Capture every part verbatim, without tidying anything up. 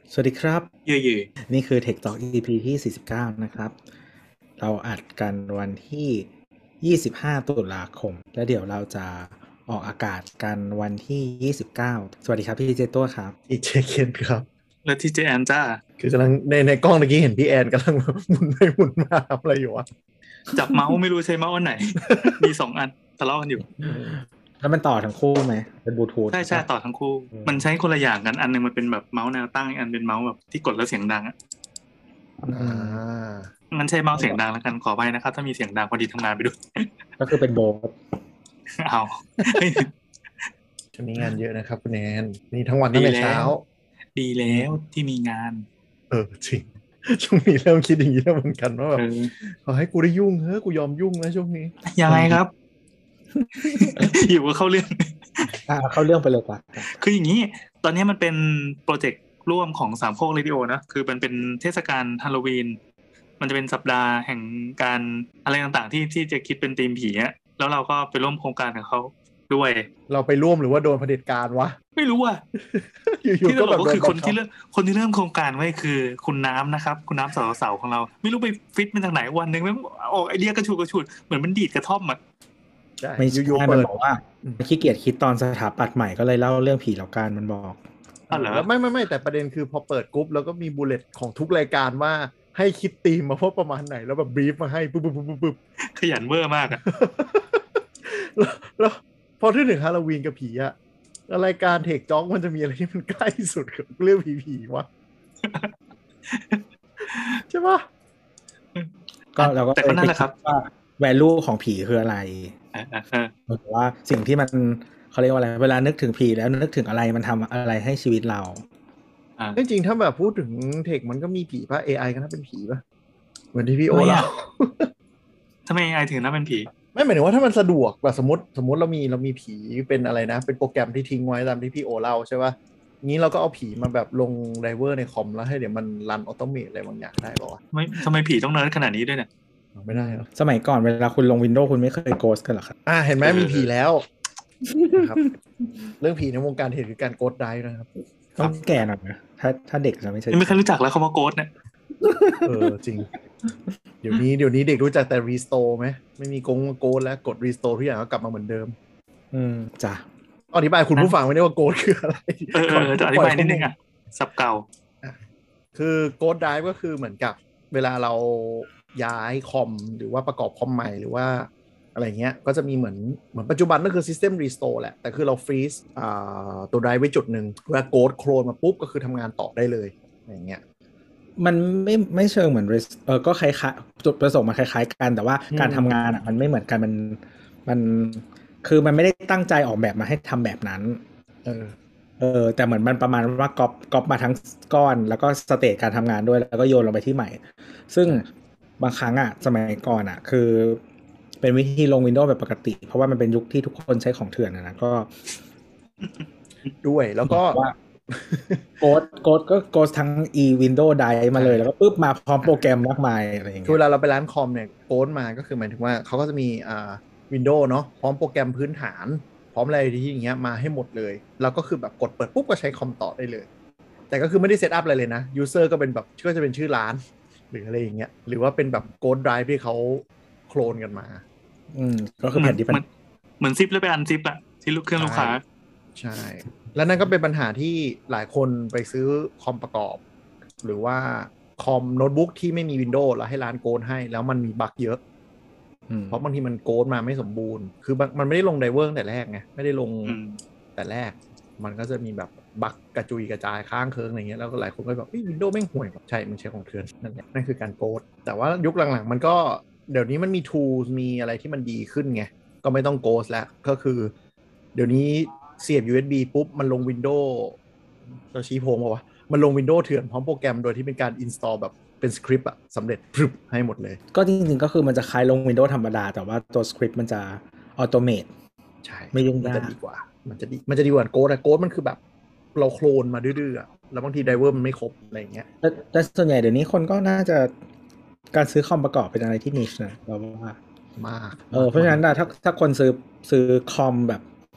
สวัสดีครับเย่นี่คือ Tech Talk อี พี ที่สี่สิบเก้านะครับเราอัดกันวันที่ยี่สิบห้าตุลาคมและเดี๋ยวเราจะออกอากาศกันวันที่ยี่สิบเก้าสวัสดีครับพี่เจตัวครับทีเจเคนครับๆแล้วที่เจแอนจ้าคือกำลังในในกล้องเมื่อกี้เห็นพี่แอนกำลังหมุนไปหมุนมาทำอะไรอยู่วะจับเมาส์ไม่รู้ใช้เมาส์อันไหน มีสองอันทะเลาะกันอยู่แล้วมันต่อทั้งคู่ไหมเป็นบลูทูธใช่ใช่ต่อทั้งคู่ มันใช้คนละอย่างกันอันหนึงมันเป็นแบบเมาส์แนวตั้งอีกอันเป็นเมาส์แบบที่กดแล้วเสียงดังอ่ะอ่างั้นใช้เมาส์เสียงดังแล้วกันขอไปนะครับถ้ามีเสียงดังพอดีทำงานไปด้วยก็คือเป็นโบสเอาเฮ้ยช่วงนี้งานเยอะนะครับคุณแอนนี่ทั้งวันตั้งดีแต่แล้วเช้าดีแล้วที่มีงานเออจริง ช่วงนี้เริ่มคิดอย่างนี้แล้วเหมือนกันว่าแบเอบ อขอให้กูได้ยุ่งเฮ้ยกูยอมยุ่งนะช่วงนี้ยังไงครับ อยู่ก็เข้าเรื่องอ่ะเข้าเรื่องไปเลยกว่าคืออย่างนี้ ตอนนี้มันเป็นโปรเจกต์ร่วมของสามโคกเรดิโอนะ คือมันเป็นเทศกาลฮาโลวีน มันจะเป็นสัปดาห์แห่งการอะไรต่างๆที่ที่จะคิดเป็นธีมผีอะแล้วเราก็ไปร่วมโครงการกับเขาด้วยเราไปร่วมหรือว่าโดนเผด็จการวะไม่รู้อ่ะอยู่ที่ๆตก็ลแบกบก็คือโดคนบังที่เริ่มคนที่เริ่มโครงการไว้คือคุณน้ำนะครับ คุณน้ำสาวๆของเรา ไม่รู้ไปฟิตมาจากไหนวันหนึ่งไม่ออกไอเดียกระชูดกระชูดเหมือนมันดีดกระท่อมอ่ะใช่ไม่ใช่อยู่ๆมัเปินดบอกว่าขี้เกียจคิดตอนสถาปัตย์ใหม่ก็เลยเล่าเรื่องผีแล้วกันมันบอกอ๋อเหรอแล้วไม่ไม่ไม่แต่ประเด็นคือพอเปิดกรุ๊ปแล้วก็มีบูลเลตของทุกรายการว่าให้คิดธีมมาว่าประมาณไหนแล้วแบบบรีฟมาให้ปุ๊บปุ๊บปุ๊บปุ๊บปุ๊บขยันเวอร์มากอ่ะแล้วแล้วพอถึงฮาโลวีนกับผีอะแล้วรายการเทคจ็อกมันจะมีอะไรที่มันใกล้สุดกับเรื่องผีๆวะ ใช่ปะก็เราก็แต่ก็นั่นแหละครับว่า value ของผีคืออะไรเออเออเออหรือว่าสิ่งที่มันเขาเรียกว่าอะไรเวลานึกถึงผีแล้วนึกถึงอะไรมันทำอะไรให้ชีวิตเราอ่าจริงๆถ้าแบบพูดถึงเทคมันก็มีผีป่ะ เอ ไอ ก็น่าเป็นผีป่ะเหมือนที่พี่โอทำไมเล่าอะ ทำไมไอถึงน่าเป็นผีไม่หมายถึงว่าถ้ามันสะดวกแบบสมมติสมมติเรามีเรามีผีเป็นอะไรนะ เป็นโปรแกรมที่ทิ้งไว้ตามที่พี่โอเล่าใช่ป่ะงี้เราก็เอาผีมาแบบลงไดเวอร์ในคอมแล้วให้เดี๋ยวมันรันออโตเมตอะไรบางอย่างได้ป่าวะไม่ทำไมผีต้องเนิร์ดขนาดนี้ด้วยเนี่ยไม่ได้เหรอสมัยก่อนเวลาคุณลง Windows คุณไม่เคยโกสกันหรอครับอ่าเห็นไหมเออมีผีแล้วนะครับ เรื่องผีในวงการเห็นคือการโกดไดฟ์นะครับต้องแก่หน่อยนะถ้าถ้าเด็กจะไม่ใช่ยังไม่เคยรู้จักแล้วคำว่าโกดเนี่ยเออจริง เดี๋ยวนี้เดี๋ยวนี้เด็กรู้จักแต่รีสโตร์ไหมไม่มีกงโกดแล้วกดรีสโตร์ทุกอย่างก็กลับมาเหมือนเดิมอืมจ้ะอธิบายคุณผู้ฟังไม่ได้ว่าโกดคืออะไรเออเออจะอธิบายนิดนึงอ่ะสับเก่าคือโกดไดฟ์ก็คือเหมือนกับเวลาเราย้ายคอมหรือว่าประกอบคอมใหม่หรือว่าอะไรเงี้ยก็จะมีเหมือนเหมือนปัจจุบันก็คือ System Restore แหละแต่คือเราฟรีซอ่าตัวไดรฟ์ไว้จุดหนึ่งเวลาโกดโคลนมาปุ๊บก็คือทำงานต่อได้เลยอย่างเงี้ยมันไม่ไม่เชิงเหมือน res- เออก็คล้ายๆจุดประสงค์มันคล้ายๆกันแต่ว่าอืมการทำงานอ่ะมันไม่เหมือนกันมันมันคือมันไม่ได้ตั้งใจออกแบบมาให้ทำแบบนั้นเออเออแต่เหมือนมันประมาณว่าก๊อปก๊อปมาทั้งก้อนแล้วก็สเตจการทำงานด้วยแล้วก็โยนลงไปที่ใหม่ ซึ่งบางครั้งอ่ะสมัยก่อนอ่ะคือเป็นวิธีลง Windows แบบปกติ เพราะว่ามันเป็นยุคที่ทุกคนใช้ของเถื่อนอะนะก็ด้วยแล้วก็ว่าโกดโกดก็โกดทั้ง e Windows ไดมาเลยแล้วก็ปุ๊บมาพร้อมโปรแกรมมากมายอะไรอย่างคือเงี้เวย ลาเราไปร้านคอมเนี่ยโกดมาก็คือหมายถึงว่าเขาก็จะมีอ่าวินโดว์เนาะพร้อมโปรแกรมพื้นฐาน พร้อมอะไรที่อย่างเงี้ยมาให้หมดเลยแล้วก็คือแบบกดเปิดปุ๊บก็ใช้คอมต่อได้เลย แต่ก็คือไม่ได้เซตอัพอะไรเลยนะยูเซอร์ก็เป็นแบบก็จะเป็นชื่อร้าน หรืออะไรอย่างเงี้ยหรือว่าเป็นแบบโกดไดรฟ์ที่เขาโคลนกันมาอืมก็คือแผ่นที่เหมือนเหมือนซิปแล้วไปอันซิปอะที่ลูกเครื่องลูกค้าใช่ แล้วนั่นก็เป็นปัญหาที่หลายคนไปซื้อคอมประกอบ หรือว่าคอมโน้ตบุ๊กที่ไม่มี Windows แล้วให้ร้านโกนให้แล้วมันมีบั๊กเยอะอืมเพราะบางทีมันโกนมาไม่สมบูรณ์ คือมันไม่ได้ลงไดเวอร์ตั้งแต่แรกไง ไม่ได้ลงอืมแต่แรก มันก็จะมีแบบบั๊กกระจุยกระจายข้างเคิงอะไรเงี้ย แล้วก็หลายคนก็แบบวินโดว์แม่งห่วยแบบใช่ มันใช้ของเถื่อนนั่นแหละนั่นคือการโกดแต่ว่ายุคหลังๆ มันก็เดี๋ยวนี้มันมี tools มีอะไรที่มันดีขึ้นไง ก็ไม่ต้องโกดแล้ว ก็คือ เดี๋ยวนี้เสียบ ยู เอส บี ปุ๊บ มันลง Windows เราชี้โพงป่าวะมันลง Windows เถื่อนพร้อมโปรแกรมโดยที่เป็นการ install แบบเป็นสคริปต์อะสำเร็จพรึบให้หมดเลยก็จริงๆก็คือมันจะคล้ายลง Windows ธรรมดา แต่ว่าตัวสคริปต์มันจะออโตเมตใช่ไม่ยุ่งมันยากจะดีกว่า มันจะดีมันจะดีกว่าโกดอะโกดมันคือแบบเราโคลนมาดื้อๆอะแล้วบางทีไดเวอร์มันไม่ครบอะไรอย่างเงี้ยแต่แต่ส่วนใหญ่เดี๋ยวนี้คนก็น่าจะการซื้อคอมประกอบเป็นอะไรที่นิชนะเราว่ามากเออเพราะฉะนั้นน่ะถ้าถ้าคนซื้อซื้อคอมแบบ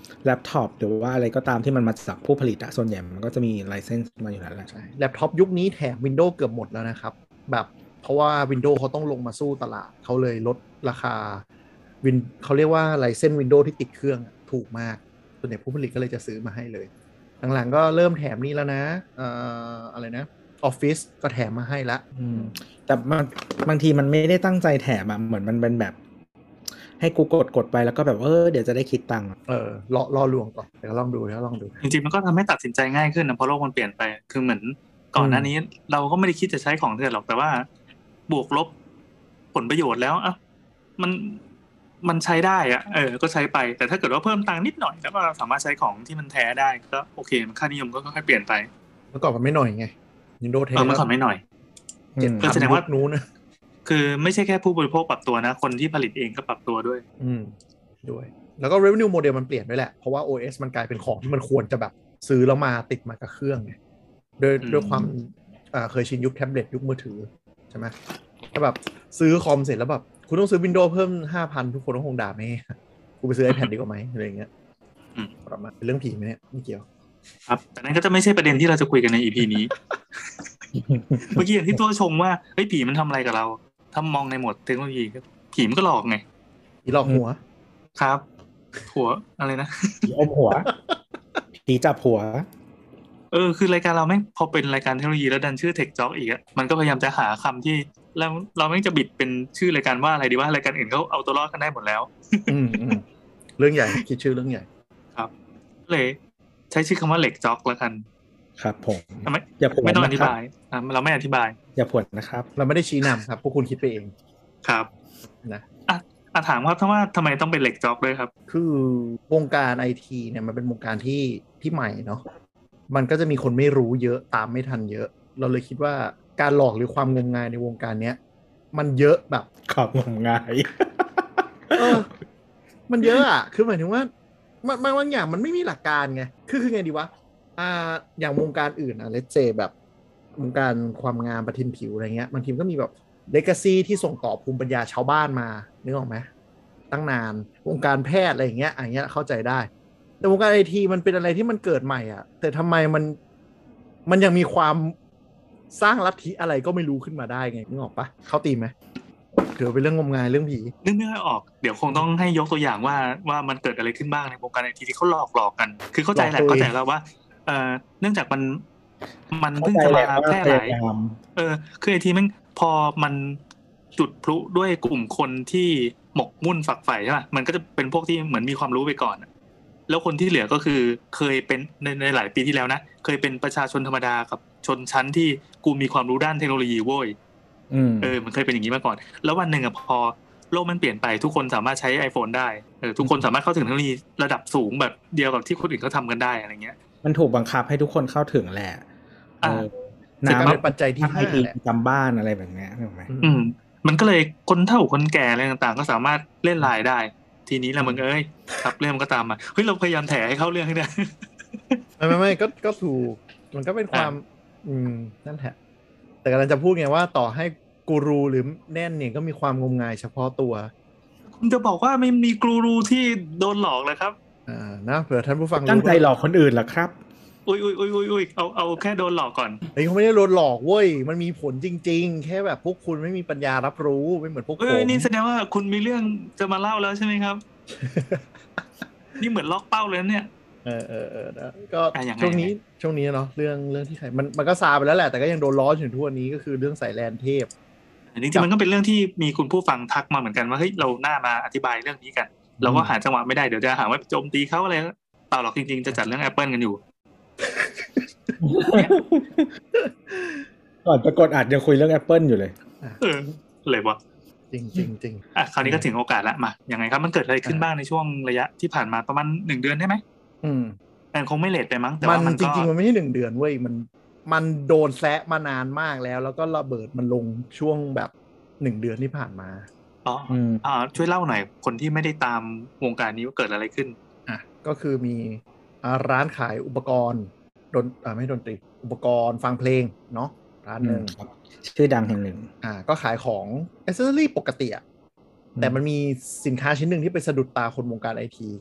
แล็ปท็อปหรือว่าอะไรก็ตามที่มันมาจากผู้ผลิตอะส่วนใหญ่มันก็จะมีไลเซนส์มาอยู่แล้วแหละใช่แล็ปท็อปยุคนี้แถม Windows เกือบหมดแล้วนะครับแบบเพราะว่า Windows เขาต้องลงมาสู้ตลาดเขาเลยลดราคาวินเขาเรียกว่าไลเซนส์ Windows ที่ติดเครื่องถูกมากส่วนใหญ่ผู้ผลิตก็เลยจะซื้อมาให้เลยหลังๆก็เริ่มแถมนี่แล้วนะเอ่ออะไรนะ Office ก็แถมมาให้ละแต่มันบางทีมันไม่ได้ตั้งใจแถมอะเหมือนมันเป็นแบบให้กูกดกดไปแล้วก็แบบเออเดี๋ยวจะได้คิดตังค์เออรอรอลวงก่อนเดี๋ยวลองดูเดี๋ยวลองดูจริงๆมันก็ทำให้ตัดสินใจง่ายขึ้นนะเพราะโลกมันเปลี่ยนไปคือเหมือนก่อนหน้านี้เราก็ไม่ได้คิดจะใช้ของเถื่อนหรอกแต่ว่าบวกลบผลประโยชน์แล้วอ่ะมันมันใช้ได้อ่ะเออก็ใช้ไปแต่ถ้าเกิดว่าเพิ่มตังค์นิดหน่อยแล้วก็สามารถใช้ของที่มันแท้ได้ก็โอเคมันค่านิยมก็ค่อยๆเปลี่ยนไปเมื่อก่อนมันไม่หน่อยไง Windows แท้เออเมื่อก่อนไม่หน่อยเจ็ดพันแสดงว่านู้นนะคือไม่ใช่แค่ผู้บริโภคปรับตัวนะคนที่ผลิตเองก็ปรับตัวด้วยอืมด้วยแล้วก็ revenue model มันเปลี่ยนด้วยแหละเพราะว่า โอ เอส มันกลายเป็นของที่มันควรจะแบบซื้อแล้วมาติดมากับเครื่องไงโดยด้วยความอ่าเคยชินยุคแท็บเล็ตยุคมือถือใช่ไหมถ้าแบบซื้อคอมเสร็จแล้วแบบคุณต้องซื้อ Windows เพิ่ม ห้าพัน ทุกคนต้องคงด่าแม่กูไปซื้อ iPad ดีกว่าไหมอะไรอย่างเงี้ยประมาณเป็นเรื่องผีไหมเนี่ยไม่เกี่ยวครับแต่นั้นก็จะไม่ใช่ประเด็นที่เราจะคุยกันใน อี พี นี้เมื่อกี้อย่างที่ตัวชงว่าเฮ้ยผีมันทำอะไรกับเราถ้ามองในหมวดเทคโนโลยีผีมันก็หลอกไงผีหลอกหัวครับหัวอะไรนะผีอมหัวผีจับหัวเออคือรายการเราแม่งพอเป็นรายการเทคโนโลยีแล้วดันชื่อ Tech Jock อีกอ่ะมันก็พยายามจะหาคำที่เราเราแม่งจะบิดเป็นชื่อรายการว่าอะไรดีว่ารายการอื่นเขาเอาตัวรอดกันได้หมดแล้วอืมอืมเรื่องใหญ่คิดชื่อเรื่องใหญ่ครับเลยใช้ชื่อคำว่าเหล็กจ็อกแล้วกันครับผมไม่อย่าผวนไม่ต้องอธิบายเราไม่อธิบายอย่าผวนนะครับเราไม่ได้ชี้นำครับพวกคุณคิดไปเองครับนะอ่ะอ่ะถามว่าถ้าว่าทำไมต้องเป็นเหล็กจ็อกด้วยครับคือวงการไอทีเนี่ยมันเป็นวงการที่ที่ใหม่เนาะมันก็จะมีคนไม่รู้เยอะตามไม่ทันเยอะเราเลยคิดว่าการหลอกหรือความงมงายในวงการเนี้ยมันเยอะแบบความงมงายเออมันเยอะอ่ะคือหมายถึงว่าบางบางอย่างมันไม่มีหลักการไงคือคือไงดีวะอ่าอย่างวงการอื่นอ่ะเลทเจแบบวงการความงามประทินผิวอะไรเงี้ยบางทีก็มีแบบเลกาซีที่ส่งต่อภูมิปัญญาชาวบ้านมานึกออกไหมตั้งนานวงการแพทย์อะไรอย่างเงี้ยอย่างเงี้ยเข้าใจได้แต่วงการไอทีมันเป็นอะไรที่มันเกิดใหม่อ่ะแต่ทำไมมันมันยังมีความสร้างลัทธิอะไรก็ไม่รู้ขึ้นมาได้ไงนึกออกปะเข้าตีไหมถือเป็นเรื่องงมงายเรื่องผีนึกไม่ค่อยออกเดี๋ยวคงต้องให้ยกตัวอย่างว่าว่ามันเกิดอะไรขึ้นบ้างในวงการไอทีที่เขาหลอกหลอกกันคือเข้าใจแหละเข้าใจแล้วว่าเอ่อเนื่องจากมันมันเพิ่งจะมาแพร่หลายเออคือไอทีมันพอมันจุดพลุด้วยกลุ่มคนที่หมกมุ่นฝักใฝ่ใช่ป่ะมันก็จะเป็นพวกที่เหมือนมีความรู้ไปก่อนแล้วคนที่เหลือก็คือเคยเป็นในในหลายปีที่แล้วนะเคยเป็นประชาชนธรรมดากับชนชั้นที่กูมีความรู้ด้านเทคโนโลยีโว้ยเออมันเคยเป็นอย่างนี้มาก่อนแล้ววันหนึ่งอ่ะพอโลกมันเปลี่ยนไปทุกคนสามารถใช้ iPhone ได้เออทุกคนสามารถเข้าถึงเทคโนโลยีระดับสูงแบบเดียวกับที่คนอื่นเขาทำกันได้อะไรเงี้ยมันถูกบังคับให้ทุกคนเข้าถึงแหละเออน้ำเป็นปัจจัยที่ให้ทีจำบ้านอะไรแบบนี้ถูกไหมอืมมันก็เลยคนเฒ่าคนแก่อะไรต่างๆก็สามารถเล่นไลน์ได้ทีนี้แหละมึงเอ้ยครับเรื่องมันก็ตามมาเฮ้ยเราพยายามแถให้เข้าเรื่องให้ได้ไม่ไม่ไม่ก็ก็ถูกมันก็เป็นความอืมนั่นแหละแต่กำลังจะพูดไงว่าต่อให้กูรูหรือแน่นเนี่ยก็มีความงมงายเฉพาะตัวคุณจะบอกว่าไม่มีกูรูที่โดนหลอกเลยครับอ่านะเผื่อท่านผู้ฟังตั้งใจหลอกคนอื่นเหรอครับอุ้ยอุ้ยอุ้ยอุ้ยอุ้ยเอาเอาแค่โดนหลอกก่อนเฮ้ยเขาไม่ได้โดนหลอกเว้ยมันมีผลจริงๆแค่แบบพวกคุณไม่มีปัญญารับรู้ไม่เหมือนพวกผมเอ้ยนี่แสดงว่าคุณมีเรื่องจะมาเล่าแล้วใช่ไหมครับ นี่เหมือนล็อกเป้าเลยเนี่ยเออเออเออนะก็ช่วงนี้ช่วงนี้เนาะเรื่องเรื่องที่ใครมันมันก็ซาไปแล้วแหละแต่ก็ยังโดนล้อถึงทุกวันนี้ก็คือเรื่องสายแลนเทพจริงๆมันก็เป็นเรื่องที่มีคุณผู้ฟังทักมาเหมือนกันว่าเฮ้ยเราหน้ามาอธิบายเรื่องนี้กันเราก็หาจังหวะไม่ได้เดี๋ยวจะหาว่าโจมตีเขาอะไรเปล่าหรอกจริงๆจะจัดเรื่อง Apple กันอยู่ก่อนจะกดอัดยังคุยเรื่อง Apple อยู่เลยเออเลยวะจริงจริงจริงอ่ะคราวนี้ก็ถึงโอกาสละมายังไงครับมันเกิดอะไรขึ้นบ้างในช่วงระยะที่ผ่านมาประมาณหนึ่งเดือนได้ไหมอืมแต่คงไม่เลทไปมั้งแต่ว่ามันจริงๆมันไม่ใช่หนึ่งเดือนเว้ยมันมันโดนแซะมานานมากแล้วแล้วก็ระเบิดมันลงช่วงแบบหนึ่งเดือนที่ผ่านมาอ๋ออ่าช่วยเล่าหน่อยคนที่ไม่ได้ตามวงการนี้ว่าเกิดอะไรขึ้นอ่ะก็คือมีร้านขายอุปกรณ์ดนอ่าไม่ดนตรีอุปกรณ์ฟังเพลงเนาะร้านหนึ่งชื่อดังแห่งหนึ่งอ่าก็ขายของแอคเซสซอรี่ปกติอ่ะแต่มันมีสินค้าชิ้นหนึ่งที่ไปสะดุดตาคนวงการไอทีคือ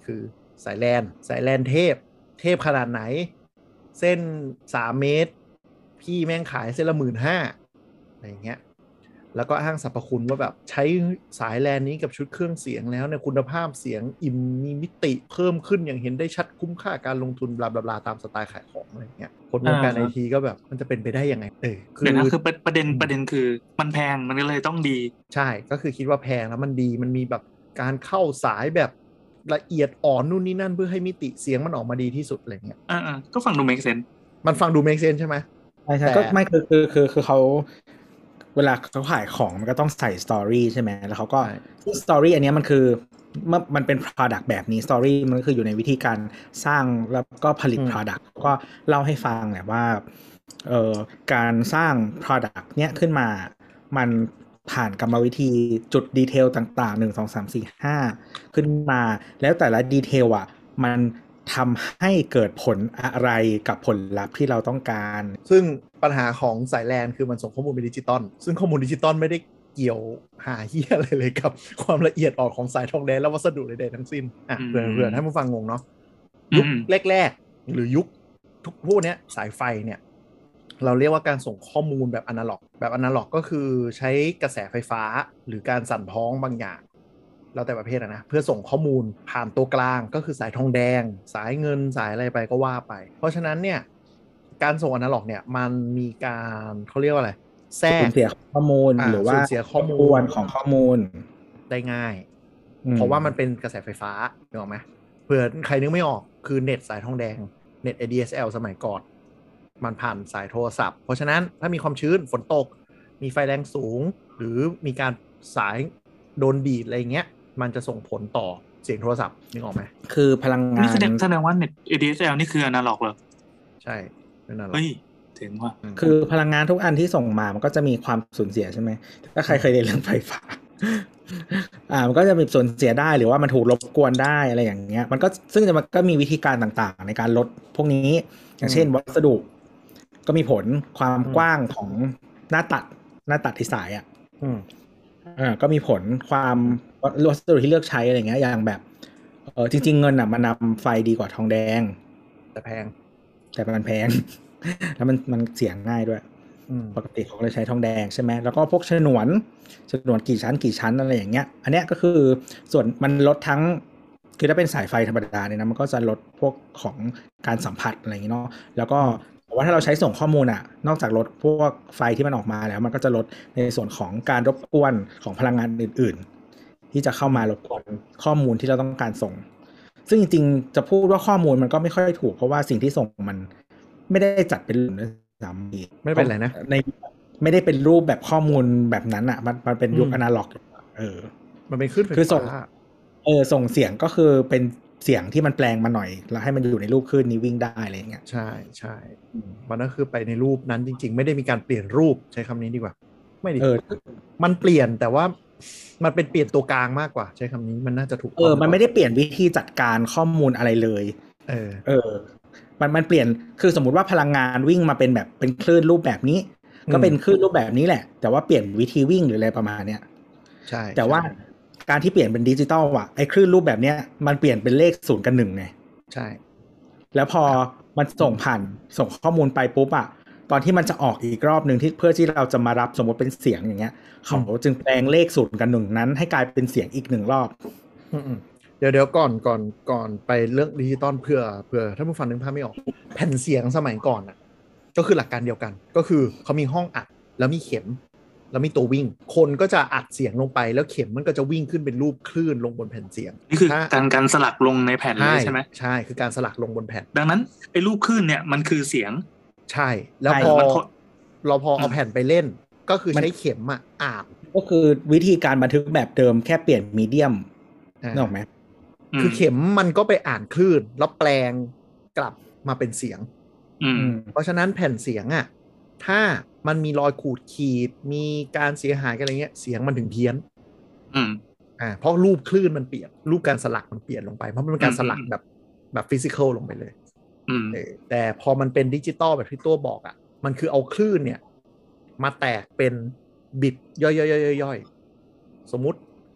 สายแลนสายแลนเทพเทพขนาดไหนเส้นสามเมตรพี่แม่งขายเส้นละหมื่นห้าอะไรอย่างเงี้ยแล้วก็อ้างสรรพคุณว่าแบบใช้สายแลนนี้กับชุดเครื่องเสียงแล้วเนี่ยคุณภาพเสียงอิ่มมีมิติเพิ่มขึ้นอย่างเห็นได้ชัดคุ้มค่าการลงทุนบลาบลาตามสไตล์ขายของอะไรเงี้ยคนวงการไอทีก็แบบมันจะเป็นไปได้ยังไงเออเดี๋ยวนะคือประเด็นประเด็นคือมันแพงมันก็เลยต้องดีใช่ก็คือคิดว่าแพงแล้วมันดีมันมีแบบการเข้าสายแบบละเอียดอ่อนนู่นนี่นั่นเพื่อให้มิติเสียงมันออกมาดีที่สุดอะไรเงี้ยอ่าๆก็ฟังดู make sense มันฟังดู make sense ใช่ไหมใช่ใช่ก็ไม่คือคือคือคือเขาเวลาเขาขายของมันก็ต้องใส่สตอรี่ใช่ไหมแล้วเขาก็ซึ่งสตอรี่อันนี้มันคือเมื่อมันเป็น product แบบนี้สตอรี่มันก็คืออยู่ในวิธีการสร้างแล้วก็ผลิต product ก็เล่าให้ฟังแหละว่าเอ่อการสร้าง product เนี้ยขึ้นมามันผ่านกรรมวิธีจุดดีเทลต่างๆหนึ่ง สอง สาม สี่ ห้าขึ้นมาแล้วแต่ละดีเทลอ่ะมันทำให้เกิดผลอะไรกับผลลัพธ์ที่เราต้องการซึ่งปัญหาของสายแลนคือมันส่งข้อมูลเป็นดิจิตอลซึ่งข้อมูลดิจิตอลไม่ได้เกี่ยวหาเหี้ยอะไรเลยกับความละเอียดอ่อนของสายทองแดงและวัสดุใดๆทั้งสิ้นอ่ะเพื่อนเพื่อนให้ผู้ฟังงงเนาะยุคแรกๆหรือยุคทุกพวกนี้สายไฟเนี่ยเราเรียกว่าการส่งข้อมูลแบบอนาล็อกแบบอนาล็อกก็คือใช้กระแสไฟฟ้าหรือการสั่นพ้องบางอย่างแล้วแต่ประเภทนะเพื่อส่งข้อมูลผ่านตัวกลางก็คือสายทองแดงสายเงินสายอะไรไปก็ว่าไปเพราะฉะนั้นเนี่ยการส่งอนาล็อกเนี่ยมันมีการเขาเรียกว่าอะไรแทรกเสียข้อมูลหรือว่าเสียข้อมูลของข้อมูลได้ง่ายเพราะว่ามันเป็นกระแสไฟฟ้านึกออกไหมเผื่อใครนึกไม่ออกคือเน็ตสายทองแดงเน็ต เอ ดี เอส แอล สมัยก่อนมันผ่านสายโทรศัพท์เพราะฉะนั้นถ้ามีความชื้นฝนตกมีไฟแรงสูงหรือมีการสายโดนดีดอะไรเงี้ยมันจะส่งผลต่อเสียงโทรศัพท์นึกออกไหมคือพลังงานนี่แสดงแสดงว่าเน็ต เอ ดี เอส แอล นี่คืออนาล็อกเหรอใช่เป็นอนาล็อกเฮ้ยถึงว่าคือพลังงานทุกอันที่ส่งมามันก็จะมีความสูญเสียใช่ไหมถ้าใครเคยเรียนเรื่องไฟฟ้าอ่ามันก็จะมีสูญเสียได้หรือว่ามันถูกรบกวนได้อะไรอย่างเงี้ยมันก็ซึ่งมันก็มีวิธีการต่างๆในการลดพวกนี้อย่างเช่นวัสดุก็มีผลความกว้างของหน้าตัดหน้าตัดที่สายอ่ะอ่าก็มีผลความวัสดุที่เลือกใช้อะไรเงี้ยอย่างแบบเออจริงๆเงินอ่ะมันนำไฟดีกว่าทองแดงแต่แพงแต่มันแพงแล้วมันมันเสียงง่ายด้วยปกติเขาเลยใช้ทองแดงใช่ไหมแล้วก็พวกฉนวนฉนวนกี่ชั้นกี่ชั้นอะไรอย่างเงี้ยอันเนี้ยก็คือส่วนมันลดทั้งคือถ้าเป็นสายไฟธรรมดาเนี่ยนะมันก็จะลดพวกของการสัมผัสอะไรอย่างเงี้ยเนาะแล้วก็แต่ว่าถ้าเราใช้ส่งข้อมูลอ่ะนอกจากลดพวกไฟที่มันออกมาแล้วมันก็จะลดในส่วนของการรบกวนของพลังงานอื่นๆที่จะเข้ามารบกวนข้อมูลที่เราต้องการส่งซึ่งจริงๆจะพูดว่าข้อมูลมันก็ไม่ค่อยถูกเพราะว่าสิ่งที่ส่งมันไม่ได้จัดเป็นรูปด้วยซ้ำไม่เป็นไรนะในไม่ได้เป็นรูปแบบข้อมูลแบบนั้นอ่ะมันมันเป็นยุคอนาล็อกเออมันเป็นขึ้นไฟฟ้าคือส่งเออส่งเสียงก็คือเป็นเสียงที่มันแปลงมาหน่อยแล้วให้มันอยู่ในรูปขึ้นนี้วิ่งได้อะไรอย่างเงี้ยใช่ใช่มันก็คือไปในรูปนั้นจริงๆไม่ได้มีการเปลี่ยนรูปใช้คำนี้ดีกว่าไม่ดีเออมันเปลี่ยนแต่ว่ามันเป็นเปลี่ยนตัวกลางมากกว่าใช้คำนี้มันน่าจะถูกเออมันไม่ได้เปลี่ยนวิธีจัดการข้อมูลอะไรเลยเออเออมันมันเปลี่ยนคือสมมุติว่าพลังงานวิ่งมาเป็นแบบเป็นคลื่นรูปแบบนี้ก็เป็นคลื่นรูปแบบนี้แหละแต่ว่าเปลี่ยนวิธีวิ่งหรืออะไรประมาณเนี้ยใช่แต่ว่าการที่เปลี่ยนเป็นดิจิตอลอ่ะไอ้คลื่นรูปแบบเนี้ยมันเปลี่ยนเป็นเลขศูนย์กับหนึ่งไงใช่แล้วพอมันส่งผ่านส่งข้อมูลไปปุ๊บอ่ะตอนที่มันจะออกอีกรอบนึงที่เพื่อที่เราจะมารับสมมติเป็นเสียงอย่างเงี้ยเขาจึงแปลงเลขศูนย์กับหนึ่งนั้นให้กลายเป็นเสียงอีกหนึ่งรอบเดี๋ยวเดี๋ยวก่อนก่อนก่อนไปเรื่องดิจิตอลเพื่อเพื่อถ้าผู้ฟังนึกภาพไม่ออกแผ่นเสียงสมัยก่อนอ่ะก็คือหลักการเดียวกันก็คือเขามีห้องอัดแล้วมีเข็มแล้วมีตัววิ่งคนก็จะอัดเสียงลงไปแล้วเข็มมันก็จะวิ่งขึ้นเป็นรูปคลื่นลงบนแผ่นเสียงนี่คือการการสลักลงในแผ่นเลยใช่ไหมใช่คือการสลักลงบนแผ่นดังนั้นไอ้รูปคลื่นเนี่ยมันคือเสียงใช่แล้วพอเราพอเอาแผ่นไปเล่นก็คือใช้เข็มอ่ะอ่านก็คือวิธีการบันทึกแบบเดิมแค่เปลี่ยนมีเดียมนึกออกไหมคือเข็มมันก็ไปอ่านคลื่นแล้วแปลงกลับมาเป็นเสียงเพราะฉะนั้นแผ่นเสียงอ่ะถ้ามันมีรอยขูดขีดมีการเสียหายกันอะไรเงี้ยเสียงมันถึงเพี้ยนอ่าเพราะรูปคลื่นมันเปลี่ยนรูปการสลักมันเปลี่ยนลงไปเพราะมันเป็นการสลักแบบแบบฟิสิกอลลงไปเลยแต่พอมันเป็นดิจิตอลแบบที่ตัวบอกอ่ะมันคือเอาคลื่นเนี่ยมาแตกเป็นบิตย่อยๆๆๆสมมุติ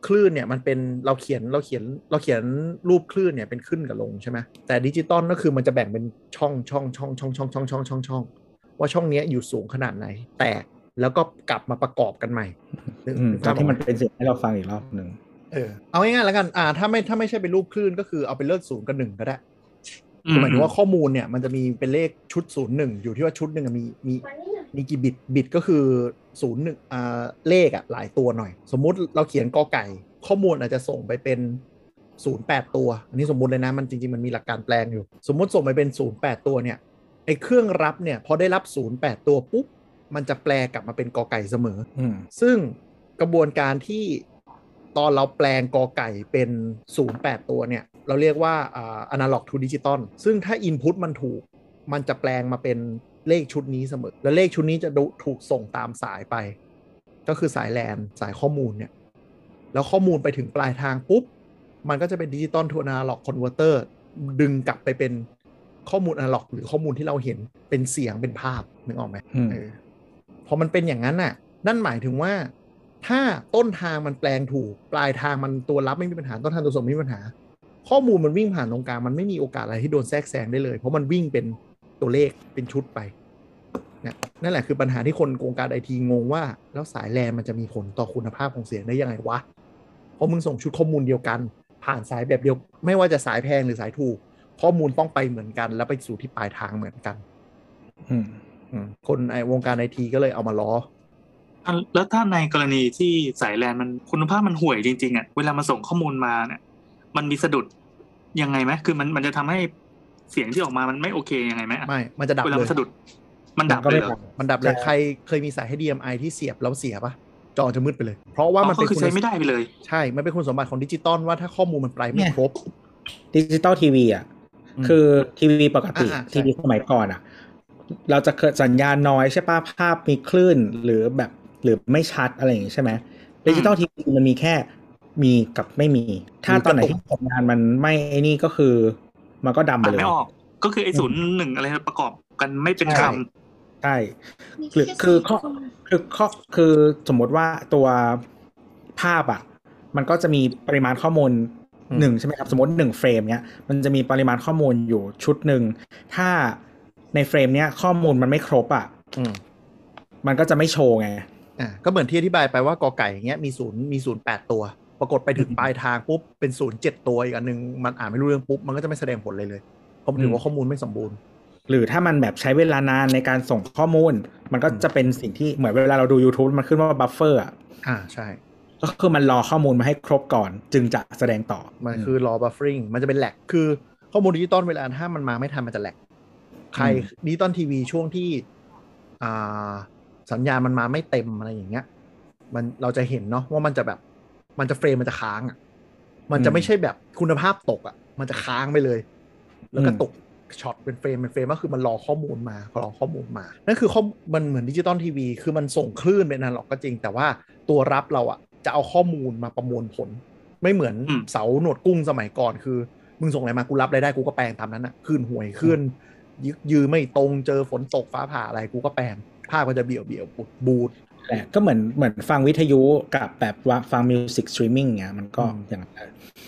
คลื่นเนี่ยมันเป็นเราเขียนเราเขียนเราเขียนรูปคลื่นเนี่ยเป็นขึ้นกับลงใช่ไหมแต่ดิจิตอลก็คือมันจะแบ่งเป็นช่องช่องช่องช่องช่องช่องช่องช่องช่องว่าช่องนี้อยู่สูงขนาดไหนแตกแล้วก็กลับมาประกอบกันใหม่ตอนที่มันเป็นเสียงให้เราฟังอีกรอบหนึ่งเออเอาง่ายๆแล้วกันอ่าถ้าไม่ถ้าไม่ใช่เป็นรูปคลื่นก็คือเอาเป็นเลขศูนย์กับหนึ่งก็ได้คือหมายถึงว่าข้อมูลเนี่ยมันจะมีเป็นเลขชุดศูนย์หนึ่งอยู่ที่ว่าชุดหนึ่งมีมีมีกี่บิตบิตก็คือศูนย์หนึ่งอ่าเลขอ่ะหลายตัวหน่อยสมมุติเราเขียนกอไก่ข้อมูลอาจจะส่งไปเป็นศูนย์แปดตัวอันนี้สมมุติเลยนะมันจริงๆมันมีหลักการแปลงอยู่สมมุติส่งไปเป็นศูนย์แปดตัวเนี่ยไอ้เครื่องรับเนี่ยพอได้รับศูนย์แปดตัวปุ๊บมันจะแปลกลับมาเป็นกอไก่เสมอซึ่งกระบวนการที่ตอนเราแปลงกอไก่เป็นศูนย์แปดตัวเนี่ยเราเรียกว่าอ่า analog to digital ซึ่งถ้า input มันถูกมันจะแปลงมาเป็นเลขชุดนี้เสมอแล้วเลขชุดนี้จะถูกส่งตามสายไปก็คือสายแลนสายข้อมูลเนี่ยแล้วข้อมูลไปถึงปลายทางปุ๊บมันก็จะเป็นดิจิตอลทูอนาล็อกคอนเวอร์เตอร์ดึงกลับไปเป็นข้อมูลอนาล็อกหรือข้อมูลที่เราเห็นเป็นเสียงเป็นภาพนึกออกไหมเออพอมันเป็นอย่างนั้นน่ะนั่นหมายถึงว่าถ้าต้นทางมันแปลงถูกปลายทางมันตัวรับไม่มีปัญหาต้นทางตัวส่งไม่มีปัญหาข้อมูลมันวิ่งผ่านตรงกลางมันไม่มีโอกาสอะไรที่โดนแทรกแซงได้เลยเพราะมันวิ่งเป็นตัวเลขเป็นชุดไปนะนั่นแหละคือปัญหาที่คนวงการไอทีงงว่าแล้วสายแลนมันจะมีผลต่อคุณภาพของเสียงได้ยังไงวะเพราะมึงส่งชุดข้อมูลเดียวกันผ่านสายแบบเดียวไม่ว่าจะสายแพงหรือสายถูกข้อมูลต้องไปเหมือนกันแล้วไปสู่ที่ปลายทางเหมือนกันคนไอวงการไอทีก็เลยเอามาล้อแล้วถ้าในกรณีที่สายแลนมันคุณภาพมันห่วยจริงๆอ่ะเวลามาส่งข้อมูลมาเนี่ยมันมีสะดุดยังไงไหมคือมันมันจะทำให้เสียงที่ออกมามันไม่โอเคยังไงไหมไม่มันจะดับเลยเวลามันสะดุดมันดับเลยมันดับเลยใครเคยมีสาย เอช ดี เอ็ม ไอ ที่เสียบแล้วเสียปะจอจะมืดไปเลยเพราะว่ามันเป็นคุณใช้ไม่ได้ไปเลยใช่มันเป็นคุณสมบัติของดิจิตอลว่าถ้าข้อมูลมันไปไม่ครบดิจิตอลทีวีอ่ะคือทีวีปกติทีวีสมัยก่อนอ่ะเราจะเกิดสัญญาณน้อยใช่ป่ะภาพมีคลื่นหรือแบบหรือไม่ชัดอะไรอย่างงี้ใช่ไหมดิจิตอลทีวีมันมีแค่มีกับไม่มีถ้าตอนไหนที่สัญญาณมันไม่ไอ้นี่ก็คือมันก็ดำไปเลยไม่ออกก็คือไอ้ศูนย์หนึ่งอะไรประกอบกันไม่เป็นคำใช่หรือคือข้อคือข้อคือสมมติว่าตัวภาพอ่ะมันก็จะมีปริมาณข้อมูลหนึ่งใช่ไหมครับสมมติหนึ่งเฟรมเนี้ยมันจะมีปริมาณข้อมูลอยู่ชุดหนึ่งถ้าในเฟรมเนี้ยข้อมูลมันไม่ครบอ่ะมันก็จะไม่โชว์ไงอ่าก็เหมือนที่อธิบายไปว่ากอไก่อย่างเงี้ยมีศูนย์มีศูนย์แปดตัวปรากฏไปถึงปลายทางปุ๊บเป็นศูนย์เจ็ดตัวอีกอันนึงมันอ่านไม่รู้เรื่องปุ๊บมันก็จะไม่แสดงผลเลยเลยเพราะมันถือว่าข้อมูลไม่สมบูรณ์หรือถ้ามันแบบใช้เวลานานในการส่งข้อมูลมันก็จะเป็นสิ่งที่เหมือนเวลาเราดู YouTube มันขึ้นว่าบัฟเฟอร์อ่ะอ่าใช่ก็คือมันรอข้อมูลมาให้ครบก่อนจึงจะแสดงต่อมันคือรอบัฟเฟอริงมันจะเป็นแลกคือข้อมูลดิจิตอลเวลาถ้ามันมาไม่ทันมันจะแลกใครดิจิตอลทีวีช่วงที่อ่าสัญญาณมันมาไม่เต็มอะไรอย่างเงี้ยมันเราจะเห็นเนาะว่ามันจะแบบมันจะเฟรมมันจะค้างอ่ะมันจะไม่ใช่แบบคุณภาพตกอ่ะมันจะค้างไปเลยแล้วก็ตกช็อตเป็นเฟรมเป็นเฟรมก็คือมันรอข้อมูลมารอข้อมูลมานั่นคือข้อมันเหมือนดิจิตอลทีวีคือมันส่งคลื่นเป็นอนาล็อกก็จริงแต่ว่าตัวรับเราอ่ะจะเอาข้อมูลมาประมวลผลไม่เหมือนเสาหนวดกุ้งสมัยก่อนคือมึงส่งอะไรมากูรับอะไรได้กูก็แปลงตามนั้นอ่ะคลื่นห่วยคลื่นยือไม่ตรงเจอฝนตกฟ้าผ่าอะไรกูก็แปลงภาพก็จะเบี่ยวเบี่ยวบูดแหละก็เหมือนเหมือนฟังวิทยุกับแบบว่าฟังมิวสิกสตรีมมิ่งเงี้ยมันก็อย่างนั้น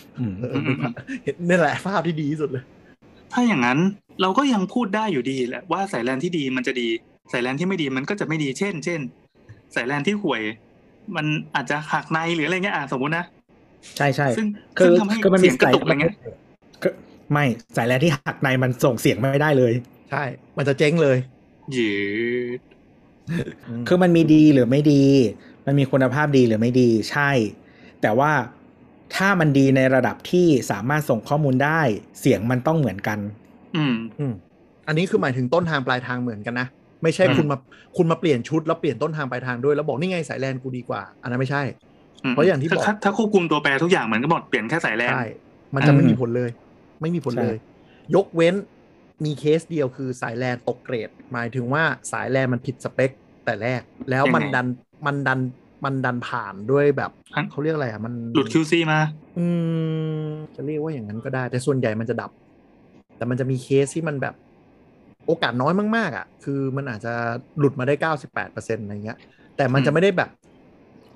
นี่แหละภาพที่ดีที่สุดเลยถ้าอย่างนั้นเราก็ยังพูดได้อยู่ดีแหละว่าสายแลนที่ดีมันจะดีสายแลนที่ไม่ดีมันก็จะไม่ดีเช่นเช่นสายแลนที่ห่วยมันอาจจะหักในหรืออะไรเงี้ยอ่ะสมมุตินะใช่ใช่ซึ่งคือคือมันมีกระตุกอะไรเงี้ยไม่สายแลนที่หักในมันส่งเสียงไม่ได้เลยใช่มันจะเจ๊งเลยยืดคือมันมีดีหรือไม่ดีมันมีคุณภาพดีหรือไม่ดีใช่แต่ว่าถ้ามันดีในระดับที่สามารถส่งข้อมูลได้เสียงมันต้องเหมือนกันอืมอืมอันนี้คือหมายถึงต้นทางปลายทางเหมือนกันนะไม่ใช่คุณมาคุณมาเปลี่ยนชุดแล้วเปลี่ยนต้นทางปลายทางด้วยแล้วบอกนี่ไงสายแลนกูดีกว่าอันนั้นไม่ใช่เพราะอย่างที่บอกถ้าควบคุมตัวแปรทุกอย่างเหมือนกันหมดเปลี่ยนแค่สายแลนใช่มันจะไม่มีผลเลยไม่มีผลเลยยกเว้นมีเคสเดียวคือสายแลนตกเกรดหมายถึงว่าสายแลนมันผิดสเปคแต่แรกแล้วมันดันมันดันมันดันผ่านด้วยแบบเขาเรียกอะไรอ่ะมันหลุด คิว ซี มาอืมจะเรียกว่าอย่างนั้นก็ได้แต่ส่วนใหญ่มันจะดับแต่มันจะมีเคสที่มันแบบโอกาสน้อยมากๆอ่ะคือมันอาจจะหลุดมาได้ เก้าสิบแปดเปอร์เซ็นต์ อะไรเงี้ยแต่มันจะไม่ได้แบบ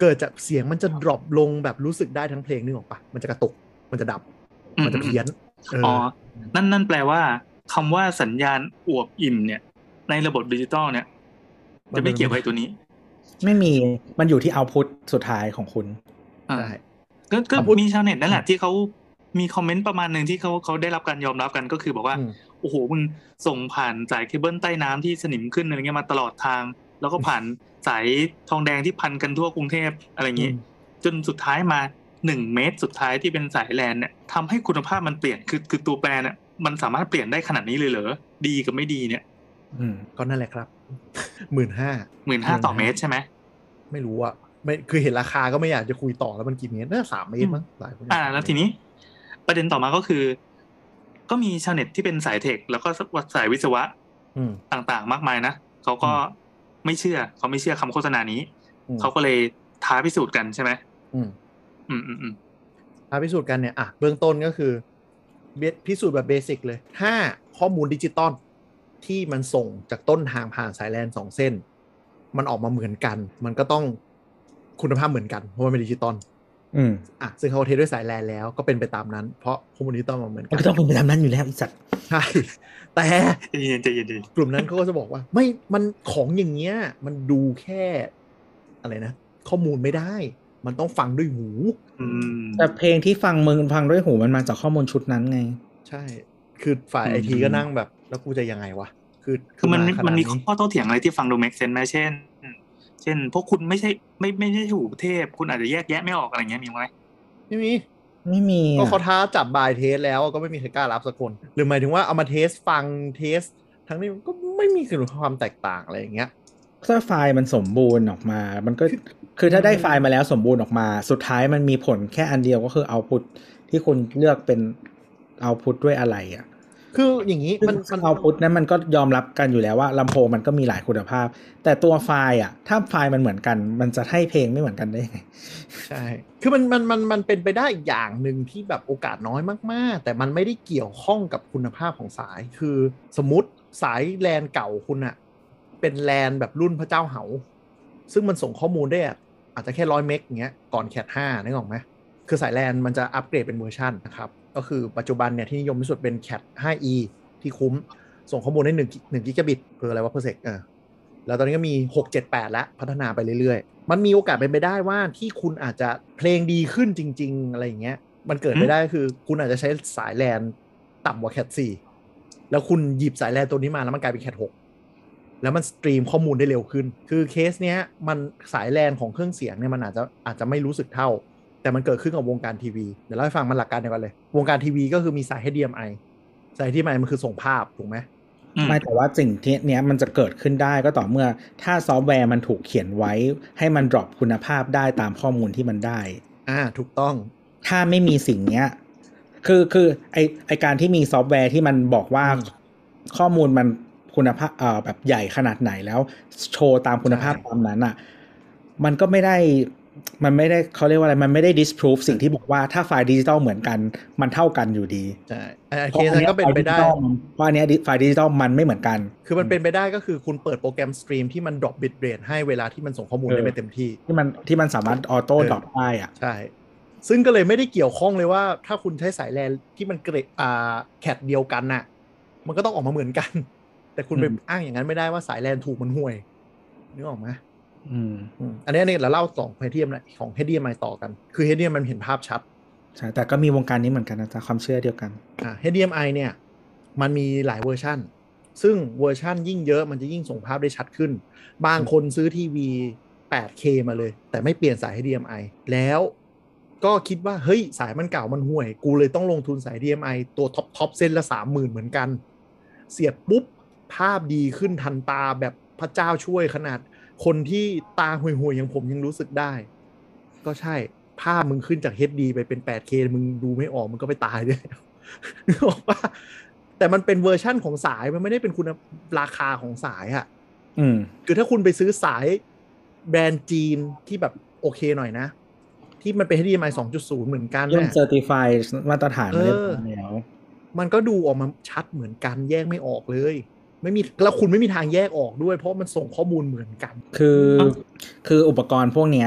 เกิดจากเสียงมันจะดรอปลงแบบรู้สึกได้ทั้งเพลงนึกออกปะมันจะกระตุกมันจะดับมันจะเพี้ยนอ๋อนั่นนั่นแปลว่าคำว่าสัญญาณอวบอิ่มเนี่ยในระบบดิจิตอลเนี่ยจะไม่เกี่ยวกับตัวนี้ไม่มีมันอยู่ที่เอาต์พุตสุดท้ายของคุณใช่ก็ก็มีชาวเน็ตนั่นแหละที่เขามีคอมเมนต์ประมาณนึงที่เขาเขาได้รับการยอมรับกันก็คือบอกว่าโอ้โหมึงส่งผ่านสายเคเบิลใต้น้ำที่สนิมขึ้นอะไรเงี้ยมาตลอดทางแล้วก็ผ่านสายทองแดงที่พันกันทั่วกรุงเทพอะไรอย่างงี้จนสุดท้ายมาหนึ่งเมตรสุดท้ายที่เป็นสายแลนเนี่ยทำให้คุณภาพมันเปลี่ยนคือคือตัวแปรเนี่ยมันสามารถเปลี่ยนได้ขนาดนี้เลยเหรอดีกับไม่ดีเนี่ยก็นั่นแหละครับหมื่นห้าหมื่นห้าต่อเมตรใช่ไหมไม่รู้อะไม่คือเห็นราคาก็ไม่อยากจะคุยต่อแล้วมันกี่เมตรน่าสามเมตรมั้งหลายคนอ่าแล้วทีนี้ประเด็นต่อมาก็คือก็มีชาวเน็ตที่เป็นสายเทคแล้วก็สายวิศวะต่างๆมากมายนะเขาก็ไม่เชื่อเขาไม่เชื่อคำโฆษณานี้เขาก็เลยท้าพิสูจน์กันใช่ไหมอืมอืมอืมอืมท้าพิสูจน์กันเนี่ยอ่ะเบื้องต้นก็คือพิสูจน์แบบเบสิกเลยถ้าข้อมูลดิจิตอลที่มันส่งจากต้นทางผ่านสายแลนสองเส้นมันออกมาเหมือนกันมันก็ต้องคุณภาพเหมือนกันเพราะว่าเป็นดิจิตอลอืมอ่ะซึ่งเขาเทสด้วยสายแลนแล้วก็เป็นไปตามนั้นเพราะข้อมูลดิจิตอลมันเหมือนกันก็ต้องเป็นไปตามนั้นอยู่แล้วอีสัตว์ใช่แต่ใจเย็นใจเย็นกลุ่มนั้นเขาก็จะบอกว่าไม่มันของอย่างเงี้ยมันดูแค่อะไรนะข้อมูลไม่ได้มันต้องฟังด้วยหูแต่เพลงที่ฟังมึงฟังด้วยหูมันมาจากข้อมูลชุดนั้นไงใช่คือฝ่ายไอทีก็นั่งแบบแล้วกูจะยังไงวะคือคือมันมันมีข้อโต้เถียงอะไรที่ฟังดูเมคเซนส์ไหมเช่นเช่นพวกคุณไม่ใช่ไม่ไม่ใช่หูเทพคุณอาจจะแยกแยะไม่ออกอะไรเงี้ยมีไหมไม่มีไม่มีก็เขาท้าจับบายเทสแล้วก็ไม่มีใครกล้ารับสักคนหรือหมายถึงว่าเอามาเทสฟังเทสทั้งนี้ก็ไม่มีความแตกต่างอะไรอย่างเงี้ยถ้าไฟล์มันสมบูรณ์ออกมามันก็คือถ้าได้ไฟล์มาแล้วสมบูรณ์ออกมาสุดท้ายมันมีผลแค่อันเดียวก็คือเอาต์พุตที่คุณเลือกเป็นเอาต์พุตด้วยอะไรอ่ะคืออย่างนี้มันมันเอาต์พุตนั้นมันก็ยอมรับกันอยู่แล้วว่าลำโพงมันก็มีหลายคุณภาพแต่ตัวไฟล์อ่ะถ้าไฟล์มันเหมือนกันมันจะให้เพลงไม่เหมือนกันได้ไงใช่คือมันมันมันมันเป็นไปได้อย่างหนึ่งที่แบบโอกาสน้อยมากๆแต่มันไม่ได้เกี่ยวข้องกับคุณภาพของสายคือสมมติสายแลนเก่าคุณอะเป็นแลนแบบรุ่นพระเจ้าเหาซึ่งมันส่งข้อมูลได้อาจจะแค่ร้อยเมกอย่างเงี้ยก่อนแคทห้านึกออกไหมคือสายแลนมันจะอัปเกรดเป็นเวอร์ชันนะครับก็คือปัจจุบันเนี่ยที่นิยมที่สุดเป็น แคท ไฟว์ อี ที่คุ้มส่งข้อมูลได้1กิกะบิตเพื่ออะไรวะเพอร์เซกเออแล้วตอนนี้ก็มีหก เจ็ด แปดแล้วพัฒนาไปเรื่อยๆมันมีโอกาสเป็นไปได้ว่าที่คุณอาจจะเพลงดีขึ้นจริงๆอะไรอย่างเงี้ยมันเกิดไปได้คือคุณอาจจะใช้สายแลนต่ำกว่า แคท โฟร์ แล้วคุณหยิบสายแลนตัวนี้มาแล้วมันกลายเป็น แคท ซิกซ์ แล้วมันสตรีมข้อมูลได้เร็วขึ้นคือเคสเนี้ยมันสายแลนของเครื่องเสียงเนี่ยมันอาจจะอาจจะไม่รู้สึกเท่าแต่มันเกิดขึ้นกับวงการทีวีเดี๋ยวเล่าให้ฟังมันหลักการเดียวกันเลยวงการทีวีก็คือมีสาย เอช ดี เอ็ม ไอ สาย เอช ดี เอ็ม ไอ มันคือส่งภาพถูกไหมไม่แต่ว่าสิ่งที่เนี้ยมันจะเกิดขึ้นได้ก็ต่อเมื่อถ้าซอฟต์แวร์มันถูกเขียนไว้ให้มันดรอปคุณภาพได้ตามข้อมูลที่มันได้อ่าถูกต้องถ้าไม่มีสิ่งเนี้ยคือคือไอไอการที่มีซอฟต์แวร์ที่มันบอกว่าข้อมูลมันคุณภาพเอ่อแบบใหญ่ขนาดไหนแล้วโชว์ตามคุณภาพตามนั้นอ่ะมันก็ไม่ได้มันไม่ได้เขาเรียกว่าอะไรมันไม่ได้ disprove สิ่งที่บอกว่าถ้าไฟล์ดิจิตอลเหมือนกันมันเท่ากันอยู่ดีใช่ไอ้เคสนั้นก็เป็นไปได้เพราะอันนี้ไฟล์ดิจิตอลมันไม่เหมือนกันคือมันเป็นไปได้ก็คือคุณเปิดโปรแกรมสตรีมที่มัน drop bit rate ให้เวลาที่มันส่งข้อมูลได้ไม่เต็มที่ที่มันที่มันสามารถออโต้ drop ได้อ่ะใช่ซึ่งก็เลยไม่ได้เกี่ยวข้องเลยว่าถ้าคุณใช้สายแลนที่มันเกรดอ่าแคทเดียวกันน่ะมันก็ต้องออกมาเหมือนกันแต่คุณไปอ้างอย่างนั้นไม่ได้ว่าสายแลนถูกมันห่วยนึกออกไหมอืมอันนี้นี่เราเล่าสองเฮดเดียมนะของ เอช ดี เอ็ม ไอ ต่อกันคือ เอช ดี เอ็ม ไอ มันเห็นภาพชัดใช่แต่ก็มีวงการนี้เหมือนกันนะจ๊ะความเชื่อเดียวกันอ่า เอช ดี เอ็ม ไอ เนี่ยมันมีหลายเวอร์ชันซึ่งเวอร์ชันยิ่งเยอะมันจะยิ่งส่งภาพได้ชัดขึ้นบางคนซื้อทีวี แปดเค มาเลยแต่ไม่เปลี่ยนสาย เอช ดี เอ็ม ไอ แล้วก็คิดว่าเฮ้ยสายมันเก่ามันห่วยกูเลยต้องลงทุนสาย เอช ดี เอ็ม ไอ ตัวท็อปท็อปเส้นละ สามหมื่น เหมือนกันเสียบปุ๊บภาพดีขึ้นทันตาแบบพระเจ้าช่วยขนาดคนที่ตาห่วยๆอย่างผมยังรู้สึกได้ก็ใช่ภาพมึงขึ้นจาก เอช ดี ไปเป็น แปดเค มึงดูไม่ออกมึงก็ไปตายเลยนึกออกป่ะแต่มันเป็นเวอร์ชั่นของสายมันไม่ได้เป็นคุณราคาของสายอ่ะอืมคือถ้าคุณไปซื้อสายแบรนด์จีนที่แบบโอเคหน่อยนะที่มันเป็น เอช ดี เอ็ม ไอ สองจุดศูนย์ เหมือนกันเนี่ยเซอร์ติฟายมาตรฐานมาเรียบร้อยแล้วมันก็ดูออกมาชัดเหมือนกันแยกไม่ออกเลยไม่มีแล้วคุณไม่มีทางแยกออกด้วยเพราะมันส่งข้อมูลเหมือนกันคือคืออุปกรณ์พวกเนี้ย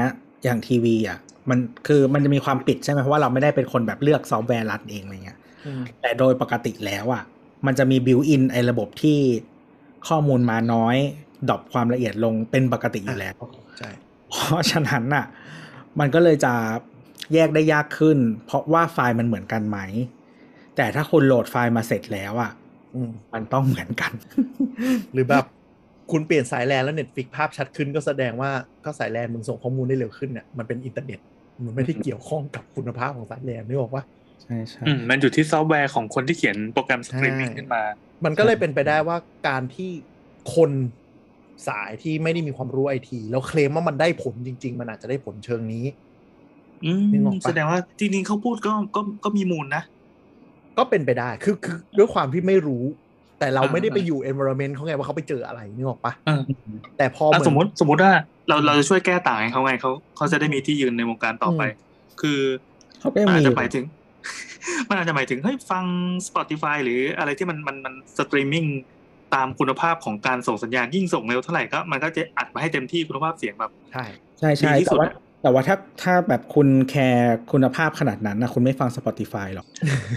อย่างทีวีอ่ะมันคือมันจะมีความปิดใช่ไหมเพราะว่าเราไม่ได้เป็นคนแบบเลือกซอฟต์แวร์รันเองอะไรเงี้ยแต่โดยปกติแล้วอ่ะมันจะมีบิวอินไอ้ระบบที่ข้อมูลมาน้อยดรอปความละเอียดลงเป็นปกติอยู่แล้วใช่เพราะฉะนั้นน่ะมันก็เลยจะแยกได้ยากขึ้นเพราะว่าไฟล์มันเหมือนกันไหมแต่ถ้าคุณโหลดไฟล์มาเสร็จแล้วอ่ะมันต้องเหมือนกันหรือแบบคุณเปลี่ยนสายแลนแล้ว Netflix ภาพชัดขึ้นก็แสดงว่าก็สายแลนมึงส่งข้อมูลได้เร็วขึ้นเนี่ยมันเป็นอินเทอร์เน็ตมันไม่ได้เกี่ยวข้องกับคุณภาพของสายแลนนึกออกปะใช่ใช่มันอยู่ที่ซอฟต์แวร์ของคนที่เขียนโปรแกรมสตรีมมิ่งขึ้นมามันก็เลยเป็นไปได้ว่าการที่คนสายที่ไม่ได้มีความรู้ไอทีแล้วเคลมว่ามันได้ผลจริงๆมันอาจจะได้ผลเชิงนี้อืมแสดงว่าจริงๆเขาพูดก็ก็ก็มีมูลนะก็เป็นไปได้คือคือด้วยความที่ไม่รู้แต่เราไม่ได้ไปอยู่ environment เขาไงว่าเขาไปเจออะไรนึกออกปะแต่พอสมมติสมมติว่าเราเราจะช่วยแก้ต่างให้เขาไงเขาเขาจะได้มีที่ยืนในวงการต่อไปคือมันอาจจะหมายถึงมันอาจจะหมายถึงเฮ้ยฟัง Spotify หรืออะไรที่มันมันมันสตรีมมิ่งตามคุณภาพของการส่งสัญญาณยิ่งส่งเร็วเท่าไหร่ก็มันก็จะอัดมาให้เต็มที่คุณภาพเสียงแบบใช่ใช่ใช่แต่ว่าแต่ว่าถ้าถ้าแบบคุณแคร์คุณภาพขนาดนั้นนะคุณไม่ฟัง Spotify หรอก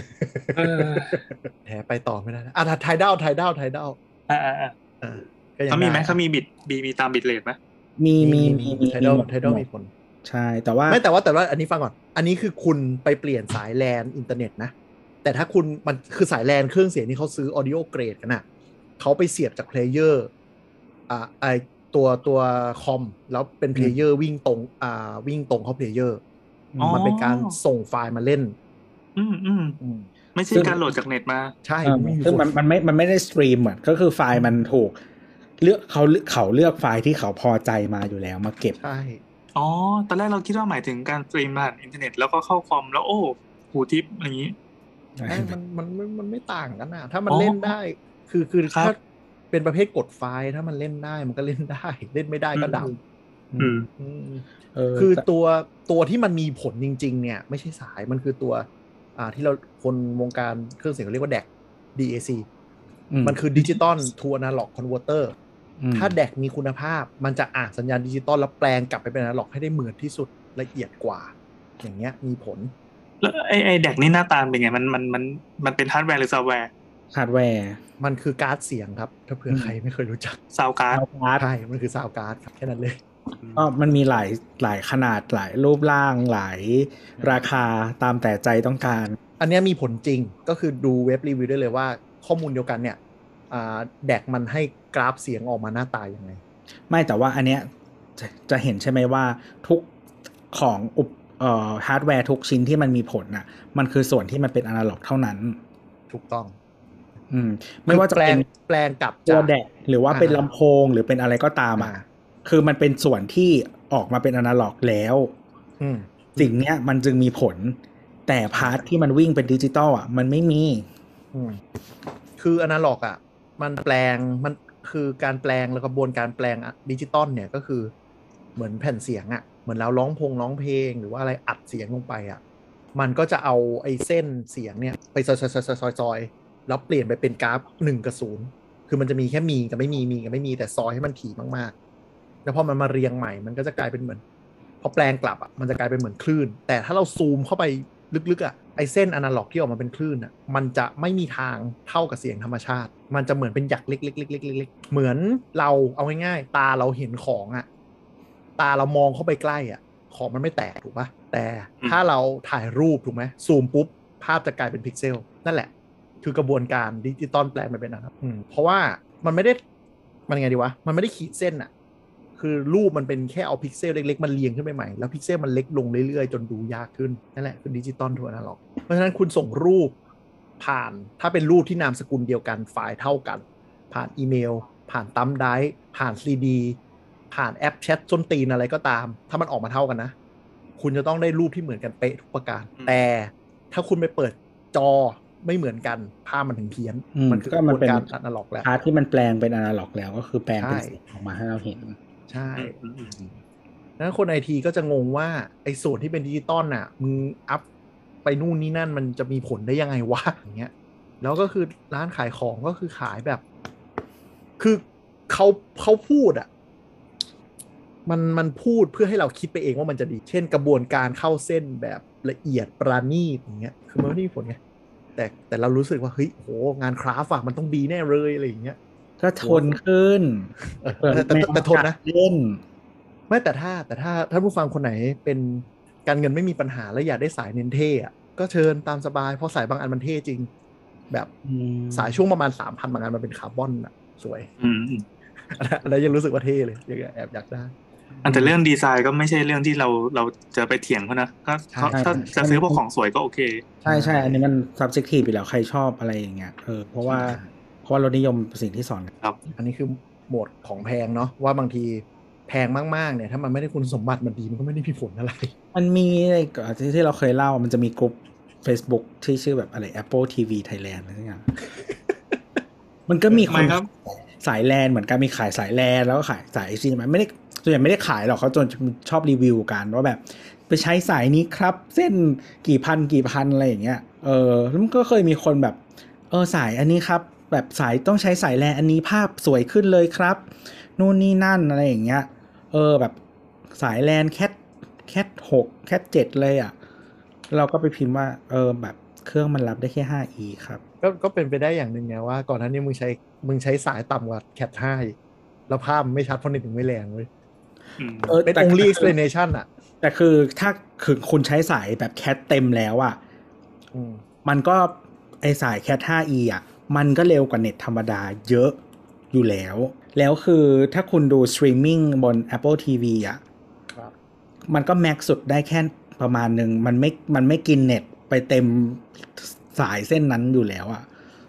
แถไปต่อไม่ได้อ่ะไทดอลไทดอลไทดอลอ่าอ่าอ่าเขามีไหมเขามีบิตมีมีตามบิตเรทไหมมีมีมีมีไทดอลไทดอลมีผลใช่แต่ว่าไม่แต่ว่าแต่ว่าอันนี้ฟังก่อนอันนี้คือคุณไปเปลี่ยนสายแลนอินเทอร์เน็ตนะแต่ถ้าคุณมันคือสายแลนเครื่องเสียงที่เขาซื้อ audio grade กันน่ะเขาไปเสียบจากเพลเยอร์อ่าไอตัวตัวคอมแล้วเป็นเพลเยอร์วิ่งตรงอ่าวิ่งตรงเข้าเพลเยอร์มันเป็นการส่งไฟล์มาเล่นอืมอืมไม่ใช่การโหลดจากเน็ตมาใช่ซึ่งมันมันไม่มันไม่ได้สตรีมอ่ะก็คือไฟล์มันถูกเลือกเขาเขาเลือกไฟล์ที่เขาพอใจมาอยู่แล้วมาเก็บใช่อ๋อตอนแรกเราคิดว่าหมายถึงการสตรีมผ่านอินเทอร์เน็ตแล้วก็เข้าคอมแล้วโอ้หูทิปอะไรอย่างนี้มันมันมันไม่ต่างกันนะถ้ามันเล่นได้คือคือถ้าเป็นประเภทกดไฟล์ถ้ามันเล่นได้มันก็เล่นได้เล่นไม่ได้ก็ดับคือตัวตัวที่มันมีผลจริงๆเนี่ยไม่ใช่สายมันคือตัวอ่าที่เราคนวงการเครื่องเสียงเขาเรียกว่า ดี เอ ดี เอ ซี มันคือ Digital to Analog Converter ถ้า ดี เอ ดี มีคุณภาพมันจะอ่านสัญญาณดิจิตอลแล้วแปลงกลับไปเป็นอนาล็อกให้ได้เหมือนที่สุดละเอียดกว่าอย่างเงี้ยมีผลแล้วไอ้ไอ้ ดี เอ ดี นี่หน้าตาเป็นไงมันมันมันมันเป็นฮาร์ดแวร์หรือซอฟต์แวร์ฮาร์ดแวร์มันคือการ์ดเสียงครับถ้าเผื่อใครไม่เคยรู้จักซาวด์การ์ดใช่มันคือซาวด์การ์ดครับแค่นั้นเลยก็มันมีหลายหลายขนาดหลายรูปร่างหลายราคาตามแต่ใจต้องการอันนี้มีผลจริงก็คือดูเว็บรีวิวได้เลยว่าข้อมูลเดียวกันเนี่ยอ่า ดี เอ ดี มันให้กราฟเสียงออกมาหน้าตายังไงไม่แต่ว่าอันเนี้ยจะจะเห็นใช่ไหมว่าทุกของอุปเอ่อฮาร์ดแวร์ทุกชิ้นที่มันมีผลน่ะมันคือส่วนที่มันเป็นอนาล็อกเท่านั้นถูกต้องอืมไม่ว่าจะเป็นแปลงกับตัวแดกหรือว่าเป็นลำโพงหรือเป็นอะไรก็ตามอ่ะคือมันเป็นส่วนที่ออกมาเป็นอนาล็อกแล้วสิ่งเนี้ยมันจึงมีผลแต่พาร์ทที่มันวิ่งเป็นดิจิตอลอ่ะมันไม่มีคืออนาล็อกอ่ะมันแปลงมันคือการแปลงแล้วกระบวนการแปลงดิจิตอลเนี่ยก็คือเหมือนแผ่นเสียงอ่ะเหมือนเราร้องพงร้องเพลงหรือว่าอะไรอัดเสียงลงไปอ่ะมันก็จะเอาไอ้เส้นเสียงเนี่ยไปซอยๆๆๆแล้วเปลี่ยนไปเป็นกราฟหนึ่งกับศูนย์คือมันจะมีแค่มีกับไม่มีมีกับไม่มีแต่ซอยให้มันถี่มากๆแล้วพอมันมาเรียงใหม่มันก็จะกลายเป็นเหมือนพอแปลงกลับอ่ะมันจะกลายเป็นเหมือนคลื่นแต่ถ้าเราซูมเข้าไปลึกๆอ่ะไอ้เส้นอนาล็อกที่ออกมาเป็นคลื่นอ่ะมันจะไม่มีทางเท่ากับเสียงธรรมชาติมันจะเหมือนเป็นหยักเล็กๆๆๆๆเหมือนเราเอาง่ายๆตาเราเห็นของอ่ะตาเรามองเข้าไปใกล้อ่ะของมันไม่แตกถูกปะแต่ถ้าเราถ่ายรูปถูกไหมซูมปุ๊บภาพจะกลายเป็นพิกเซลนั่นแหละคือกระบวนการดิจิตอลแปลงมันเป็นนะครับเพราะว่ามันไม่ได้มันไงดีวะมันไม่ได้ขีดเส้นอ่ะคือรูปมันเป็นแค่เอาพิกเซลเล็กๆมันเรียงขึ้นไปใหม่แล้วพิกเซลมันเล็กลงเรื่อยๆจนดูยากขึ้นนั่นแหละคือดิจิตอลทูอนาล็อกเพราะฉะนั้นคุณส่งรูปผ่านถ้าเป็นรูปที่นามสกุลเดียวกันไฟล์เท่ากันผ่านอีเมลผ่านตัมไดรฟ์ผ่าน ซี ดี ผ่านแอปแชทส้นตีนอะไรก็ตามถ้ามันออกมาเท่ากันนะคุณจะต้องได้รูปที่เหมือนกันเป๊ะทุกประการแต่ถ้าคุณไปเปิดจอไม่เหมือนกันภาพมันถึงเพี้ยนมันคือกระบวนการอนาล็อกแล้วพาร์ทที่มันแปลงเป็นอนาล็อกแล้วก็คือแปลงเป็นสีออกมาให้เราเห็นใช่แล้วคนไอทีก็จะงงว่าไอ้ส่วนที่เป็นดิจิตอลน่ะมึงอัพไปนู่นนี่นั่นมันจะมีผลได้ยังไงวะอย่างเงี้ยแล้วก็คือร้านขายของก็คือขายแบบคือเขาเขาพูดอ่ะมันมันพูดเพื่อให้เราคิดไปเองว่ามันจะดีเช่นกระบวนการเข้าเส้นแบบละเอียดปราณีตอย่างเงี้ยคือมันไม่ได้มีผลไงแต่แต่เรารู้สึกว่าเฮ้ยโหงานคราฟต์อะมันต้องดีแน่เลยอะไรอย่างเงี้ยก็ทนขึ้นเออแต่แต่แต่ทนนะเล่นไม่แต่ถ้าแต่ถ้าถ้าผู้ฟังคนไหนเป็นการเงินไม่มีปัญหาแล้วอยากได้สายเน้นเท่อะก็เชิญตามสบายเพราะสายบางอันมันเท่จริงแบบสายช่วงประมาณ สามพัน บางอันมันเป็นคาร์บอนอะสวยอืมอันนั้นยังรู้สึกว่าเท่เลยยังแอบอยากได้อันแต่เรื่องดีไซน์ก็ไม่ใช่เรื่องที่เราเราจะไปเถียงเขานะถ้าใช่ถ้าจะซื้อพวกของสวยก็โอเคใช่ใช่อันนี้มัน subjective อยู่แล้วใครชอบอะไรอย่างเงี้ยเออเพราะว่าเพราะว่ารสนิยมสิ่งที่สอนครับอันนี้คือโหมดของแพงเนาะว่าบางทีแพงมากๆเนี่ยถ้ามันไม่ได้คุณสมบัติมันดีมันก็ไม่ได้มีผลอะไรมันมีอะไรที่ที่เราเคยเล่ามันจะมีกลุ่ม Facebook ที่ชื่อแบบอะไร Apple ที วี Thailand อะไรอย่าง มันก็มีคนสายแลนเหมือนกันมีขายสายแลนแล้วก็ขายสายซีมันไม่ได้ส่วนใหญ่ไม่ได้ขายหรอกเขาจนชอบรีวิวกันว่าแบบไปใช้สายนี้ครับเส้นกี่พันกี่พันอะไรอย่างเงี้ยเออแล้วมันก็เคยมีคนแบบเออสายอันนี้ครับแบบสายต้องใช้สายแลนอันนี้ภาพสวยขึ้นเลยครับนู่นนี่นั่นอะไรอย่างเงี้ยเออแบบสายแลนแคทแคทหกแคทเจ็ดเลยอ่ะเราก็ไปพิมพ์ว่าเออแบบเครื่องมันรับได้แค่ ห้า อี ครับก็ก็เป็นไปได้อย่างหนึ่งไงว่าก่อนหน้านี้มึงใช้มึงใช้สายต่ำกว่าแคทห้าแล้วภาพไม่ชัดเพราะเน็ตถึงไม่แรงเลยเออเป็น only explanation อ่ะแต่คือถ้าคือคุณใช้สายแบบแคทเต็มแล้วอ่ะมันก็ไอสายแคท ห้า อี อ่ะมันก็เร็วกว่าเน็ตธรรมดาเยอะอยู่แล้วแล้วคือถ้าคุณดูสตรีมมิ่งบน Apple ที วี อ่ะมันก็แม็กสุดได้แค่ประมาณนึงมันไม่มันไม่กินเน็ตไปเต็มสายเส้นนั้นอยู่แล้วอ่ะ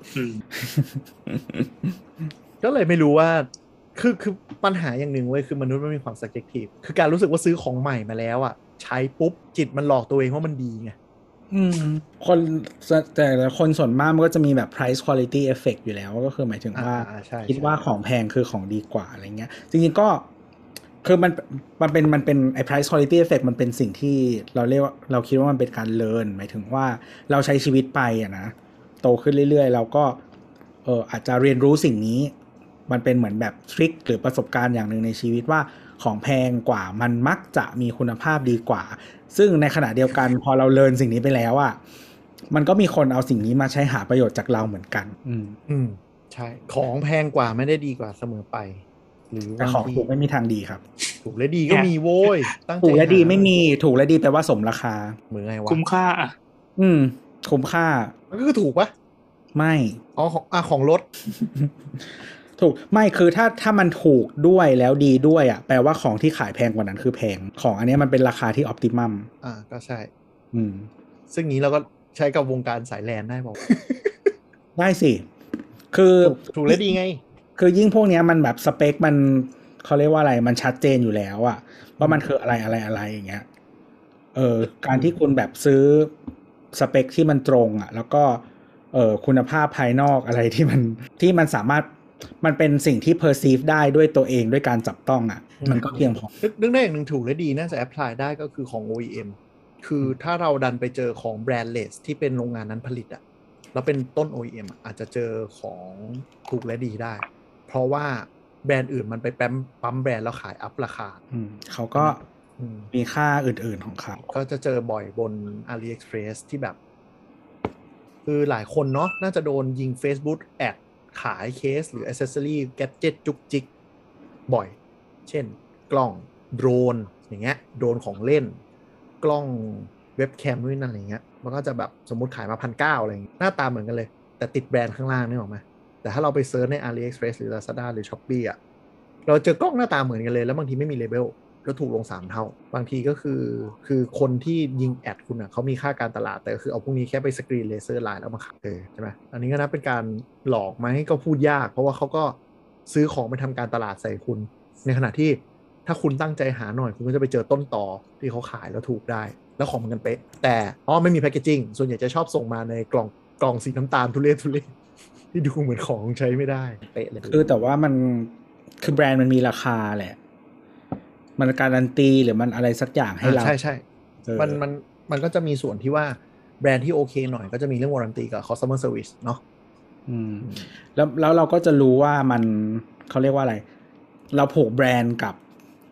ก็เลยไม่รู้ว่าคือคือปัญหาอย่างหนึ่งเว้ยคือมนุษย์มันมีความ subjective คือการรู้สึกว่าซื้อของใหม่มาแล้วอ่ะใช้ปุ๊บจิตมันหลอกตัวเองว่ามันดีไงอืมคนแต่คนส่วนมากมันก็จะมีแบบ price quality effect อยู่แล้วก็คือหมายถึงว่าคิดว่าของแพงคือของดีกว่าอะไรเงี้ยจริงๆก็คือมันมันเป็นมันเป็นไอ้ price quality effect มันเป็นสิ่งที่เราเรียกว่าเราคิดว่ามันเป็นการเรียนหมายถึงว่าเราใช้ชีวิตไปอะนะโตขึ้นเรื่อยๆเราก็เอออาจจะเรียนรู้สิ่งนี้มันเป็นเหมือนแบบทริคหรือประสบการณ์อย่างหนึ่งในชีวิตว่าของแพงกว่ามันมักจะมีคุณภาพดีกว่าซึ่งในขณะเดียวกันพอเราเรียนสิ่งนี้ไปแล้วอ่ะมันก็มีคนเอาสิ่งนี้มาใช้หาประโยชน์จากเราเหมือนกันอืมอืมใช่ของแพงกว่าไม่ได้ดีกว่าเสมอไปหรือแต่ของถูกไม่มีทางดีครับถูกและดีก็มีโว้ยตั้งใจถูกและดีไม่มีถูกและดีแปลว่าสมราคาเหมือนไงวะคุ้มค่าอ่ะอืมคุ้มค่ามันก็คือถูกปะไม่อ๋อของอ่ะของรถถูกไม่คือถ้าถ้ามันถูกด้วยแล้วดีด้วยอ่ะแปลว่าของที่ขายแพงกว่านั้นคือแพงของอันนี้มันเป็นราคาที่ออปติมัมอ่าก็ใช่อืมซึ่งนี้เราก็ใช้กับวงการสายแลนได้บอกได้สิคือถูกและดีไงคือยิ่งพวกนี้มันแบบสเปคมันเขาเรียกว่าอะไรมันชัดเจนอยู่แล้วอ่ะว่ามันคืออะไรอะไรอะไรอย่างเงี้ยเออการที่คุณแบบซื้อสเปคที่มันตรงอ่ะแล้วก็เออคุณภาพภายนอกอะไรที่มันที่มันสามารถมันเป็นสิ่งที่ perceive ได้ด้วยตัวเองด้วยการจับต้องอ่ะมันก็เพียงพอนึกได้อย่างหนึ่งถูกและดีน่าจะ apply ได้ก็คือของ โอ อี เอ็ม คือถ้าเราดันไปเจอของแบรนด์เลสที่เป็นโรงงานนั้นผลิตอ่ะแล้วเป็นต้น โอ อี เอ็ม อาจจะเจอของถูกและดีได้เพราะว่าแบรนด์อื่นมันไปแปั๊มปั๊มแบรนด์แล้วขายอัพราคาเขาก็มีค่าอื่นๆของเขาก็จะเจอบ่อยบน AliExpress ที่แบบคือหลายคนเนาะน่าจะโดนยิง Facebook แอดขายเคสหรือ accessory gadget จุกจิกบ่อยเช่นกล้องโดรนอย่างเงี้ยโดรนของเล่นกล้องเว็บแคมด้วยนั่นอะไรเงี้ยมันก็จะแบบสมมุติขายมา หนึ่งพันเก้าร้อย อะไรอย่างเงี้ยหน้าตาเหมือนกันเลยแต่ติดแบรนด์ข้างล่างนี่ออกมาแต่ถ้าเราไปเซิร์ชใน AliExpress หรือ Lazada หรือ Shopee อ่ะเราเจอกล้องหน้าตาเหมือนกันเลยแล้วบางทีไม่มีเลเบลแล้วถูกลงสามเท่าบางทีก็คือคือคนที่ยิงแอดคุณอ่ะเขามีค่าการตลาดแต่คือเอาพวกนี้แค่ไปสกรีนเลเซอร์ไลน์แล้วมาขายใช่ไหมอันนี้ก็นับเป็นการหลอกไหมก็พูดยากเพราะว่าเขาก็ซื้อของไปทำการตลาดใส่คุณในขณะที่ถ้าคุณตั้งใจหาหน่อยคุณก็จะไปเจอต้นต่อที่เขาขายแล้วถูกได้แล้วของมันกันเป๊ะแต่อ๋อไม่มีแพคเกจิ้งส่วนใหญ่จะชอบส่งมาในกล่องกล่องสีน้ำตาลทุเรศทุเรศที่ดูเหมือนของใช้ไม่ได้เป๊ะเลยคือแต่ว่ามันคือแบรนด์มันมีราคาแหละมันการันตีหรือมันอะไรสักอย่างให้เราใช่ใช่มันมันมันก็จะมีส่วนที่ว่าแบรนด์ที่โอเคหน่อยก็จะมีเรื่องวารันตีกับ customer service เนาะอืมแล้วแล้วเราก็จะรู้ว่ามันเขาเรียกว่าอะไรเราผูกแบรนด์กับ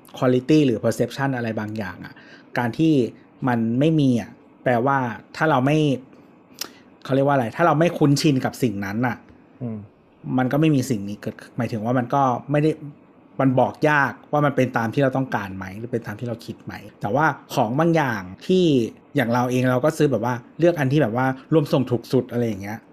quality หรือ perception อะไรบางอย่างอ่ะการที่มันไม่มีอ่ะแปลว่าถ้าเราไม่เขาเรียกว่าอะไรถ้าเราไม่คุ้นชินกับสิ่งนั้นอ่ะมันก็ไม่มีสิ่งนี้เกิดหมายถึงว่ามันก็ไม่ได้มันบอกยากว่ามันเป็นตามที่เราต้องการไหมหรือเป็นตามที่เราคิดไหมแต่ว่าของบางอย่างที่อย่างเราเองเราก็ซื้อแบบว่าเลือกอันที่แบบว่ารวมส่งถูกสุดอะไรอย่างเงี้ย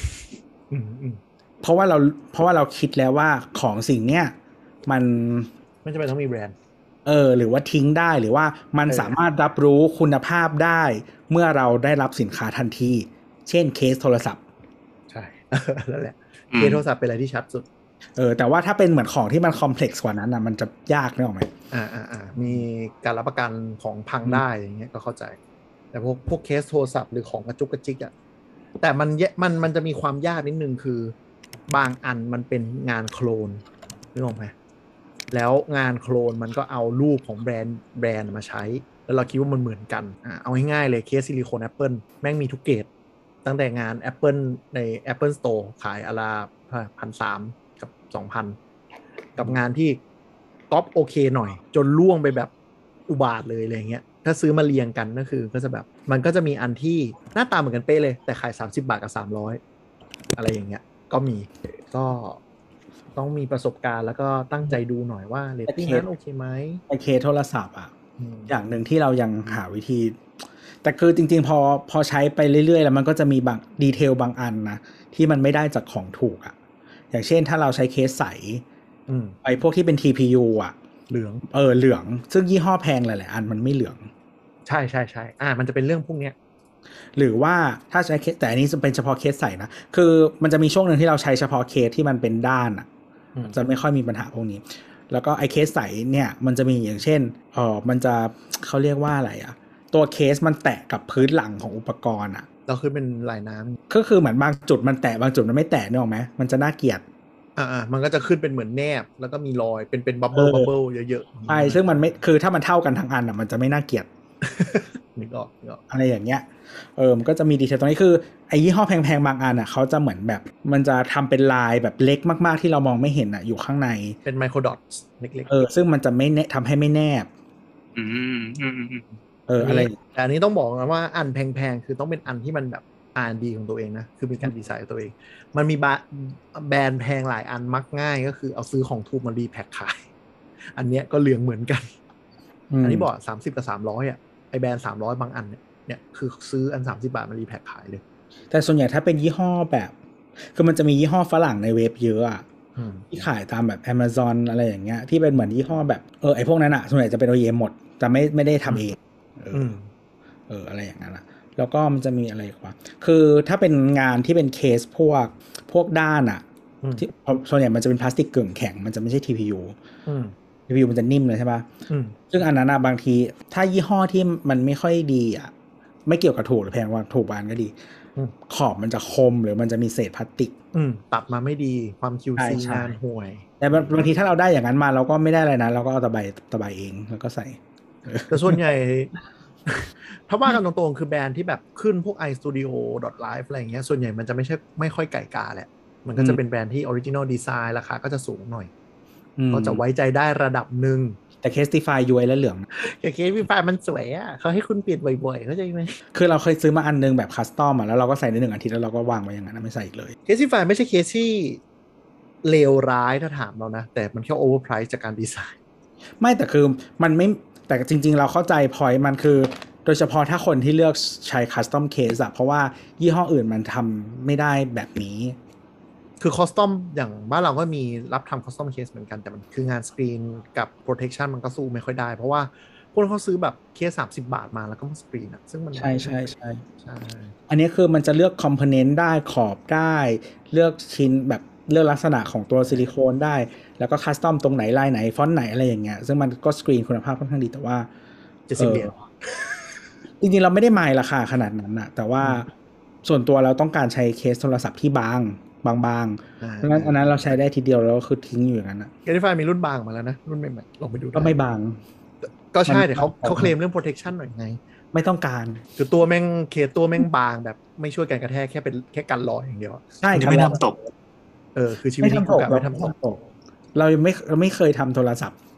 เพราะว่าเราเพราะว่าเราคิดแล้วว่าของสิ่งเนี้ยมันไม่จำเป็นต้องมีแบรนด์เออหรือว่าทิ้งได้หรือว่ามันสามารถรับรู้คุณภาพได้เมื่อเราได้รับสินค้าทันทีเช่นเคสโทรศัพท์ใช่นั่นแหละเคสโทรศัพท์เป็นอะไรที่ชัดสุดเออแต่ว่าถ้าเป็นเหมือนของที่มันคอมเพล็กซ์กว่านั้นนะมันจะยากนึกออกไหมอ่าอ่าอ่ามีการรับประกันของพังได้อย่างเงี้ยก็เข้าใจแต่พวกพวกเคสโทรศัพท์หรือของกระจุกกระจิกอ่ะแต่มันมันมันจะมีความยากนิดนึงคือบางอันมันเป็นงานโคลนนึกออกไหมแล้วงานโคลนมันก็เอารูปของแบรนด์แบรนด์มาใช้แล้วเราคิดว่ามันเหมือนกันอ่าเอาง่ายๆเลยเคสซิลิโคน Apple แม่งมีทุกเกรดตั้งแต่งาน Apple ใน Apple Store ขายอาราพันสามกับสองพันกับงานที่ก๊อปโอเคหน่อยจนล่วงไปแบบอุบาทเลยอะไรเงี้ยถ้าซื้อมาเรียงกันก็คือก็จะแบบมันก็จะมีอันที่หน้าตาเหมือนกันเป๊ะเลยแต่ขายสามสิบบาทกับสามร้อยอะไรอย่างเงี้ยก็มีก็ต้องมีประสบการณ์แล้วก็ตั้งใจดูหน่อยว่าเรตติ้งนั้นโอเคไหมไอเคโทรศัพท์อ่ะอย่างหนึ่งที่เรายังหาวิธีแต่คือจริงๆพอพอใช้ไปเรื่อยๆแล้วมันก็จะมีบางดีเทลบางอันนะที่มันไม่ได้จากของถูกอ่ะอย่างเช่นถ้าเราใช้เคสใสไอพวกที่เป็น ที พี ยู อ่ะเหลืองเออเหลืองซึ่งยี่ห้อแพงหลายๆอันมันไม่เหลืองใช่ใช่ใช่อ่ามันจะเป็นเรื่องพวกเนี้ยหรือว่าถ้าใช้เคสแต่อันนี้จะเป็นเฉพาะเคสใสนะคือมันจะมีช่วงหนึ่งที่เราใช้เฉพาะเคสที่มันเป็นด้านอ่ะจะไม่ค่อยมีปัญหาพวกนี้แล้วก็ไอเคสใสเนี่ยมันจะมีอย่างเช่นเออมันจะเขาเรียกว่าอะไรอ่ะตัวเคสมันแตะกับพื้นหลังของอุปกรณ์อ่ะเราคือเป็นลายน้ำก็คือเหมือนบางจุดมันแตะบางจุดมันไม่แตะนึกออกไหมมันจะน่าเกลียดอ่ามันก็จะขึ้นเป็นเหมือนแนบแล้วก็มีรอยเป็นเป็นบับเบิ้ลบับเบิ้ลเยอะๆใช่ซึ่งมันไม่คือถ้ามันเท่ากันทั้งอันอ่ะมันจะไม่น่าเกลียดนึกออกนึกออกอะไรอย่างเงี้ยเออมันก็จะมีดีเทลตรงนี้คือไอ้ยี่ห้อแพงๆบางอันอ่ะเขาจะเหมือนแบบมันจะทำเป็นลายแบบเล็กมากๆที่เรามองไม่เห็นอ่ะอยู่ข้างในเป็นไมโครดอทเล็กๆเออซึ่งมันจะไม่ทำให้ไม่แนบอืมอืมเอออะไรแต่อันนี้ต้องบอกนะว่าอันแพงๆคือต้องเป็นอันที่มันแบบ อาร์ แอนด์ ดี ของตัวเองนะคือมีการดีไซน์ตัวเองมันมีแบรนด์แพงหลายอันมักง่ายก็คือเอาซื้อของถูกมารีแพ็คขายอันเนี้ยก็เหลืองเหมือนกันอันนี้บอกสามสิบกับสามร้อยอ่ะไอแบรนด์สามร้อยบางอันเนี่ยเนี่ยคือซื้ออันสามสิบบาทมารีแพ็คขายเลยแต่ส่วนใหญ่ถ้าเป็นยี่ห้อแบบคือมันจะมียี่ห้อฝรั่งในเว็บเยอะอ่ะที่ขายตามแบบ Amazon อะไรอย่างเงี้ยที่เป็นเหมือนยี่ห้อแบบเออไอพวกนั้นอ่ะส่วนใหญ่จะเป็น โอ อี เอ็ม หมดจะไม่ไม่ได้ทำเองเออเอออะไรอย่างนั้นอ่ะแล้วก็มันจะมีอะไรกว่าคือถ้าเป็นงานที่เป็นเคสพวกพวกด้านอ่ะที่ส่วนใหญ่มันจะเป็นพลาสติกกึ่งแข็งมันจะไม่ใช่ ที พี ยู ที พี ยู มันจะนิ่มเลยใช่ป่ะซึ่งอันนั้นอ่ะบางทีถ้ายี่ห้อที่มันไม่ค่อยดีอ่ะไม่เกี่ยวกับถูกหรือแพงว่าถูกบานก็ดีขอบมันจะคมหรือมันจะมีเศษพลาสติกตัดมาไม่ดีความ คิว ซี งานห่วยแต่บางทีถ้าเราได้อย่างนั้นมาเราก็ไม่ได้อะไรนะเราก็เอาตะไบตะไบเองแล้วก็ใส่แต่ส่วนใหญ่ถ้าว่ากันตรงๆคือแบรนด์ที่แบบขึ้นพวก iStudio.live อะไรอย่างเงี้ยส่วนใหญ่มันจะไม่ใช่ไม่ค่อยไก่กาแหละมันก็จะเป็นแบรนด์ที่ Original Design ราคาก็จะสูงหน่อยก็จะไว้ใจได้ระดับหนึ่งแต่ Castify ย้วยและเหลืองแต่ Castify มันสวยอ่ะเขาให้คุณเปลี่ยนบ่อยๆเข้าใจไหมคือเราเคยซื้อมาอันนึงแบบคัสตอมอ่ะแล้วเราก็ใส่ในหนึ่งอาทิตย์แล้วเราก็วางไว้อย่างนั้นไม่ใส่อีกเลย Castify ไม่ใช่เคสที่เลวร้ายถ้าถามเรานะแต่มันแค่ overprice จากการดีไซน์ไม่แต่คือมันไม่แต่จริงๆเราเข้าใจ point มันคือโดยเฉพาะถ้าคนที่เลือกใช้ custom case อะเพราะว่ายี่ห้ออื่นมันทำไม่ได้แบบนี้คือ custom อย่างบ้านเราก็มีรับทำ custom case เหมือนกันแต่มันคืองานสกรีนกับ protection มันก็สู้ไม่ค่อยได้เพราะว่าคนเขาซื้อแบบเคสสามสิบบาทมาแล้วก็มาสกรีนอะซึ่งมันใช่ใช่ใช่ใช่อันนี้คือมันจะเลือก component ได้ขอบได้เลือกชิ้นแบบเลือกลักษณะของตัวซิลิโคนได้แล้วก็คัสตอมตรงไหนลายไหนฟอนต์ไหนอะไรอย่างเงี้ยซึ่งมันก็สกรีนคุณภาพค่อนข้างดีแต่ว่าจะสิบเหรียญจริงๆเราไม่ได้หมายราคาขนาดนั้นนะแต่ว่าส่วนตัวเราต้องการใช้เคสโทรศัพท์ที่บางบางๆเพราะงั้นอันนั้นเราใช้ได้ทีเดียวแล้วก็คือทิ้งอยู่อย่างนั้นนะ Castifyมีรุ่นบางมาแล้วนะรุ่นใหม่ๆลองไปดูก็ไม่บางก็ใช่แต่เขาเขาเคลมเรื่อง protection หน่อยไงไม่ต้องการคือตัวแม่งเคสตัวแม่งบางแบบไม่ช่วยกันกระแทกแค่เป็นแค่กันรอยอย่างเดียวใช่ไม่ทำตกเออคือชีวิตนี้กูกะไม่ทำตกเราไม่เราไม่เคยทำโทรศัพท์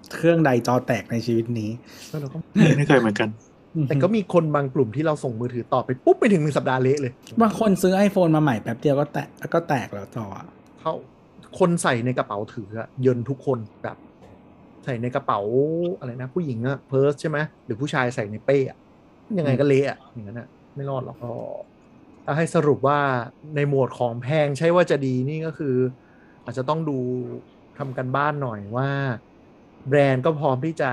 เครื่องใดจอแตกในชีวิตนี้เราก็ไม่เคยเหมือนกันแต่ก็มีคนบางกลุ่มที่เราส่งมือถือต่อไปปุ๊บไปถึงหนึ่งสัปดาห์เละเลยบางคนซื้อ iPhone มาใหม่แป๊บเดียวก็แตกก็แตกแล้วจอเขาคนใส่ในกระเป๋าถืออะเยินทุกคนแบบใส่ในกระเป๋าอะไรนะผู้หญิงอะเพิร์สใช่ไหมหรือผู้ชายใส่ในเป้อะยังไงก็เละอะอย่างนั้นอะไม่รอดหรอกก็ถ้าให้สรุปว่าในหมวดของแพงใช่ว่าจะดีนี่ก็คืออาจจะต้องดูทำกันบ้านหน่อยว่าแบรนด์ก็พร้อมที่จะ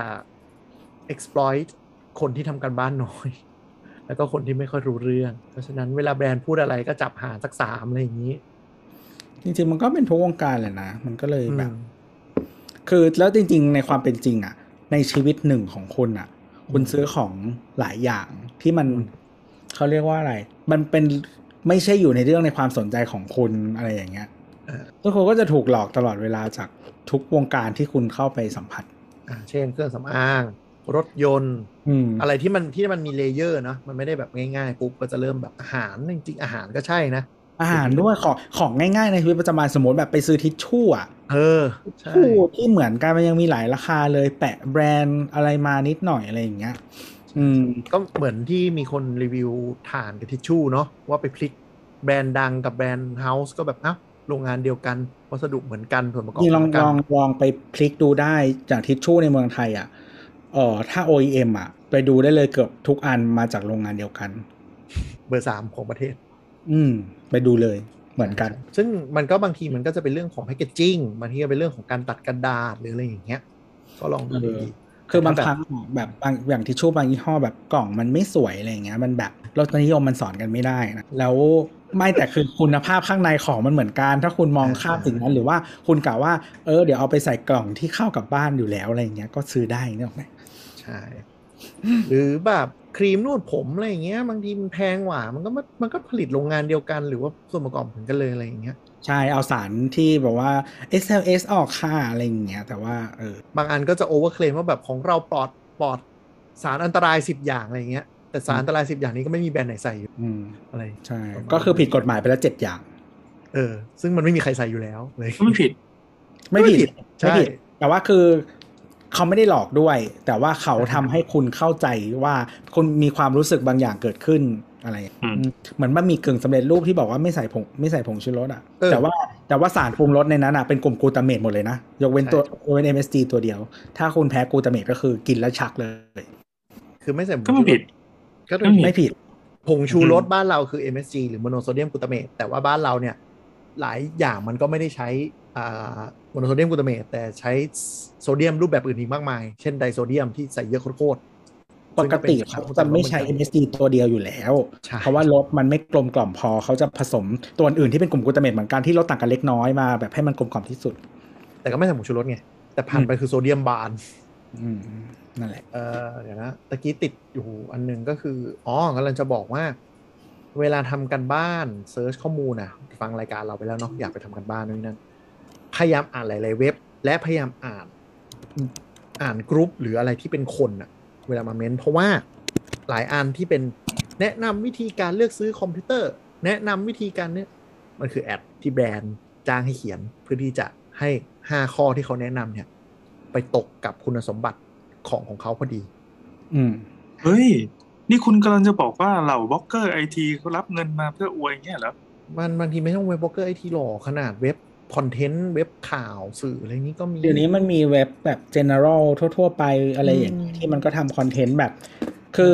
exploit คนที่ทำกันบ้านน้อยแล้วก็คนที่ไม่ค่อยรู้เรื่องเพราะฉะนั้นเวลาแบรนด์พูดอะไรก็จับหารสักสามอะไรอย่างนี้จริงๆมันก็เป็นทุกวงการเลยนะมันก็เลยแบบคือแล้วจริงๆในความเป็นจริงอ่ะในชีวิตหนึ่งของคุณอ่ะคุณซื้อของหลายอย่างที่มันเขาเรียกว่าอะไรมันเป็นไม่ใช่อยู่ในเรื่องในความสนใจของคุณอะไรอย่างเงี้ยทุกคนก็จะถูกหลอกตลอดเวลาจากทุกวงการที่คุณเข้าไปสัมผัสอ่าเช่นเครื่องสำอางรถยนต์อะไรที่มันที่มันมีเลเยอร์เนาะมันไม่ได้แบบง่ายๆปุ๊บก็จะเริ่มแบบอาหารจริงๆอาหารก็ใช่นะอาหารด้วยของของง่ายๆในชีวิตประจำวันสมมติแบบไปซื้อทิชชู่อ่ะเออทิชชู่ที่เหมือนกันมันยังมีหลายราคาเลยแปะแบรนด์อะไรมานิดหน่อยอะไรอย่างเงี้ยอืมก็เหมือนที่มีคนรีวิวถ่านกับทิชชู่เนาะว่าไปพลิกแบรนด์ดังกับแบรนด์เฮาส์ก็แบบอ้าวโรงงานเดียวกันวัสดุเหมือนกันส่วนประกอบลองลองลองไปพลิกดูได้จากทิชชู่ในเมืองไทยอ่ะเออถ้า โอ อี เอ็ม อ่ะไปดูได้เลยเกือบทุกอันมาจากโรงงานเดียวกันเบอร์สามของประเทศอืมไปดูเลยเหมือนกันซึ่งมันก็บางทีมันก็จะเป็นเรื่องของแพคเกจจิ้งบางทีก็เป็นเรื่องของการตัดกระดาษหรืออะไรอย่างเงี้ยก็ลองดูดีๆคือบางครั้งแบบบางอย่างทิชชู่บางยี่ห้อแบบกล่องมันไม่สวยอะไรอย่างเงี้ยมันแบบรสนิยมมันสอนกันไม่ได้นะแล้วไม่แต่คือคุณภาพข้างในของมันเหมือนกันถ้าคุณมองข้ามสิ่งนั้นหรือว่าคุณกล่าวว่าเออเดี๋ยวเอาไปใส่กล่องที่เข้ากับบ้านอยู่แล้วอะไรอย่างเงี้ยก็ซื้อได้เนี่ยหรอไหมใช่หรือแบบครีมนวดผมอะไรอย่างเงี้ยบางทีมันแพงกว่ามันก็มันก็ผลิตโรงงานเดียวกันหรือว่าส่วนประกอบเหมือนกันเลยอะไรอย่างเงี้ยใช่เอาสารที่แบบว่า เอ็กซ์ แอล เอส ออกค่ะอะไรอย่างเงี้ยแต่ว่าเออบางอันก็จะโอเวอร์เคลมว่าแบบของเราปลอดปลอดสารอันตรายสิบอย่างอะไรอย่างเงี้ยแต่สารอันตรายสิบอย่างนี้ก็ไม่มีแบรนด์ไหนใส่อยู่อะไรใช่ก็คือผิดกฎหมายไปแล้วเจ็ดอย่างเออซึ่งมันไม่มีใครใส่อยู่แล้วเลยไม่ผิดไม่ผิดใช่แต่ว่าคือเขาไม่ได้หลอกด้วยแต่ว่าเขาทำให้คุณเข้าใจว่าคุณมีความรู้สึกบางอย่างเกิดขึ้นอะไรเหมือนบะหมี่กึ่งสำเร็จรูปที่บอกว่าไม่ใส่ผงไม่ใส่ผงชูรสอ่ะแต่ว่าแต่ว่าสารปรุงรสในนั้นอ่ะเป็นกลุ่มกลูตาเมตหมดเลยนะยกเว้นตัวยกเว้น เอ็ม เอส จี ตัวเดียวถ้าคุณแพ้กลูตาเมตก็คือกินแล้วชักเลยคือไม่ใส่ก็ไม่ผิดก็ไม่ผิดผงชูรสบ้านเราคือ เอ็ม เอส จี หรือโมโนโซเดียมกลูตาเมตแต่ว่าบ้านเราเนี่ยหลายอย่างมันก็ไม่ได้ใช้โมโนโซเดียมกลูตาเมตแต่ใช้โซเดียมรูปแบบอื่นอีกมากมายเช่นไดโซเดียมที่ใส่เยอะโคตรปกติเขาจะไม่ใช้ เอ็ม เอส จี ตัวเดียวอยู่แล้วเพราะว่ารสมันไม่กลมกล่อมพอเขาจะผสมตัวอื่นที่เป็นกลุ่มกลูตาเมตเหมือนกันที่รสต่างกันเล็กน้อยมาแบบให้มันกลมกล่อมที่สุดแต่ก็ไม่ใส่ผงชูรสไงแต่ผ่านไปคือโซเดียมบานนั่นแหละเออเดี๋ยวนะตะกี้ติดอยู่อันนึงก็คืออ๋อกำลังจะบอกว่าเวลาทำกันบ้านเซิร์ชข้อมูลนะฟังรายการเราไปแล้วเนาะอยากไปทำกันบ้านนู่นนั่นพยายามอ่านหลายๆเว็บและพยายามอ่านอ่านกรุ๊ปหรืออะไรที่เป็นคนอะเวลามาเม้นเพราะว่าหลายอันที่เป็นแนะนำวิธีการเลือกซื้อคอมพิวเตอร์แนะนำวิธีการเนี้ยมันคือแอดที่แบรนด์จ้างให้เขียนเพื่อที่จะให้ห้าข้อที่เขาแนะนำเนี่ยไปตกกับคุณสมบัติของของเขาพอดีอืมเฮ้ยนี่คุณกำลังจะบอกว่าเหล่าบล็อกเกอร์ไอทีเขารับเงินมาเพื่ออวยเงี้ยเหรอมันบางทีไม่ต้องเว็บบล็อกเกอร์ไอทีหรอกขนาดเว็บคอนเทนต์เว็บข่าวสื่ออะไรนี้ก็มีเดี๋ยวนี้มันมีเว็บแบบ general ทั่วๆไปอะไรอย่างนี้ที่มันก็ทำคอนเทนต์แบบคือ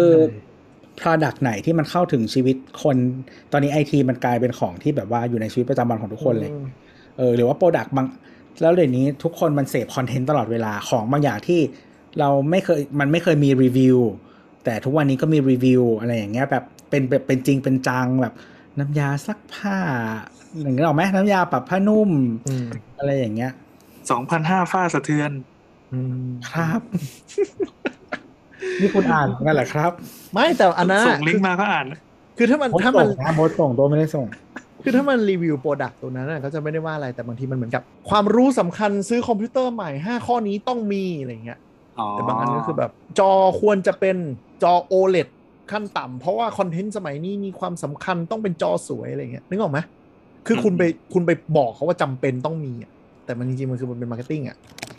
product ไหนที่มันเข้าถึงชีวิตคนตอนนี้ ไอ ที มันกลายเป็นของที่แบบว่าอยู่ในชีวิตประจำวันของทุกคนเลยเออหรือว่า product บางแล้วเดี๋ยวนี้ทุกคนมันเสพคอนเทนต์ตลอดเวลาของบางอย่างที่เราไม่เคยมันไม่เคยมีรีวิวแต่ทุกวันนี้ก็มีรีวิวอะไรอย่างเงี้ยแบบเป็นแบบเป็นจริงเป็นจังแบบน้ำยาซักผ้าอย่างเงี้ยหรอไหมน้ำยาปรับผ้านุ่มอะไรอย่างเงี้ยสองพันห้าฝ้าสะเทือนครับนี่คุณอ่านกันแหละครับไม่แต่อันนั้นส่งลิงก์มาก็อ่านคือถ้ามันถ้ามันโบสส่งตัวไม่ได้ส่งคือถ้ามันรีวิวโปรดักต์ตัวนั้นเขาจะไม่ได้ว่าอะไรแต่บางทีมันเหมือนกับความรู้สำคัญซื้อคอมพิวเตอร์ใหม่ห้าข้อนี้ต้องมีอะไรเงี้ยแต่บางอันก็คือแบบจอควรจะเป็นจอ โอ แอล อี ดี ขั้นต่ำเพราะว่าคอนเทนต์สมัยนี้มีความสำคัญต้องเป็นจอสวยอะไรเงี้ยนึกออกไหมคือคุณไปคุณไปบอกเขาว่าจำเป็นต้องมีอ่ะแต่มันจริงๆมันคือมันเป็นมาร์เก็ตติ้งอ่ะ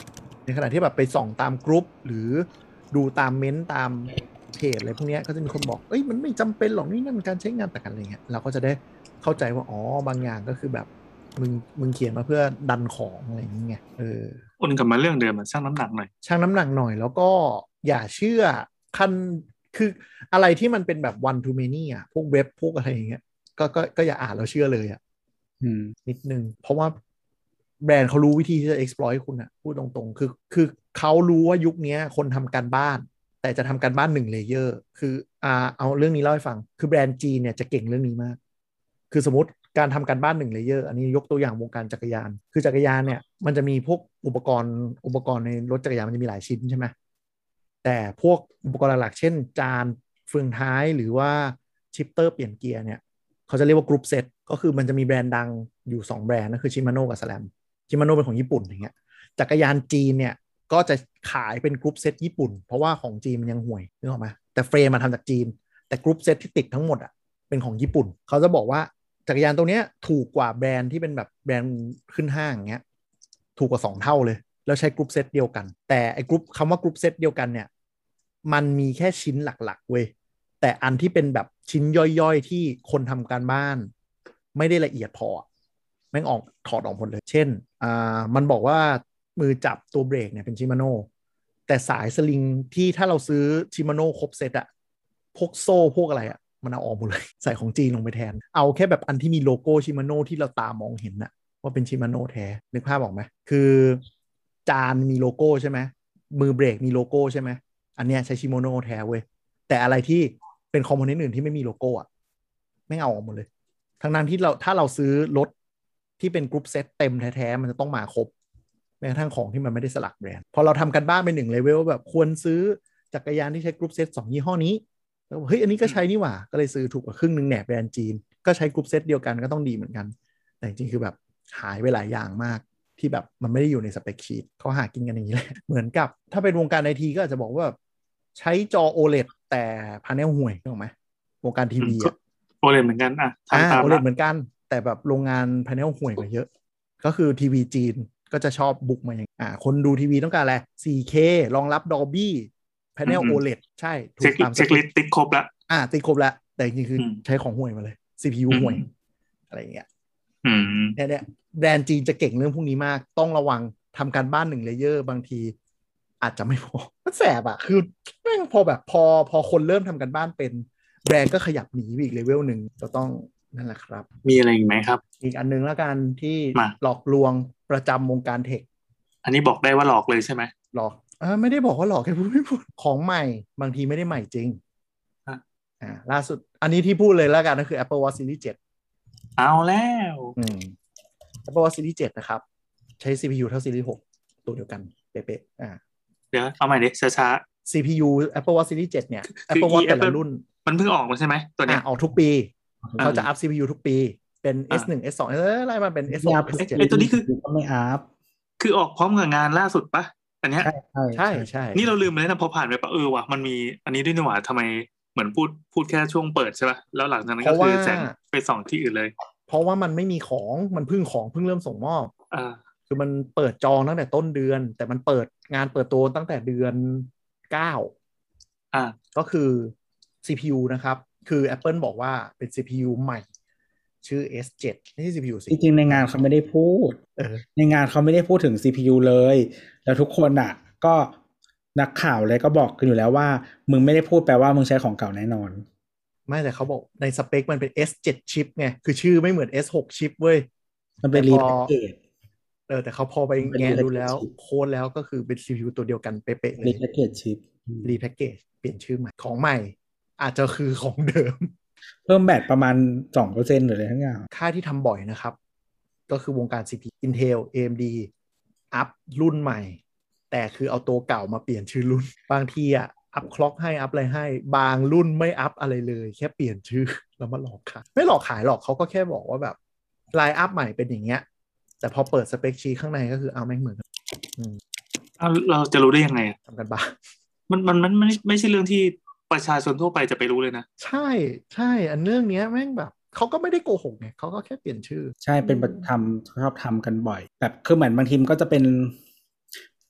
ในขณะที่แบบไปส่องตามกรุ๊ปหรือดูตามเม้นต์ตามเพจอะไรพวกเนี้ยก็จะมีคนบอกเอ้ยมันไม่จำเป็นหรอกนี่นั่นการใช้งานแต่กันอะไรเงี้ยเราก็จะได้เข้าใจว่าอ๋อบางอย่างก็คือแบบมึงมึงเขียนมาเพื่อดันของอะไรอย่างเงี้ยเออวนกลับมาเรื่องเดิมอะชั่งน้ำหนักหน่อยชั่งน้ำหนักหน่อยแล้วก็อย่าเชื่อคันคืออะไรที่มันเป็นแบบ one to many อ่ะพวกเว็บพวกอะไรอย่างเงี้ยก็ก็ก็อย่าอ่านแล้วเชื่อเลยอ่ะนิดนึงเพราะว่าแบรนด์เขารู้วิธีที่จะ exploit คุณอะพูดตรงๆคือคือเขารู้ว่ายุคนี้คนทำการบ้านแต่จะทำการบ้านหนึ่งเลเยอร์คืออ่าเอาเรื่องนี้เล่าให้ฟังคือแบรนด์จีนเนี่ยจะเก่งเรื่องนี้มากคือสมมติการทำการบ้านหนึ่งเลเยอร์อันนี้ยกตัวอย่างวงการจักรยานคือจักรยานเนี่ยมันจะมีพวกอุปกรณ์อุปกรณ์ในรถจักรยานมันจะมีหลายชิ้นใช่ไหมแต่พวกอุปกรณ์หลักๆเช่นจานเฟืองท้ายหรือว่าชิปเตอร์เปลี่ยนเกียร์เนี่ยเขาจะเรียกว่ากรุ๊ปเซตก็คือมันจะมีแบรนด์ดังอยู่สองแบรนด์นั่นคือชิมาโน่กับสแลมชิมาโน่เป็นของญี่ปุ่นอย่างเงี้ยจักรยานจีนเนี่ยก็จะขายเป็นกรุ๊ปเซตญี่ปุ่นเพราะว่าของจีนมันยังห่วยนึกออกไหมแต่เฟรมมาทำจากจีนแต่กรุ๊ปเซตที่ติดทั้งหมดอ่ะเป็นของญี่ปุ่นเขาจะบอกว่าจักรยานตัวเนี้ยถูกกว่าแบรนด์ที่เป็นแบบแบรนด์ขึ้นห้างอย่างเงี้ยถูกกว่าสองเท่าเลยแล้วใช้กรุ๊ปเซตเดียวกันแต่ไอ้กรุ๊ปคำว่ากรุ๊ปเซตเดียวกันเนี่ยมันมีแค่ชิ้นหลักๆเว้ยแต่อันที่เป็นแบบชิ้นย่อยๆที่คนทำการบ้านไม่ได้ละเอียดพอแม่งออกถอดออกหมดเลยเช่นอ่ามันบอกว่ามือจับตัวเบรกเนี่ยเป็นชิมาโน่แต่สายสลิงที่ถ้าเราซื้อชิมาโน่ครบเซตอะพวกโซ่พวกอะไรอะมันเอาออกหมดเลยใส่ของจีนลงไปแทนเอาแค่แบบอันที่มีโลโก้ชิมาโน่ที่เราตามองเห็นอะว่าเป็นชิมาโน่แท้นึกภาพออกไหมคือจานมีโลโก้ใช่ไหมมือเบรกมีโลโก้ใช่ไหมอันเนี้ยใช้ชิมาโน่แท้เว้ยแต่อะไรที่เป็นคอมโพเนนต์อื่นที่ไม่มีโลโก้อะไม่เอาออกหมดเลยทั้งนั้นที่เราถ้าเราซื้อรถที่เป็นกรุ๊ปเซตเต็มแท้ๆมันจะต้องมาครบแม้กระทั่งของที่มันไม่ได้สลักแบรนด์พอเราทำกันบ้านเป็นหนึ่งเลเวลแบบควรซื้อจักรยานที่ใช้กรุ๊ปเซตสองยี่ห้อนี้แล้วเฮ้ยอันนี้ก็ใช้นี่หว่าก็เลยซื้อถูกกว่าครึ่งหนึ่งแหนบแบรนด์จีนก็ใช้กรุ๊ปเซตเดียวกันก็ต้องดีเหมือนกันแต่จริงๆคือแบบหายไปหลายอย่างมากที่แบบมันไม่ได้อยู่ในสเปคชีตเขาหากินกันอย่างนี้แหละเหมือนกับถ้าเป็นวงการไอทีก็อาจจะบอกว่าใช้จอ โอ แอล อี ดี แต่พาเนลห่วยถูกไหมวงการทีวีอะโอเลเหมือนกันอ่ะอ่าทำตามโอ แอล อี ดีละเหมือนกันแต่แบบโรงงานพาเนลห่วยกว่าเยอะก็คือทีวีจีนก็จะชอบบุกมาอย่างอ่าคนดูทีวีต้องการอะไร โฟร์เค รองรับ Dolby Panel อืมโอ แอล อี ดี ใช่ถูเช็คกตามสเช็คเปลิคสต์ติดครบละอ่าติดครบแล้วแต่จริงๆคืออืมใช้ของห่วยมาเลย ซี พี ยูอืมห่วยอะไรอย่างเงี้ยอืมเนี่ยเนี่ยแบรนด์จีนจะเก่งเรื่องพวกนี้มากต้องระวังทำการบ้านหนึ่งเลเยอร์บางทีอาจจะไม่พอมันแสบอะคือแม่งพอแบบพอพอคนเริ่มทำการบ้านเป็นแบรนด์ก็ขยับหนีไปอีกเลเวลหนึ่งก็ต้องนั่นแหละครับมีอะไรอีกไหมครับอีกอันนึงแล้วกันที่มาหลอกลวงประจำวงการเทคอันนี้บอกได้ว่าหลอกเลยใช่ไหมหลอกอ่าไม่ได้บอกว่าหลอกแค่พูดไม่พูดของใหม่บางทีไม่ได้ใหม่จริงอ่ะอ่าล่าสุดอันนี้ที่พูดเลยแล้วกันก็คือ Apple Watch Series เจ็ดเอาแล้วอืม Apple Watch Series เจ็ดนะครับใช้ ซี พี ยู เท่า Series หกตัวเดียวกันเป๊ะๆอ่าเดี๋ยวเอาใหม่ดิช้าซี พี ยู Apple Watch Series เจ็ดเนี่ยๆคือ Apple อี Watch แต่ละ Apple รุ่นมันเพิ่งออกมาใช่ไหมตัวเนี้อ่าย ออกทุกปีอ่าเขาจะอัพ ซี พี ยู ทุกปีเป็นอ่าเอส หนึ่ง เอส สอง เออไล่มาเป็น เอส หกยาเอส เจ็ดไอตัวนี้คือก็ไม่อัพคือออกพร้อมกับงานล่าสุดปะอันเนี้ยใช่ใช่ใช่ใช่นี่เราลืมไปแล้วนะพอผ่านไปปะเออว่ะมันมีอันนี้ด้วยนี่หว่าทำไมเหมือนพูดพูดแค่ช่วงเปิดใช่ปะแล้วหลังจากนั้นก็คือแสงไปส่องที่อื่นเลยเพราะว่ามันไม่มีของมันเพิ่งของเพิ่งเริ่มส่งมอบอ่าคือมันเปิดจองตั้งแต่ต้นเดือน แต่มันเปิดงานเปิดตัวตั้งแต่เดือนเก้าอ่าก็คือ ซี พี ยู นะครับคือ Apple บอกว่าเป็น ซี พี ยู ใหม่ชื่อ เอส เจ็ด ไม่ใช่ ซี พี ยู สิจริงๆในงานเขาไม่ได้พูดในงานเขาไม่ได้พูดถึง ซี พี ยู เลยแล้วทุกคนอ่ะก็นักข่าวเลยก็บอกกันอยู่แล้วว่ามึงไม่ได้พูดแปลว่ามึงใช้ของเก่าแน่นอนไม่แต่เขาบอกในสเปคมันเป็น เอส เจ็ด ชิปไงคือชื่อไม่เหมือน เอส หก ชิปเว้ยมันเป็นรีแพคเกจเออแต่เขาพอไปแงะดูแล้วโค้ดแล้วก็คือเป็น ซี พี ยู ตัวเดียวกันเป๊ะๆเลยรีแพคเกจชิปรีแพคเกจเปลี่ยนชื่อใหม่ของใหม่อาจจะคือของเดิมเพิ่มแบตประมาณ สองเปอร์เซ็นต์ หรืออะไรทั้งอย่างค่ายที่ทำบ่อยนะครับก็คือวงการ ซี พี ยู Intel เอ เอ็ม ดี อัพรุ่นใหม่แต่คือเอาตัวเก่ามาเปลี่ยนชื่อรุ่นบางทีอ่ะอัพคล็อกให้อัพอะไรให้บางรุ่นไม่อัพอะไรเลยแค่เปลี่ยนชื่อแล้วมาหลอกขายไม่หลอกขายหรอกเขาก็แค่บอกว่าแบบไลน์อัพใหม่เป็นอย่างเงี้ยแต่พอเปิดสเปคชีข้างในก็คือเอาแม่งเหมือนกันเอาเราจะรู้ได้ยังไงทำกันบ้ามันมันมันไม่ไม่ใช่เรื่องที่ประชาชนทั่วไปจะไปรู้เลยนะใช่ใช่อันเรื่องเนี้ยแม่งแบบเขาก็ไม่ได้โกหกไงเขาก็แค่เปลี่ยนชื่อใช่เป็นทำชอบทำกันบ่อยแบบคือเหมือนบางทีมก็จะเป็นคื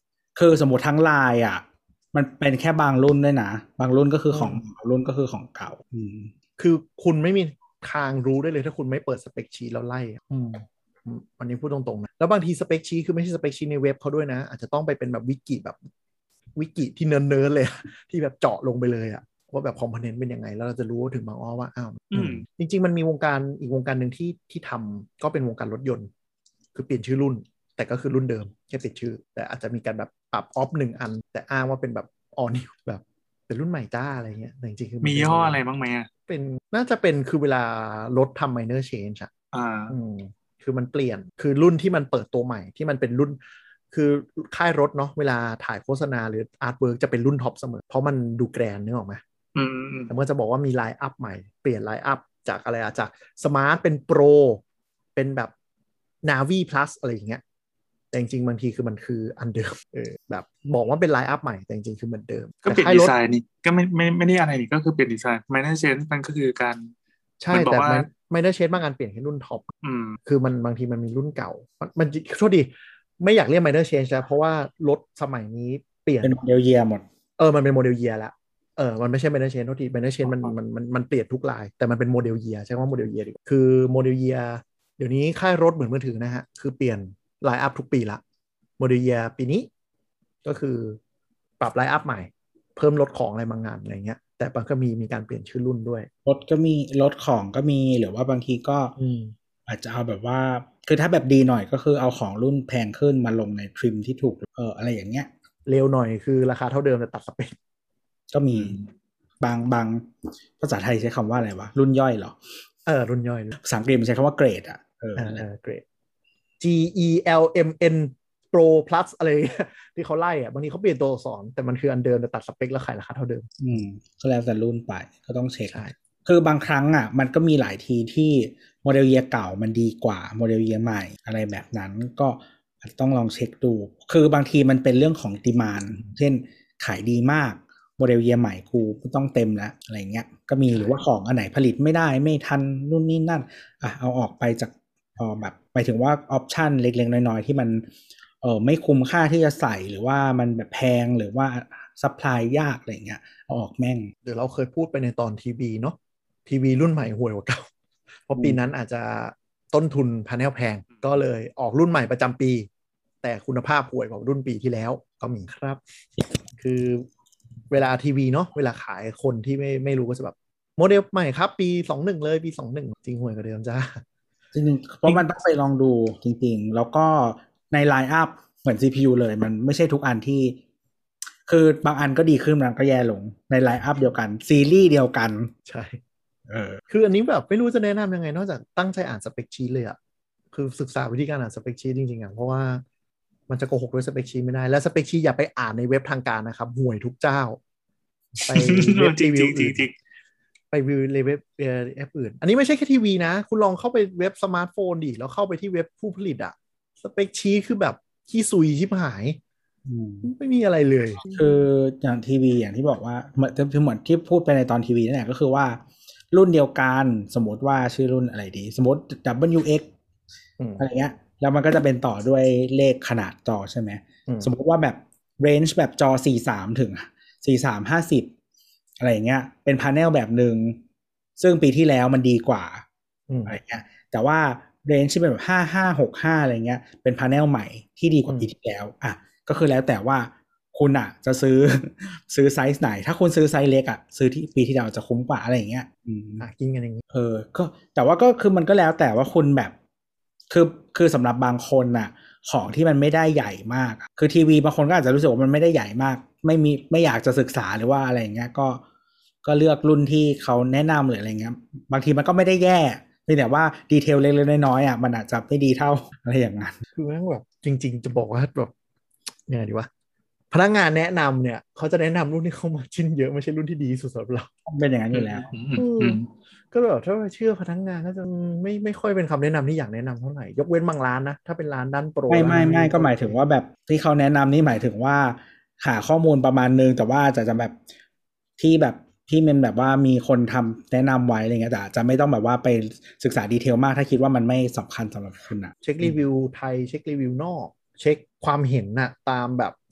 คือสมมติทั้งไลน์อ่ะมันเป็นแค่บางรุ่นด้วยนะบางรุ่นก็คือของบางรุ่นก็คือของเก่าอืมคือคุณไม่มีทางรู้ได้เลยถ้าคุณไม่เปิดสเปคชีทแล้วไล่อืมอันนี้พูดตรงๆนะแล้วบางทีสเปคชีทคือไม่ใช่สเปคชีทในเว็บเขาด้วยนะอาจจะต้องไปเป็นแบบวิกิแบบวิกิที่เนิร์ดๆเลยที่แบบเจาะลงไปเลยอะว่าแบบคอมโพเนนต์เป็นยังไงแล้วเราจะรู้ถึงบางอ้อว่าอ้าวจริงๆมันมีวงการอีกวงการหนึ่งที่ที่ทำก็เป็นวงการรถยนต์คือเปลี่ยนชื่อรุ่นแต่ก็คือรุ่นเดิมแค่เปลี่ยนชื่อแต่อาจจะมีการแบบปรับออฟหนึ่งอันแต่อ้างว่าเป็นแบบออนิวแบบเป็นรุ่นใหม่จ้าอะไรเงี้ยแต่จริงๆคือมียี่ห้ออะไรบ้างไหมอ่ะเป็นน่าจะเป็นคือเวลารถทำ minor change อ่ะอ่าอืมคือมันเปลี่ยนคือรุ่นที่มันเปิดตัวใหม่ที่มันเป็นรุ่นคือค่ายรถเนาะเวลาถ่ายโฆษณาหรืออาร์ตเวิร์กจะเป็นรุ่นท็อปเสมอเพราะมันดูแกรนด์นึกออกไหมอืมแต่เมื่อจะบอกว่ามีไลน์อัพใหม่เปลี่ยนไลน์อัพจากอะไรอะจากสมาร์ทเป็นโปรเป็นแบบ Navi Plus อะไรอย่างเงี้ยแต่จริงๆบางทีคือมันคืออันเดิมเออแบบบอกว่าเป็นไลน์อัพใหม่แต่จริงๆคือเหมือนเดิมก็เปลี่ยนดีไซน์นี่ก็ไม่ไม่ไม่ได้อะไรนี่ก็คือเปลี่ยนดีไซน์ไมเนอร์เชนมันก็คือการใช่แต่ไม่ไม่ได้เชนบางการเปลี่ยนแค่รุ่นท็อปคือมันบางทีมันมีรุ่นเก่ามันโทษดีไม่อยากเรียก minor change แล้วเพราะว่ารถสมัยนี้เปลี่ยนเป็นโมเดลเยียร์หมดเออมันเป็นโมเดลเยียร์แล้วเออมันไม่ใช่ minor change โทษที minor change มันมันมันมันเปลี่ยนทุกลายแต่มันเป็นโมเดลเยียร์ใช่ไหมโมเดลเยียร์ดีกว่าคือโมเดลเยียร์เดี๋ยวนี้ค่ายรถเหมือนมือถือนะฮะคือเปลี่ยนไลน์อัพทุกปีละโมเดลเยียร์ปีนี้ก็คือปรับไลน์อัพใหม่เพิ่มลดของอะไรบางงานอะไรเงี้ยแต่มันก็มีมีการเปลี่ยนชื่อรุ่นด้วยรถก็มีรถของก็มีหรือว่าบางทีก็อาจจะเอาแบบว่าคือถ้าแบบดีหน่อยก็คือเอาของรุ่นแพงขึ้นมาลงในทริมที่ถูกเอออะไรอย่างเงี้ยเร็วหน่อยคือราคาเท่าเดิมแต่ตัดสเปคก็มีบางบางภาษาไทยใช้คำว่าอะไรวะรุ่นย่อยเหรอเออรุ่นย่อยภาษาอังกฤษมันใช้คำว่าเกรดอ่ะเออเกรด G E L M N Pro Plus อะไรที่เขาไล่อ่ะบางทีเขาเปลี่ยนตัวอักษรแต่มันคืออันเดิมแต่ตัดสเปคแล้วขายราคาเท่าเดิมอืมก็แล้วแต่รุ่นไปก็ต้องเช็คคือบางครั้งอ่ะมันก็มีหลายทีที่โมเดลเยียร์เก่ามันดีกว่าโมเดลเยียร์ใหม่อะไรแบบนั้นก็ต้องลองเช็คดูคือบางทีมันเป็นเรื่องของดีมานด์เช่นขายดีมากโมเดลเยียร์ใหม่กูต้องเต็มแล้วอะไรเงี้ยก็มีหรือว่าของอันไหนผลิตไม่ได้ไม่ทันนู่นนี่นั่นอ่ะเอาออกไปจากพอแบบหมายถึงว่าออปชันเล็กๆน้อยๆที่มันเออไม่คุ้มค่าที่จะใส่หรือว่ามันแบบแพงหรือว่าซัพพลายยากอะไรเงี้ยเอาออกแม่งเดี๋ยวเราเคยพูดไปในตอนทีวีเนาะทีวีรุ่นใหม่ห่วยกว่าเก่าเพราะปีนั้นอาจจะต้นทุนพาเนลแพงก็เลยออกรุ่นใหม่ประจำปีแต่คุณภาพห่วยกว่ารุ่นปีที่แล้วก็มีครับคือเวลาทีวีเนาะเวลาขายคนที่ไม่ไม่รู้ก็จะแบบโมเดลใหม่ครับปีสองสิบเลยปีสองสิบจริงห่วยกว่าเดิมจ้าจริงๆเพราะมันต้องไปลองดูจริงๆแล้วก็ในไลน์อัพเหมือน ซี พี ยู เลยมันไม่ใช่ทุกอันที่คือบางอันก็ดีขึ้นบางอันก็แย่ลงในไลน์อัพเดียวกันซีรีส์เดียวกันใช่เออคืออันนี้แบบไม่รู้จะแนะนำยังไงนอกจากตั้งใจอ่านสเปคชีทเลยอะคือศึกษาวิธีการอ่านสเปคชีทจริงๆอ่ะเพราะว่ามันจะโกหกด้วยสเปคชีทไม่ได้และสเปคชีทอย่าไปอ่านในเว็บทางการนะครับห่วยทุกเจ้าไปเว็บรีวิวอื่นไปวิวในเว็บแอปอื่นอันนี้ไม่ใช่แค่ทีวีนะคุณลองเข้าไปเว็บสมาร์ทโฟนดิแล้วเข้าไปที่เว็บผู้ผลิตอะสเปคชีทคือแบบขี้ซุยชิบหายไม่มีอะไรเลยคืออย่างทีวีอย่างที่บอกว่าเหมือนเหมือนที่พูดไปในตอนทีวีนั่นแหละก็คือว่ารุ่นเดียวกันสมมติว่าชื่อรุ่นอะไรดีสมมติ ดับเบิลยู เอ็กซ์ อะไรเงี้ยแล้วมันก็จะเป็นต่อด้วยเลขขนาดจอใช่ไหมสมมติว่าแบบเรนจ์แบบจอสี่สิบสามถึงสี่สิบสาม ห้าสิบอะไรเงี้ยเป็นพาเนลแบบนึงซึ่งปีที่แล้วมันดีกว่าอะไรเงี้ยแต่ว่าเรนจ์ที่เป็นแบบห้าสิบห้า หกสิบห้าอะไรเงี้ยเป็นพาเนลใหม่ที่ดีกว่าปีที่แล้วอ่ะก็คือแล้วแต่ว่าคุณอ่ะจะซื้อซื้อไซส์ไหนถ้าคุณซื้อไซส์เล็กอ่ะซื้อที่ปีที่แล้วจะคุ้มกว่าอะไรอย่างเงี้ยอืมอ่ะกินกันอย่างงี้เออก็แต่ว่าก็คือมันก็แล้วแต่ว่าคุณแบบคือคือสำหรับบางคนน่ะของที่มันไม่ได้ใหญ่มากคือทีวีบางคนก็อาจจะรู้สึกว่ามันไม่ได้ใหญ่มากไม่มีไม่อยากจะศึกษาหรือว่าอะไรอย่างเงี้ยก็ก็เลือกรุ่นที่เขาแนะนำหรืออะไรเงี้ยบางทีมันก็ไม่ได้แย่เพียงแต่ว่าดีเทลเล็กๆน้อยๆอ่ะมันอาจจะไม่ดีเท่าอะไรอย่างนั้นคือแม่งแบบจริงๆจะบอกว่าแบบยังไงดีวะพนักงานแนะนำเนี่ยเขาจะแนะนำรุ่นที่เข้ามาชิ้นเยอะไม่ใช่รุ่นที่ดีสุดสำหรับเราเป็นอย่างนั้นอยู่แล้วก็แบบถ้าเชื่อพนักงานก็จะไม่ไม่ค่อยเป็นคำแนะนำที่อยากแนะนำเท่าไหร่ยกเว้นบางร้านนะถ้าเป็นร้านด้านโปรไม่ไม่ไม่ก็หมายถึงว่าแบบที่เขาแนะนำนี่หมายถึงว่าหาข้อมูลประมาณนึงแต่ว่าจะจะแบบที่แบบที่มันแบบว่ามีคนทำแนะนำไว้อะไรเงี้ยแต่จะไม่ต้องแบบว่าไปศึกษาดีเทลมากถ้าคิดว่ามันไม่สำคัญสำหรับคุณนะเช็ครีวิวไทยเช็ครีวิวนอกเช็คความเห็นน่ะตามแบบ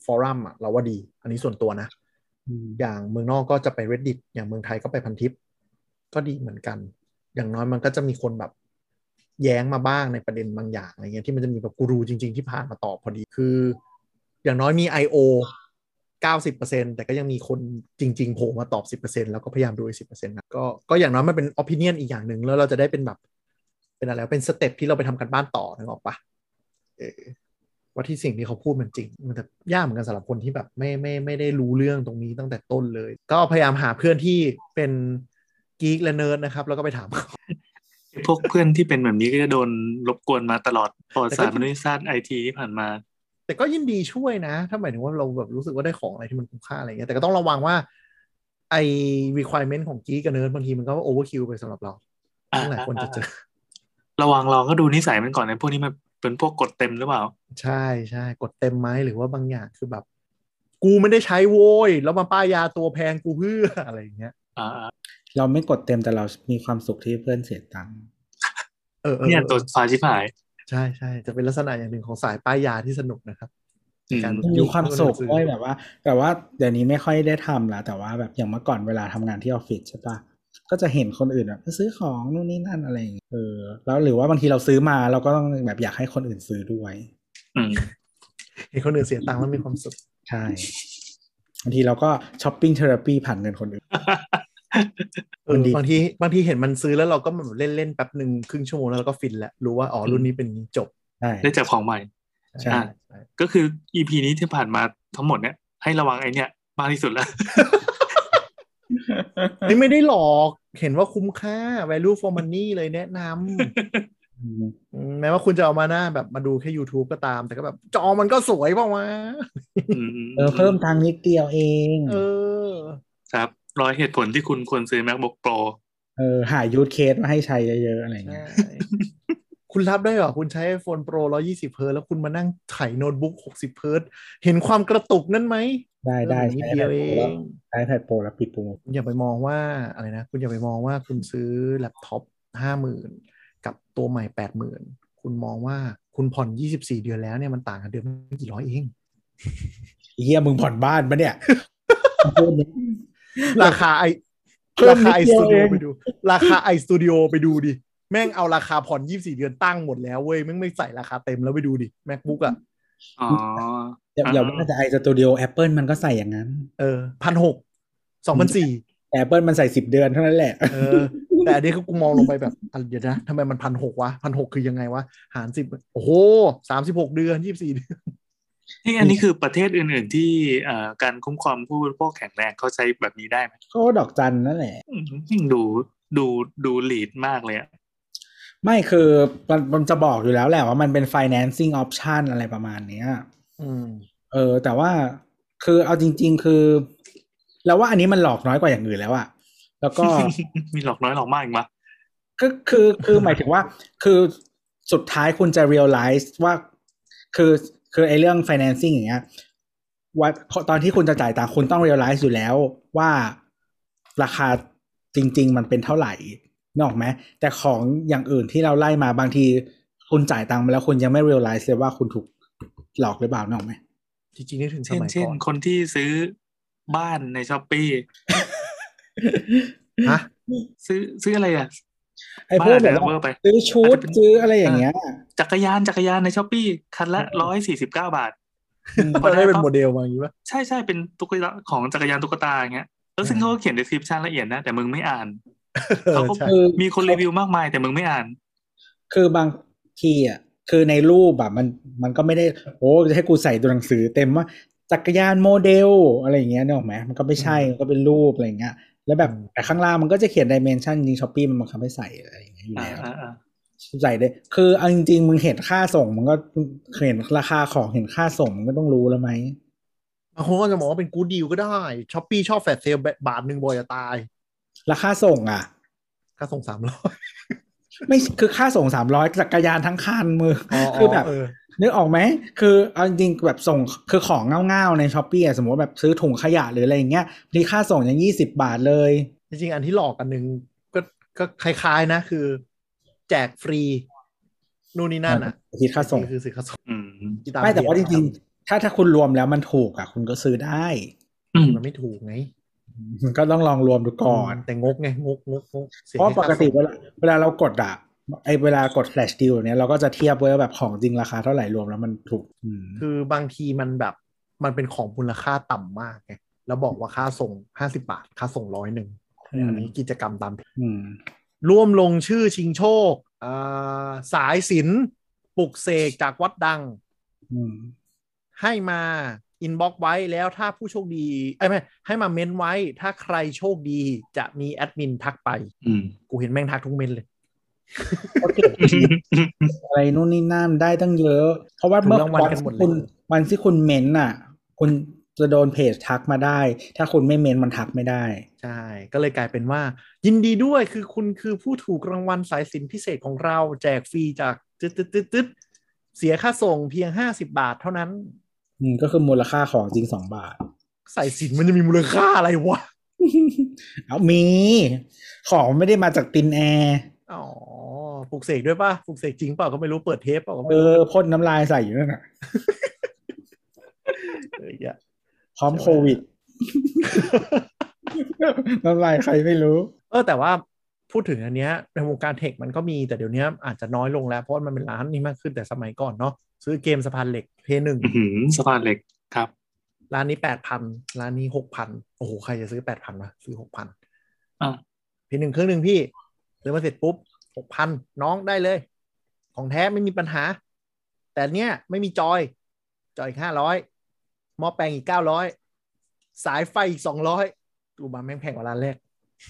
ฟอรัมอ่ะเราว่าดีอันนี้ส่วนตัวนะอย่างเมืองนอกก็จะไป Reddit อย่างเมืองไทยก็ไปพันทิปก็ดีเหมือนกันอย่างน้อยมันก็จะมีคนแบบแย้งมาบ้างในประเด็นบางอย่างอะไรเงี้ยที่มันจะมีแบบกูรูจริงๆที่ผ่านมาตอบพอดีคืออย่างน้อยมี ไอ โอ เก้าสิบเปอร์เซ็นต์ แต่ก็ยังมีคนจริงๆโผล่มาตอบ สิบเปอร์เซ็นต์ แล้วก็พยายามดูอีก สิบเปอร์เซ็นต์ นะก็ก็อย่างน้อยมันเป็น opinion อีกอย่างหนึ่งแล้วเราจะได้เป็นแบบเป็นอะไรเป็นสเต็ปที่เราไปทำกันบ้านต่อนึกออกปะเออว่าที่สิ่งที่เขาพูดมันจริงมันจะยากเหมือนกันสำหรับคนที่แบบไม่ไม่ไม่ได้รู้เรื่องตรงนี้ตั้งแต่ต้นเลยก็พยายามหาเพื่อนที่เป็นกี๊กและเนิร์ดนะครับแล้วก็ไปถามเขาพวกเพื่อนที่เป็นแบบนี้ก็จะโดนรบกวนมาตลอดประวัติศาสตร์มนุษยศาสตร์ไอทีที่ผ่านมาแต่ก็ยินดีช่วยนะถ้าหมายถึงว่าเราแบบรู้สึกว่าได้ของอะไรที่มันคุ้มค่าอะไรเงี้ยแต่ก็ต้องระวังว่าไอ้ requirement ของกี๊กกับเนิร์ดบางทีมันก็ overkill ไปสำหรับเราซึ่งหลายคนจะเจอระวังเราก็ดูนิสัยมันก่อนนะพวกนี้มันเป็นพวกกดเต็มหรือเปล่าใช่ใช่กดเต็มไหมหรือว่าบางอย่างคือแบบกูไม่ได้ใช้โว้ยแล้วมาป้ายยาตัวแพงกูเพื่ออะไรอย่างเงี้ยอ่าเราไม่กดเต็มแต่เรามีความสุขที่เพื่อนเสียตังค์เออเนี่ยตัวฟ้าชิบหายใช่ใช่จะเป็นลักษณะอย่างหนึ่งของสายป้ายยาที่สนุกนะครับมีความสุขด้วยแบบว่าแต่ว่าเดี๋ยวนี้ไม่ค่อยได้ทำแล้วแต่ว่าแบบอย่างเมื่อก่อนเวลาทำงานที่ออฟฟิศใช่ปะก็จะเห็นคนอื่นแบบซื้อของนู่นนี่นั่นอะไรอย่างเงี้ยเออแล้วหรือว่าบางทีเราซื้อมาเราก็ต้องแบบอยากให้คนอื่นซื้อด้วยเห็นคนอื่นเสียตังค์แล้วมีความสุขใช่บางทีเราก็ช้อปปิ้งเทอราปีผ่านเงินคนอื่นเออบางทีบางทีเห็นมันซื้อแล้วเราก็แบบเล่นเล่นแป๊บหนึ่งครึ่งชั่วโมงแล้วเราก็ฟินแล้วรู้ว่าอ๋อรุ่นนี้เป็นจบได้จับของใหม่ใช่ก็คือ อี พี นี้ที่ผ่านมาทั้งหมดเนี่ยให้ระวังไอ้เนี่ยมากที่สุดแล้วนี่ไม่ได้หลอกเห็นว่าคุ้มค่า value for money เลยแนะนำแม้ว่าคุณจะเอามาหน้าแบบมาดูแค่ YouTube ก็ตามแต่ก็แบบจอมันก็สวยเปล่าวะเออเพิ่มทางนิดเดียวเองเออครับร้อยเหตุผลที่คุณควรซื้อ MacBook Pro เออหา use case มาให้ใช้เยอะๆอะไรเงี้ยคุณรับได้เหรอคุณใช้ iPhone Pro หนึ่งร้อยยี่สิบเฮิร์ตซ์แล้วคุณมานั่งไถโน้ตบุ๊กหกสิบเฮิร์ตซ์เห็นความกระตุกนั่นไหมได้ได้นิดเดียวเองใช้ iPad Pro แล้วปิดปุ่มอย่าไปมองว่าอะไรนะคุณอย่าไปมองว่าคุณซื้อแล็ปท็อปห้าหมื่นกับตัวใหม่แปดหมื่นคุณมองว่าคุณผ่อนยี่สิบสี่เดือนแล้วเนี่ยมันต่างกันเดือนไม่กี่ร้อยเองเฮียมึงผ่อนบ้านปะเนี่ยราคาไอราคาไอสตูดิโอไปดูราคาไอสตูดิโอไปดูดิแม่งเอาราคาผ่อนยี่สิบสี่เดือนตั้งหมดแล้วเว้ยแม่งไม่ใส่ราคาเต็มแล้วไปดูดิ MacBook อ่ะอ๋ออย่าอย่าว่าแต่ไอสตูดิโอ Apple มันก็ใส่อย่างนั้นเออพันหกสองพันสี่แต่ Apple มันใส่สิบเดือนเท่านั้นแหละเออแต่อันนี้กูมองลงไปแบบเดี๋ยวนะทำไมมันพันหกวะพันหกคือยังไงวะหารสิบโอ้โหสามสิบหกเดือนยี่สิบสี่เดือนนี่อันนี้คือประเทศอื่นๆที่อ่าการคุ้มครองผู้บริโภคแข็งแรงเขาใช้แบบนี้ได้ไหมเขาดอกจันนั่นแหละยิ่งดูดูดูลีดมากเลยอ่ะไม่คือมันมันจะบอกอยู่แล้วแหละว่ามันเป็น financing option อะไรประมาณเนี้ยอืมเออแต่ว่าคือเอาจริงๆคือแล้วว่าอันนี้มันหลอกน้อยกว่าอย่างอื่นแล้วอะแล้วก็มีหลอกน้อยหลอกมากอีกมั้ยก็คือคือหมายถึงว่าคือสุดท้ายคุณจะ realize ว่าคือคือไอ้เรื่อง financing อย่างเงี้ยว่าตอนที่คุณจะจ่ายตังค์คุณต้อง realize อยู่แล้วว่าราคาจริงๆมันเป็นเท่าไหร่นึกออกไหมแต่ของอย่างอื่นที่เราไล่มาบางทีคุณจ่ายตังค์มาแล้วคุณยังไม่ realize เลยว่าคุณถูกหลอกหรือเปล่านึกออกไหมจริงๆนึกถึงสมัยก่อนเช่นคนที่ซื้อบ้านใน Shopee ฮะซื้อซื้ออะไรอ่ะไอ้พวกแบบซื้อชุดซื้ออะไรอย่างเงี้ยจักรยานจักรยานใน Shopee คันละหนึ่งร้อยสี่สิบเก้าบาทพอได้เป็นโมเดลมาอย่างงี้ป่ะใช่ๆเป็นตุ๊กตาของจักรยานตุ๊กตาอย่างเงี้ยแล้วซึ่งเขาก็เขียน description ละเอียดนะแต่มึงไม่อ่านเขาก็มีคนรีวิวมากมายแต่มึงไม่อ่านคือบางทีอ่ะคือในรูปแบบมันมันก็ไม่ได้โอ้จะให้กูใส่ตัวหนังสือเต็มว่าจักรยานโมเดลอะไรอย่างเงี้ยนึกออกไหมมันก็ไม่ใช่มันก็เป็นรูปอะไรอย่างเงี้ยแล้วแบบแต่ข้างล่างมันก็จะเขียน dimension จริง Shopee มันบังคับให้ใส่อะไรอย่างเงี้ยอยู่แล้วใส่ได้คือเอาจริงๆมึงเห็นค่าส่งมันก็เห็นราคาของเห็นค่าส่งมันก็ต้องรู้แล้วไหมบางคนก็จะบอกว่าเป็นกู๊ดดีลก็ได้ Shopee ชอบแฟลชเซลบาทนึงบ่อยจะตายราคาส่งอ่ะค่าส่งสามร้อยไม่คือค่าส่งสามร้อยจักรยานทั้งคันมือคือแบบนึกออกไหมคือเอาจริงๆแบบส่งคือของเง่าๆใน Shopee อ่ะสมมติแบบซื้อถุงขยะหรืออะไรอย่างเงี้ยมีค่าส่งอย่างยี่สิบบาทเลยจริงๆอันที่หลอกกันนึงก็ก็คล้ายๆนะคือแจกฟรีนู่นนี่นั่นอ่ะคิดค่าส่งคือซื้อค่าส่งไม่แต่ว่าจริงๆถ้าถ้าคุณรวมแล้วมันถูกอ่ะคุณก็ซื้อได้อืมมันไม่ถูกไงมันก็ต้องลองรวมดูก่อนแต่งกไงงกงกงกเสียเพราะแค่ปกติค่าเวลาเวลาเรากดอ่ะไอเวลากด flash deal เนี้ยเราก็จะเทียบไว้ว่าแบบของจริงราคาเท่าไหร่รวมแล้วมันถูกอืมคือบางทีมันแบบมันเป็นของมูลค่าต่ำมากไงแล้วบอกว่าค่าส่งห้าสิบบาทค่าส่งร้อยหนึ่งอันนี้กิจกรรมตามอืมร่วมลงชื่อชิงโชคอ่าสายสิญจน์ปลุกเสกจากวัดดังอืมให้มาอินบ็อกซ์ไว้แล้วถ้าผู้โชคดีไอ้ไม่ให้มาเม้นไว้ถ้าใครโชคดีจะมีแอดมินทักไปอืมกูเห็นแม่งทักทุกเม้นเลยก็เก็บอะไรนู่นนี่นั่นได้ตั้งเยอะ เพราะว่าถูกเมื่อรางวัลวันกันหมดที่เลยคุณวันที่คุณเม้นต์อ่ะ คุณจะโดนเพจทักมาได้ ถ้าคุณไม่เม้นต์มันทักไม่ได้ใช่ก็เลยกลายเป็นว่า ยินดีด้วยคือคุณคือผู้ถูกรางวัลสายสิญจน์พิเศษของเราแจกฟรีจากตึ๊ดตึ๊ดตึ๊ดตึ๊ดเสียค่าส่งเพียงห้าสิบบาทเท่านั้นอืมก็คือมูลค่าของจริงสองบาทสายสิญจน์มันจะมีมูลค่าอะไรวะเอามี ของไม่ได้มาจากตินแอร์อ๋อปลุกเสกด้วยป่ะปลุกเสกจริงเปล่าก็ไม่รู้เปิดเทปเปล่าก็เอไม่รู้อพ่นน้ำลายใส่อยู่นั่นน่ะเอออย่าพร้อมโควิด น้ำลายใครไม่รู้เออแต่ว่าพูดถึงอันเนี้ยในวงการเทคมันก็มีแต่เดี๋ยวนี้อาจจะน้อยลงแล้วเพราะมันเป็นร้านนี้มากขึ้นแต่สมัยก่อนเนาะซื้อเกมสะพานเหล็กเพย์หนึ่งอื้อหือสะพานเหล็กครับร้านนี้แปดพันร้านนี้หกพันโอ้โหใครจะซื้อแปดพันวะซื้อหกพันอ่าเพย์หนึ่งเครื่องหนึ่งพี่ซื้อมาเสร็จปุ๊บหกพันน้องได้เลย ของแท้ไม่มีปัญหา แต่เนี้ยไม่มีจอยจอยอีกห้าร้อยหม้อแปลงอีกเก้าร้อยสายไฟอีกสองร้อยดูมาแม่งแพงกว่าร้านแรก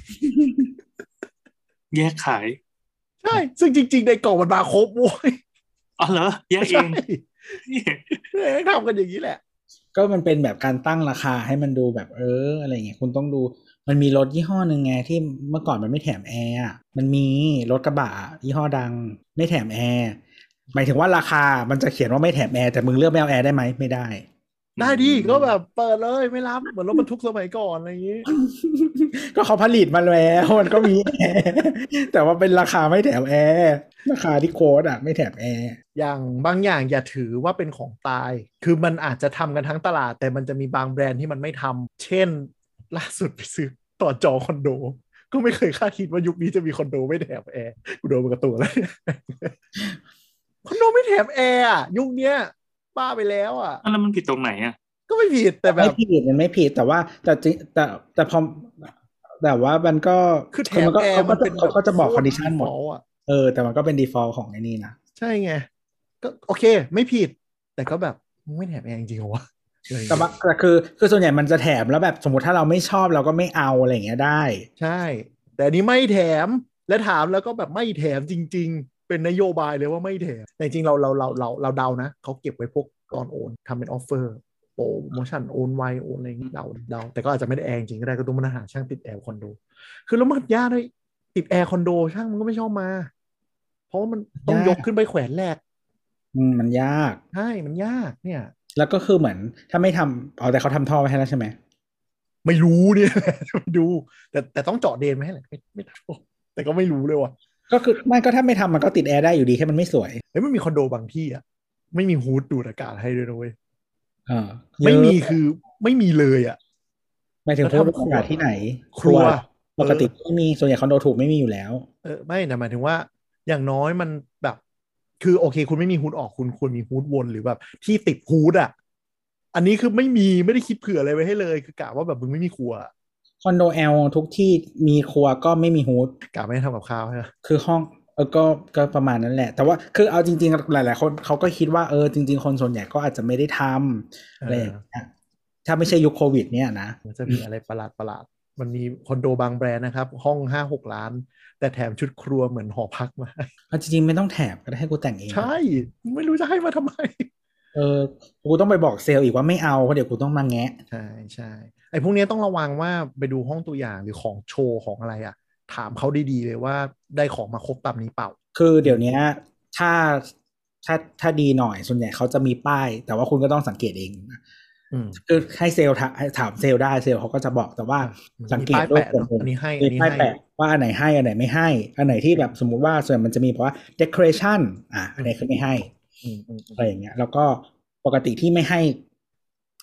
แยกขายใช่ ซึ่งจริงๆ ในกล่องมันมาครบโว้ยอ๋อเหรอแยกเอใช่งนี่ทำกันอย่างนี้แหละก็มันเป็นแบบการตั้งราคาให้มันดูแบบเอออะไรเงี้ยคุณต้องดูมันมีรถยี่ห้อหนึ่งไงที่เมื่อก่อนมันไม่แถมแอร์อะมันมีรถกระบะยี่ห้อดังไม่แถมแอร์หมายถึงว่าราคามันจะเขียนว่าไม่แถมแอร์แต่มึงเลือกไม่เอาแอร์ได้ไหมไม่ได้ได้ดีก็แบบเปิดเลยไม่รับเหมือนรถบรรทุกสมัยก่อนอะไรอย่างนี้ก็เขาผลิตมาแล้วมันก็มีแอร์แต่ว่าเป็นราคาไม่แถมแอร์ราคาที่โค้ดอ่ะไม่แถมแอร์อย่างบางอย่างอย่าถือว่าเป็นของตาย คือมันอาจจะทำกันทั้งตลาด แต่มันจะมีบางแบรนด์ที่มันไม่ทำเช่นล่าสุดไปซื้อต่อจอคอนโด ก็ไม่เคยคาดคิดว่ายุคนี้จะมีคอนโดไม่แถมแอร์กูโดนมันกระตัวแล้ว คอนโดไม่แถมแอร์อะยุคเนี้ยบ้าไปแล้วอ่ะอ่ะแล้วมันผิดตรงไหนอ่ะก็ไม่ผิดแต่แบไม่บผิดมันไม่ผิดแต่ว่าแต่จริงแต่แต่พอแต่ว่ามันก็คือแถคือมมันก็แอร์เขามัก็นจะเป็นเขาก็จะบอกคอนดิชันหมดโคตร default อะเออแต่มันก็เป็น default ของไอ้นี่นะใช่ไงก็โอเคไม่ผิด แต่ก็แบบมึงไม่แถมแอร์จริงเหรอวะแต่ว่าแต่คือคือส่วนใหญ่มันจะแถมแล้วแบบสมมติถ้าเราไม่ชอบเราก็ไม่เอาอะไรอย่างเงี้ยได้ใช่ แต่อันนี้ไม่แถมและถามแล้วก็แบบไม่แถมจริง ๆ เป็นนโยบายเลยว่าไม่แถมแต่จริงๆเราเราเราเราเราเดานะเขาเก็บไว้พวกก่อนโอนทำเป็นออฟเฟอร์โปรโมชั่นโอนไวโอนอะไรอย่างเงี้ยเดาเดาแต่ก็อาจจะไม่ได้แอร์จริงก็ได้ก็ต้องมาหาช่างติดแอร์คอนโดคือแล้วมันยากเลยติดแอร์คอนโดช่างมันก็ไม่ชอบมา เพราะว่ามันต้องยกขึ้นไปแขวนแหลกอืมมันยากใช่มันยากเนี่ยแล้วก็คือเหมือนถ้าไม่ทำเอาแต่เขาทำท่อไว้ให้แล้วใช่ไหมไม่รู้เนี่ย ดู แต่แต่ต้องเจาะเดนไหมแหละไม่ไม่รู้แต่ก็ไม่รู้เลยว่ะก็คือไม่ก็ถ้าไม่ทำมันก็ติดแอร์ได้อยู่ดีแค่มันไม่สวยเฮ้ยมันมีคอนโดบางที่อ่ะไม่มีฮูดดูดอากาศให้ด้วยนะเว้ยอ่าไม่มีเยอะคือไม่มีเลยอ่ะหมายถึงแล้วพูดทำครัวอากาศที่ไหนครัวปกติไม่มีส่วนใหญ่คอนโดถูกไม่มีอยู่แล้วเออไม่นะหมายถึงว่าอย่างน้อยมันแบบ คือโอเค คุณไม่มีฮูดออกคุณควรมีฮูดวนหรือแบบที่ติดฮูดอ่ะ อันนี้คือไม่มีไม่ได้คิดเผื่ออะไรไว้ให้เลย คือกะว่าแบบมึงไม่มีครัวคอนโดแอลทุกที่มีครัวก็ไม่มีฮูดกะไม่ได้ทำกับข้าวใช่ไหมคือห้องเออก็ก็ประมาณนั้นแหละ แต่ว่าคือเอาจริงๆหลายๆคนเขาก็คิดว่าเออจริง ๆ คนส่วนใหญ่ก็อาจจะไม่ได้ทำอะไรอย่างเงี้ยถ้าไม่ใช่ยุคโควิดเนี่ยนะมันจะมีอะไรประหลาดประหลาดมันมีคอนโดบางแบรนด์นะครับ ห้องห้าหกล้าน แต่แถมชุดครัวเหมือนหอพักมาเอาจริงๆไม่ต้องแถมก็ได้ให้กูแต่งเองใช่ ไม่รู้จะให้มาทำไมเออกูต้องไปบอกเซลล์อีกว่าไม่เอาเพราะเดี๋ยวกูต้องมาแงะใช่ใช่ไอ้พวกนี้ต้องระวังว่าไปดูห้องตัวอย่างหรือของโชว์ของอะไรอ่ะ ถามเขาดีๆเลยว่าได้ของมาครบตามนี้เปล่าคือเดี๋ยวนี้ถ้าถ้าถ้าดีหน่อยส่วนใหญ่เขาจะมีป้าย แต่ว่าคุณก็ต้องสังเกตเองนะอืมคือให้เซลล์ถามให้ถามเซลล์ได้เซลล์เขาก็จะบอกแต่ว่าอืมสังเกตมีป้ายด้วยแปะผลเนอะอันนี้ให้มีอันนี้ป้ายให้แปะว่าอันไหนให้อันไหนไม่ให้ อันไหนที่แบบสมมุติว่าส่วนมันจะมีบอกว่า decoration อ่ะอันไหนคือไม่ให้อืมอืมอืมอะไรอย่างเงี้ยแล้วก็ปกติที่ไม่ให้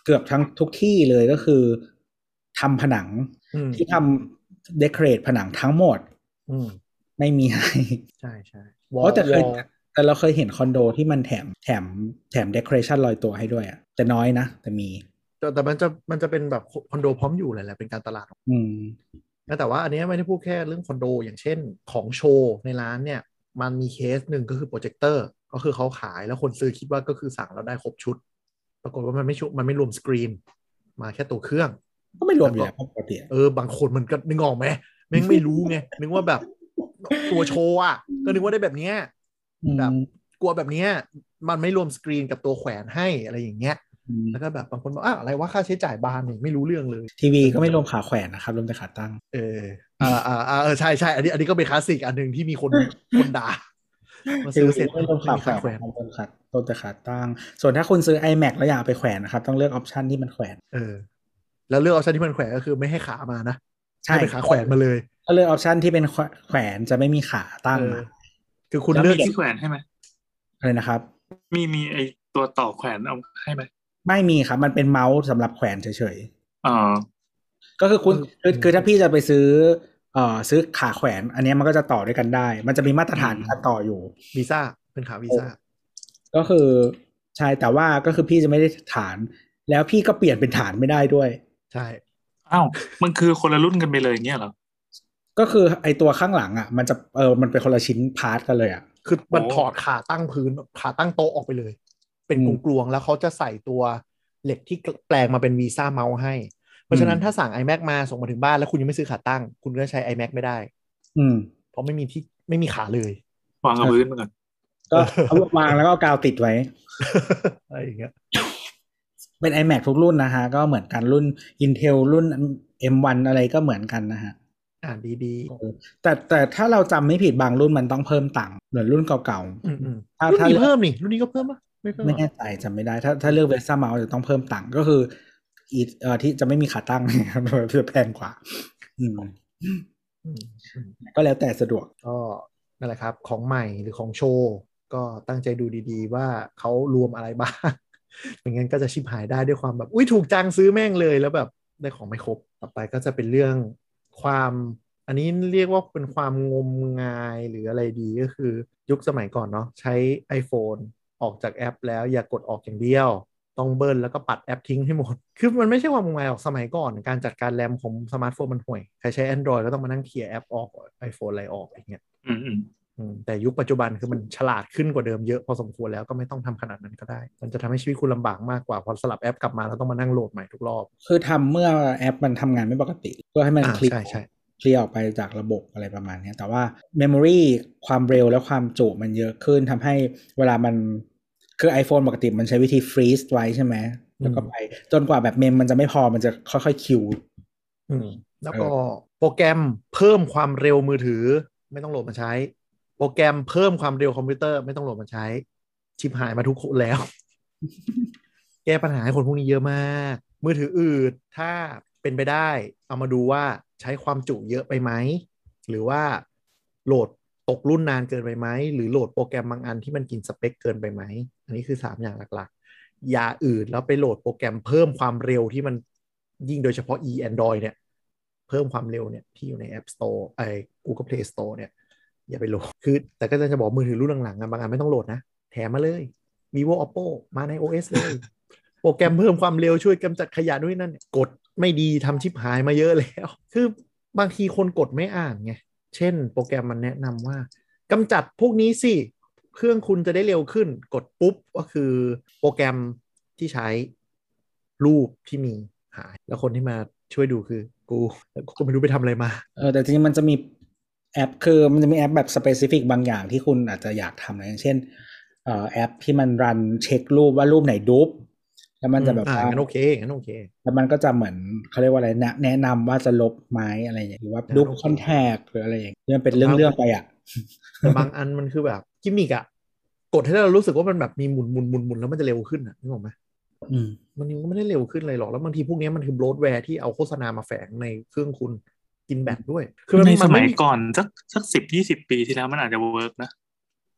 เกือบทั้งทุกที่เลยก็คือทำผนังที่ทำเดคอเรทผนังทั้งหมดไม่มีให้ใช่ใช่เพราะแต่เคยแต่เราเคยเห็นคอนโดที่มันแถมแถมแถมเดคอเรชันลอยตัวให้ด้วยอ่ะแต่น้อยนะแต่มีแต่แต่มันจะมันจะเป็นแบบคอนโดพร้อมอยู่เลยแหละเป็นการตลาดอืมแต่ว่าอันนี้ไม่ได้พูดแค่เรื่องคอนโดอย่างเช่นของโชว์ในร้านเนี่ยมันมีเคสหนึ่งก็คือโปรเจคเตอร์ก็คือเขาขายแล้วคนซื้อคิดว่าก็คือสั่งแล้วได้ครบชุดปรากฏว่ามันไม่ชุดมันไม่รวมสกรีนมาแค่ตัวเครื่องก็ไม่รวมอยู่แล้วปกติเออบางคนมันก็นึกออกไหมแม่งไม่รู้ไงนึกว่าแบบตัวโชว์อ่ะก็นึกว่าได้แบบเนี้ยแบบกลัวแบบเนี้ยมันไม่รวมสกรีนกับตัวแขวนให้อะไรอย่างเงี้ยแล้วก็แบบบางคนบอกอ้าวอะไรว่าค่าใช้จ่ายบานนี่ไม่รู้เรื่องเลยทีวีก็ไม่รวมขาแขวนนะครับรวมแต่ขาตั้งเอออ่าอ่าอ่าเออใช่ใช่อันนี้อันนี้ก็เป็นคลาสสิกอันหนึ่งที่มีคนคนด่ามาซื้อเสร็จไม่รวมขาแขวนรวมขารวมแต่ขาตั้งส่วนถ้าคุณซื้อ iMac แล้วอยากไปแขวนนะครับต้องเลือกออปชันที่มันแขวนเออแล้วเลือกออปชันที่มันแขวนก็คือไม่ให้ขามานะใช่เป็นขาแขวนมาเลยถ้าเลือกออปชันที่เป็นแขวนจะไม่มีขาตั้งคือคุณเลือกที่แขวนให้ไหมอะไรนะครับมีมีไอตัวต่อแขวนเอาให้ไหมไม่มีครับมันเป็นเมาส์สำหรับแขวนเฉยๆอ๋อก็คือคุณคือคือถ้าพี่จะไปซื้อเอ่อซื้อขาแขวนอันนี้มันก็จะต่อด้วยกันได้มันจะมีมาตรฐานการต่ออยู่วีซ่าเป็นขาวีซ่าก็คือใช่แต่ว่าก็คือพี่จะไม่ได้ฐานแล้วพี่ก็เปลี่ยนเป็นฐานไม่ได้ด้วยใช่อ้าวมันคือคนละรุ่นกันไปเลยอย่างเงี้ยเหรอก็คือไอตัวข้างหลังอ่ะมันจะเออมันเป็นคนละชิ้นพาร์ทกันเลยอ่ะคือมันถอดขาตั้งพื้นขาตั้งโต๊ะออกไปเลยเป็นกลวงๆแล้วเขาจะใส่ตัวเหล็กที่แปลงมาเป็นวีซ่าเมาส์ให้เพราะฉะนั้นถ้าสั่ง iMac มาส่งมาถึงบ้านแล้วคุณยังไม่ซื้อขาตั้งคุณก็ใช้ iMac ไม่ได้อืมเพราะไม่มีที่ไม่มีขาเลยวางกับพื้นมาก่อนก็เอาวางแล้วก็กาวติดไว้อะไรอย่างเงี้ยเป็น iMac ทุกรุ่นนะฮะก็เหมือนกันรุ่น Intel รุ่น เอ็ม วัน อะไรก็เหมือนกันนะฮะอ่าดีๆแต่แต่ถ้าเราจำไม่ผิดบางรุ่นมันต้องเพิ่มตังค์เหมือนรุ่นเก่าๆถ้ารุ่นนี้เพิ่มนี่รุ่นนี้ก็เพิ่มป่ะไม่ไม่แน่ใจจำไม่ได้ถ้าถ้าเลือกเวสซ่าเมาส์จะต้องเพิ่มตังค์ก็คืออีเอ่อที่จะไม่มีขาตั้งนะครับจะแพงกว่าอืมก็แล้วแต่สะดวกก็นั่นแหละครับของใหม่หรือของโชว์ก็ตั้งใจดูดีๆว่าเขารวมอะไรบ้างไม่งั้นก็จะชิบหายได้ด้วยความแบบอุ้ยถูกจังซื้อแม่งเลยแล้วแบบได้ของไม่ครบต่อไปก็จะเป็นเรื่องความอันนี้เรียกว่าเป็นความงมงายหรืออะไรดีก็คือยุคสมัยก่อนเนาะใช้ iPhone ออกจากแอปแล้วอย่ากดออกอย่างเดียวต้องเบิร์นแล้วก็ปัดแอปทิ้งให้หมดคือมันไม่ใช่ความงมงายหรอกสมัยก่อนการจัดการแรมของสมาร์ทโฟนมันห่วยใครใช้ Android ก็ต้องมานั่งเคลียร์แอปออก iPhone อะไรออกอย่างเงี้ยแต่ยุคปัจจุบันคือมันฉลาดขึ้นกว่าเดิมเยอะพอสมควรแล้วก็ไม่ต้องทำขนาดนั้นก็ได้มันจะทำให้ชีวิตคุณลำบากมากกว่าพอสลับแอปกลับมาแล้วต้องมานั่งโหลดใหม่ทุกรอบคือทำเมื่อแอปมันทำงานไม่ปกติเพื่อให้มันคลิกใช่ใช่เคลียร์ออกไปจากระบบอะไรประมาณนี้แต่ว่า Memory ความเร็วและความจุมันเยอะขึ้นทำให้เวลามันคือ iPhone ปกติมันใช้วิธี freeze ไว้ใช่ไหมแล้วก็ไปจนกว่าแบบเมมมันจะไม่พอมันจะค่อยๆคิวแล้วก็โปรแกรมเพิ่มความเร็วมือถือไม่ต้องโหลดมาใช้โปรแกรมเพิ่มความเร็วคอมพิวเตอร์ไม่ต้องโหลดมาใช้ชิบหายมาทุกคนแล้ว แก้ปัญหาให้คนพวกนี้เยอะมากมือถืออื่นถ้าเป็นไปได้เอามาดูว่าใช้ความจุเยอะไปไหมหรือว่าโหลดตกรุ่นนานเกินไปไหมหรือโหลดโปรแกรมบางอันที่มันกินสเปคเกินไปไหมอันนี้คือสามอย่างหลักๆอย่าอื่นแล้วไปโหลดโปรแกรมเพิ่มความเร็วที่มันยิ่งโดยเฉพาะ e Android เนี่ยเพิ่มความเร็วเนี่ยที่อยู่ใน App Store ไอ้ Google Play Store เนี่ยอย่าไปโหลดคือแต่ก็จะบอกมือถือรุ่นหลังๆบางอันไม่ต้องโหลดนะแถมมาเลย vivo oppo มาใน โอ เอส เลยโปรแกรมเพิ่มความเร็วช่วยกำจัดขยะด้วยนั่นกดไม่ดีทำชิปหายมาเยอะแล้วคือบางทีคนกดไม่อ่านไงเช่นโปรแกรมมันแนะนำว่ากำจัดพวกนี้สิเครื่องคุณจะได้เร็วขึ้นกดปุ๊บก็คือโปรแกรมที่ใช้รูปที่มีหายแล้วคนที่มาช่วยดูคือกูกูไม่รู้ไปทำอะไรมาเออแต่จริงๆมันจะมีแอปคือมันจะมีแอปแบบสเปซิฟิกบางอย่างที่คุณอาจจะอยากทำนะอย่างเช่นเอ่อแอปที่มันรันเช็ครูปว่ารูปไหนดูปแล้วมันจะแบบว่างั้นโอเคงั้นโอเคแล้วมันก็จะเหมือนเขาเรียกว่าอะไรแนะนำว่าจะลบไหมอะไรอย่างหรือว่าดูคอนแทคหรืออะไรอย่างเงี้ยมันเป็นเรื่องๆไปอ่ะแต่บางอันมันคือแบบกิมมิกอ่ะกดให้เรารู้สึกว่ามันแบบมีหมุนหมุนหมุนหมุนแล้วมันจะเร็วขึ้นอ่ะนึกออกไหมมันก็ไม่ได้เร็วขึ้นเลยหรอกแล้วบางทีพวกนี้มันคือโบรดแวร์ที่เอาโฆษณามาแฝงในเครื่องคุณกินแบตด้วยคือในสมัยก่อนสักสักสิบยี่สิบปีที่แล้วมันอาจจะเวิร์กนะ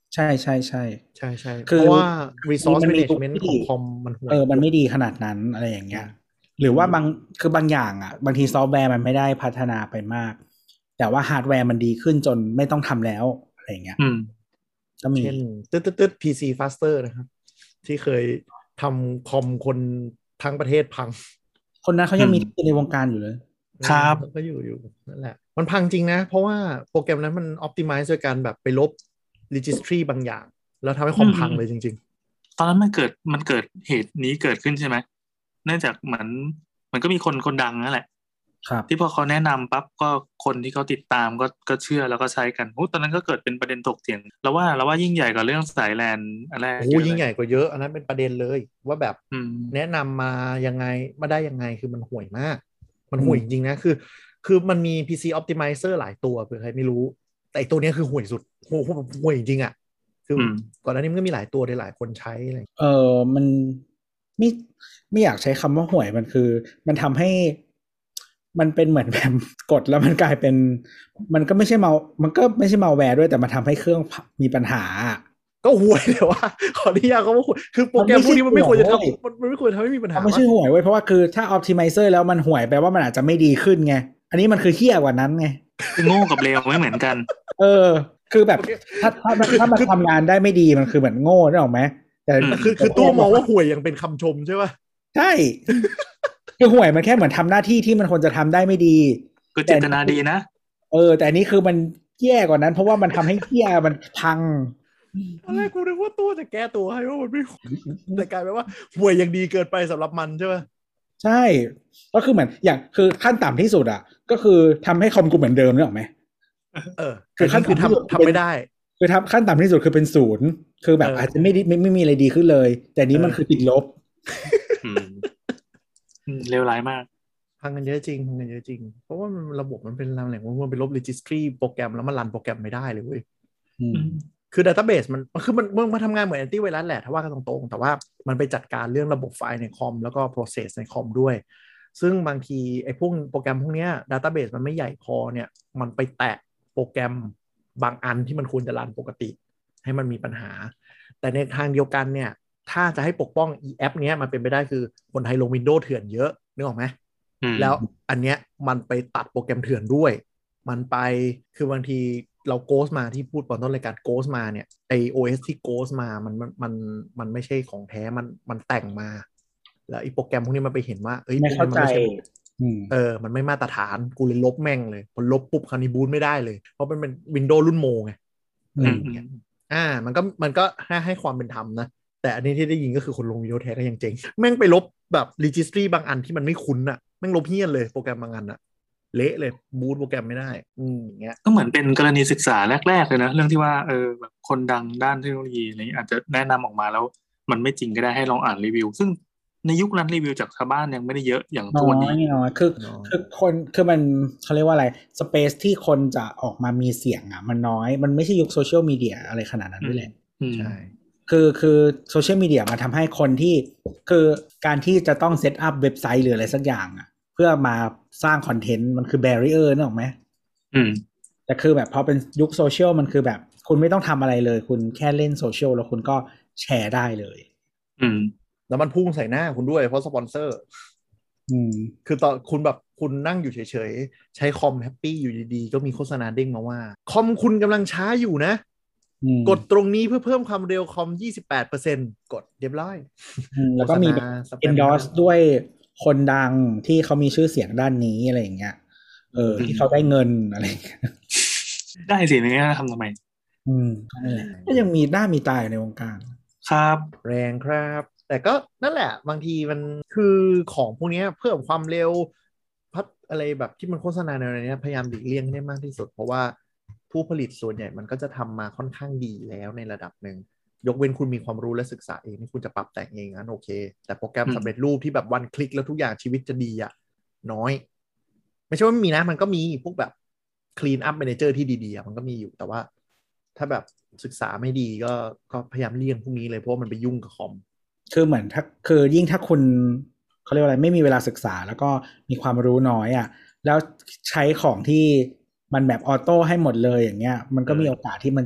ใช่ใช่ใช่ใช่ใช่คือเพราะว่า resource มันมี management ที่ของคอมมันห่วยเออมันไม่ดีขนาดนั้นอะไรอย่างเงี้ย หรือว่าบางคือบางอย่างอ่ะบางทีซอฟต์แวร์มันไม่ได้พัฒนาไปมาก แต่ว่าฮาร์ดแวร์มันดีขึ้นจนไม่ต้องทำแล้วอะไรอย่างเงี้ยอืมก็มีเช่นตึ๊ดตึ๊ดตึ๊ด พี ซี faster นะครับ ที่เคยทำคอมคนทั้งประเทศพังคนนั้นเขายังมีอืมที่ในวงการอยู่เลยครับเออก็อยู่อยู่นั่นแหละ มันพังจริงนะ เพราะว่าโปรแกรมนั้นมัน optimize โดยการแบบไปลบ registry บางอย่าง แล้วทำให้คอมพังเลยจริงตอนนั้นมันเกิดมันเกิดเหตุนี้เกิดขึ้นใช่ไหมเนื่องจากเหมือนมันก็มีคนคนดังนั่นแหละครับที่พอเขาแนะนำปั๊บก็คนที่เขาติดตามก็ก็เชื่อแล้วก็ใช้กันโอ้ตอนนั้นก็เกิดเป็นประเด็นถกเถียงแล้วว่าเราว่ายิ่งใหญ่กว่าเรื่องสายแลนอันแรๆกโอ้โหเยอะยิ่งเลใหญ่ยกว่าเยอะ อันนั้นเป็นประเด็นเลย ว่าแบบอืมแนะนำมายังไงมาได้ยังไงคือมันห่วยมาก มันอืมห่วยจริงๆนะคือ คือมันมี พี ซี optimizer หลายตัวเผื่อใครไม่รู้ แต่ไอ้ตัวเนี้ยคือห่วยสุดโหโหห่วยจริงๆอ่ะคืออมก่อนหน้านี้มันก็มีหลายตัวเลยหลายคนใช้อะไรเออมันไม่ไม่อยากใช้คำว่าห่วยมันคือ มันทำให้ มันเป็นเหมือนแบบ กดแล้วมันกลายเป็น มันก็ไม่ใช่เมามันก็ไม่ใช่มัลแวร์ด้วยแต่มันทำให้เครื่องมีปัญหาก็ห่วยแต่ว่า ขออนุญาตเขาว่าห่วยคือโปรแกรมพวกนี้มันไม่ควรจะทำมันมันไม่ควรทำให้มีปัญหามันไม่ใช่ห่วยเว้ยเพราะว่าคือถ้า optimizer แล้วมันห่วยแปลว่ามันอาจจะไม่ดีขึ้นไง อันนี้มันคือเหี้ยกว่านั้นไงคือโง่กับเลวไม่เหมือนกันเออ คือแบบถ้าถ้ามันถ้ามันทำงานได้ไม่ดีมันคือเหมือนโง่ได้หรอกไหมแต่อืมคือคือตัวมองว่าห่วยยังเป็นคำชมใช่ป่ะใช่ คือห่วยมันแค่เหมือนทำหน้าที่ที่มันควรจะทำได้ไม่ดีคือเจตนาดีนะเออ แต่อันนี้คือมันแย่กว่านั้น เพราะว่ามันทำให้เหี้ยมันพังตอนแรกกูนึกว่าตัวจะแก้ตัวให้ว่ามันไม่ห่วยแต่กลายเป็นว่าห่วยยังดีเกินไปสำหรับมันใช่ป่ะใช่ ก็คือเหมือนอย่างคือขั้นต่ำที่สุดอ่ะ ก็คือทำให้คอมกูเหมือนเดิมนึกออกไหมเออคือขั้นคือต่ำที่สุดทำทำไม่ได้คือทำขั้นต่ำที่สุดคือเป็นศูนย์คือแบบเออออาจจะไม่ได้ไม่ไม่มีอะไรดีขึ้นเลย แต่นี้มันเออคือติดลบอืมอืมเลวร้ายมากพังกันเยอะจริงพังกันเยอะจริง เพราะว่ามันระบบมันเป็นอะไรแหล่งมันเป็นลบ registry โปรแกรมแล้วมันรันโปรแกรมไม่ได้เลยเว้ยอืมอืมคือ database มันคือมันมันมาทำงานเหมือนแอนตี้ไวรัสแหละถ้าว่ากันตรงๆ แต่ว่ามันไปจัดการเรื่องระบบไฟล์ในคอมแล้วก็ process ในคอมด้วย ซึ่งบางทีไอ้พวกโปรแกรมพวกเนี้ย database มันไม่ใหญ่พอเนี่ยมันไปแตะโปรแกรมบางอันที่มันควรจะรันปกติให้มันมีปัญหา แต่ในทางเดียวกันเนี่ยถ้าจะให้ปกป้องอีแอปเนี้ยมันเป็นไปได้คือคนไทยลง Windows เถื่อนเยอะนึกออกไหมอืมแล้วอันเนี้ยมันไปตัดโปรแกรมเถื่อนด้วย มันไปคือบางทีเราโกสมาที่พูดตอนต้นรายการโกสมาเนี่ยไอโอเอสที่โกสมามันมันมันมันไม่ใช่ของแท้มันมันแต่งมา แล้วไอโปรแกรมพวกนี้มันไปเห็นว่าเอ้ยไม่เข้าใจพวกนี้มันไม่ช่อืมเออมันไม่มาตรฐานกูเลยลบแม่งเลยพอลบปุ๊บคราวนี้บูตไม่ได้เลย เพราะมันเป็นวินโดว์รุ่นโมไงอือืมมอืมอ่ามันก็มันก็ให้ให้ความเป็นธรรมนะ แต่อันนี้ที่ได้ยินก็คือคนลงวิดีโอแท้ก็ยังเจ๋งแม่งไปลบแบบ registry บางอันที่มันไม่คุ้นอะแม่งลบเฮี้ยนเลยโปรแกรมบางอันอะเละเลยบูตโปรแกรมไม่ได้ อืมอย่างเงี้ยก็เหมือนเป็นกรณีศึกษาแรกๆเลยนะ เรื่องที่ว่าเออแบบคนดังด้านเทคโนโลยีอะไรเงี้ยอาจจะแนะนำออกมาแล้ว มันไม่จริงก็ได้ให้ลองอ่านรีวิว ซึ่งในยุคนั้นรีวิวจากชาวบ้านยังไม่ได้เยอะอย่างทุกน้วันอยนี้น้อยคือน้อยคือคนคือมันเขาเรียกว่าอะไรสเปซที่คนจะออกมามีเสียงอ่ะ มันน้อยมันไม่ใช่ยุคโซเชียลมีเดียอะไรขนาดนั้นด้วยแหละอืมใช่คือคือโซเชียลมีเดียมาทำให้คนที่คือการที่จะต้องเซตอัพเว็บไซต์หรืออะไรสักอย่างอ่ะ เพื่อมาสร้างคอนเทนต์มันคือแบเรียร์นึกออกไหมอืมแต่คือแบบพอเป็นยุคโซเชียลมันคือแบบคุณไม่ต้องทำอะไรเลย คุณแค่เล่นโซเชียลแล้วคุณก็แชร์ได้เลยอืมแล้วมันพุ่งใส่หน้าคุณด้วยเพราะสปอนเซอร์อืมคือตอนคุณแบบคุณนั่งอยู่เฉยๆ ใช้คอมแฮปปี้อยู่ดีๆ ก็มีโฆษณาเด้งมาว่า คอมคุณกำลังช้าอยู่นะอืมกดตรงนี้เพื่อเพิ่มความเร็วคอม ยี่สิบแปดเปอร์เซ็นต์ กดเรียบร้อยอืมแล้วก็มีแบบโฆษณาสแปม endorse ด้วยคนดังที่เขามีชื่อเสียงด้านนี้อะไรอย่างเงี้ย เอออืมที่เขาได้เงินอะไรอย่างเงี้ยได้สิไม่งั้นทำทำไมอืมนั่นแหละก็ยังมีหน้ามีตาอยู่ในวงการครับแรงครับ แต่ก็นั่นแหละบางทีมันคือของพวกนี้เพิ่มความเร็วพัดอะไรแบบที่มันโฆษณาในอะไรเนี้ยพยายามหลีกเลี่ยงให้ได้มากที่สุด เพราะว่าผู้ผลิตส่วนใหญ่มันก็จะทำมาค่อนข้างดีแล้วในระดับหนึ่งยกเว้นคุณมีความรู้และศึกษาเองที่คุณจะปรับแต่งเองนั้นโอเค แต่โปรแกรมอืมสำเร็จรูปที่แบบวันคลิกแล้วทุกอย่างชีวิตจะดีอะน้อย ไม่ใช่ว่าไม่มีนะมันก็มีพวกแบบ clean up manager ที่ดีๆอะมันก็มีอยู่แต่ว่า ถ้าแบบศึกษาไม่ดีก็ก็พยายามเลี่ยงพวกนี้เลยเพราะว่ามันไปยุ่งกับคอมคือเหมือนถ้าคือยิ่งถ้าคุณเขาเรียกว่าอะไรไม่มีเวลาศึกษาแล้วก็มีความรู้น้อยอ่ะแล้วใช้ของที่มันแบบออโต้ให้หมดเลยอย่างเงี้ย มันก็มีโอกาสที่มันจะ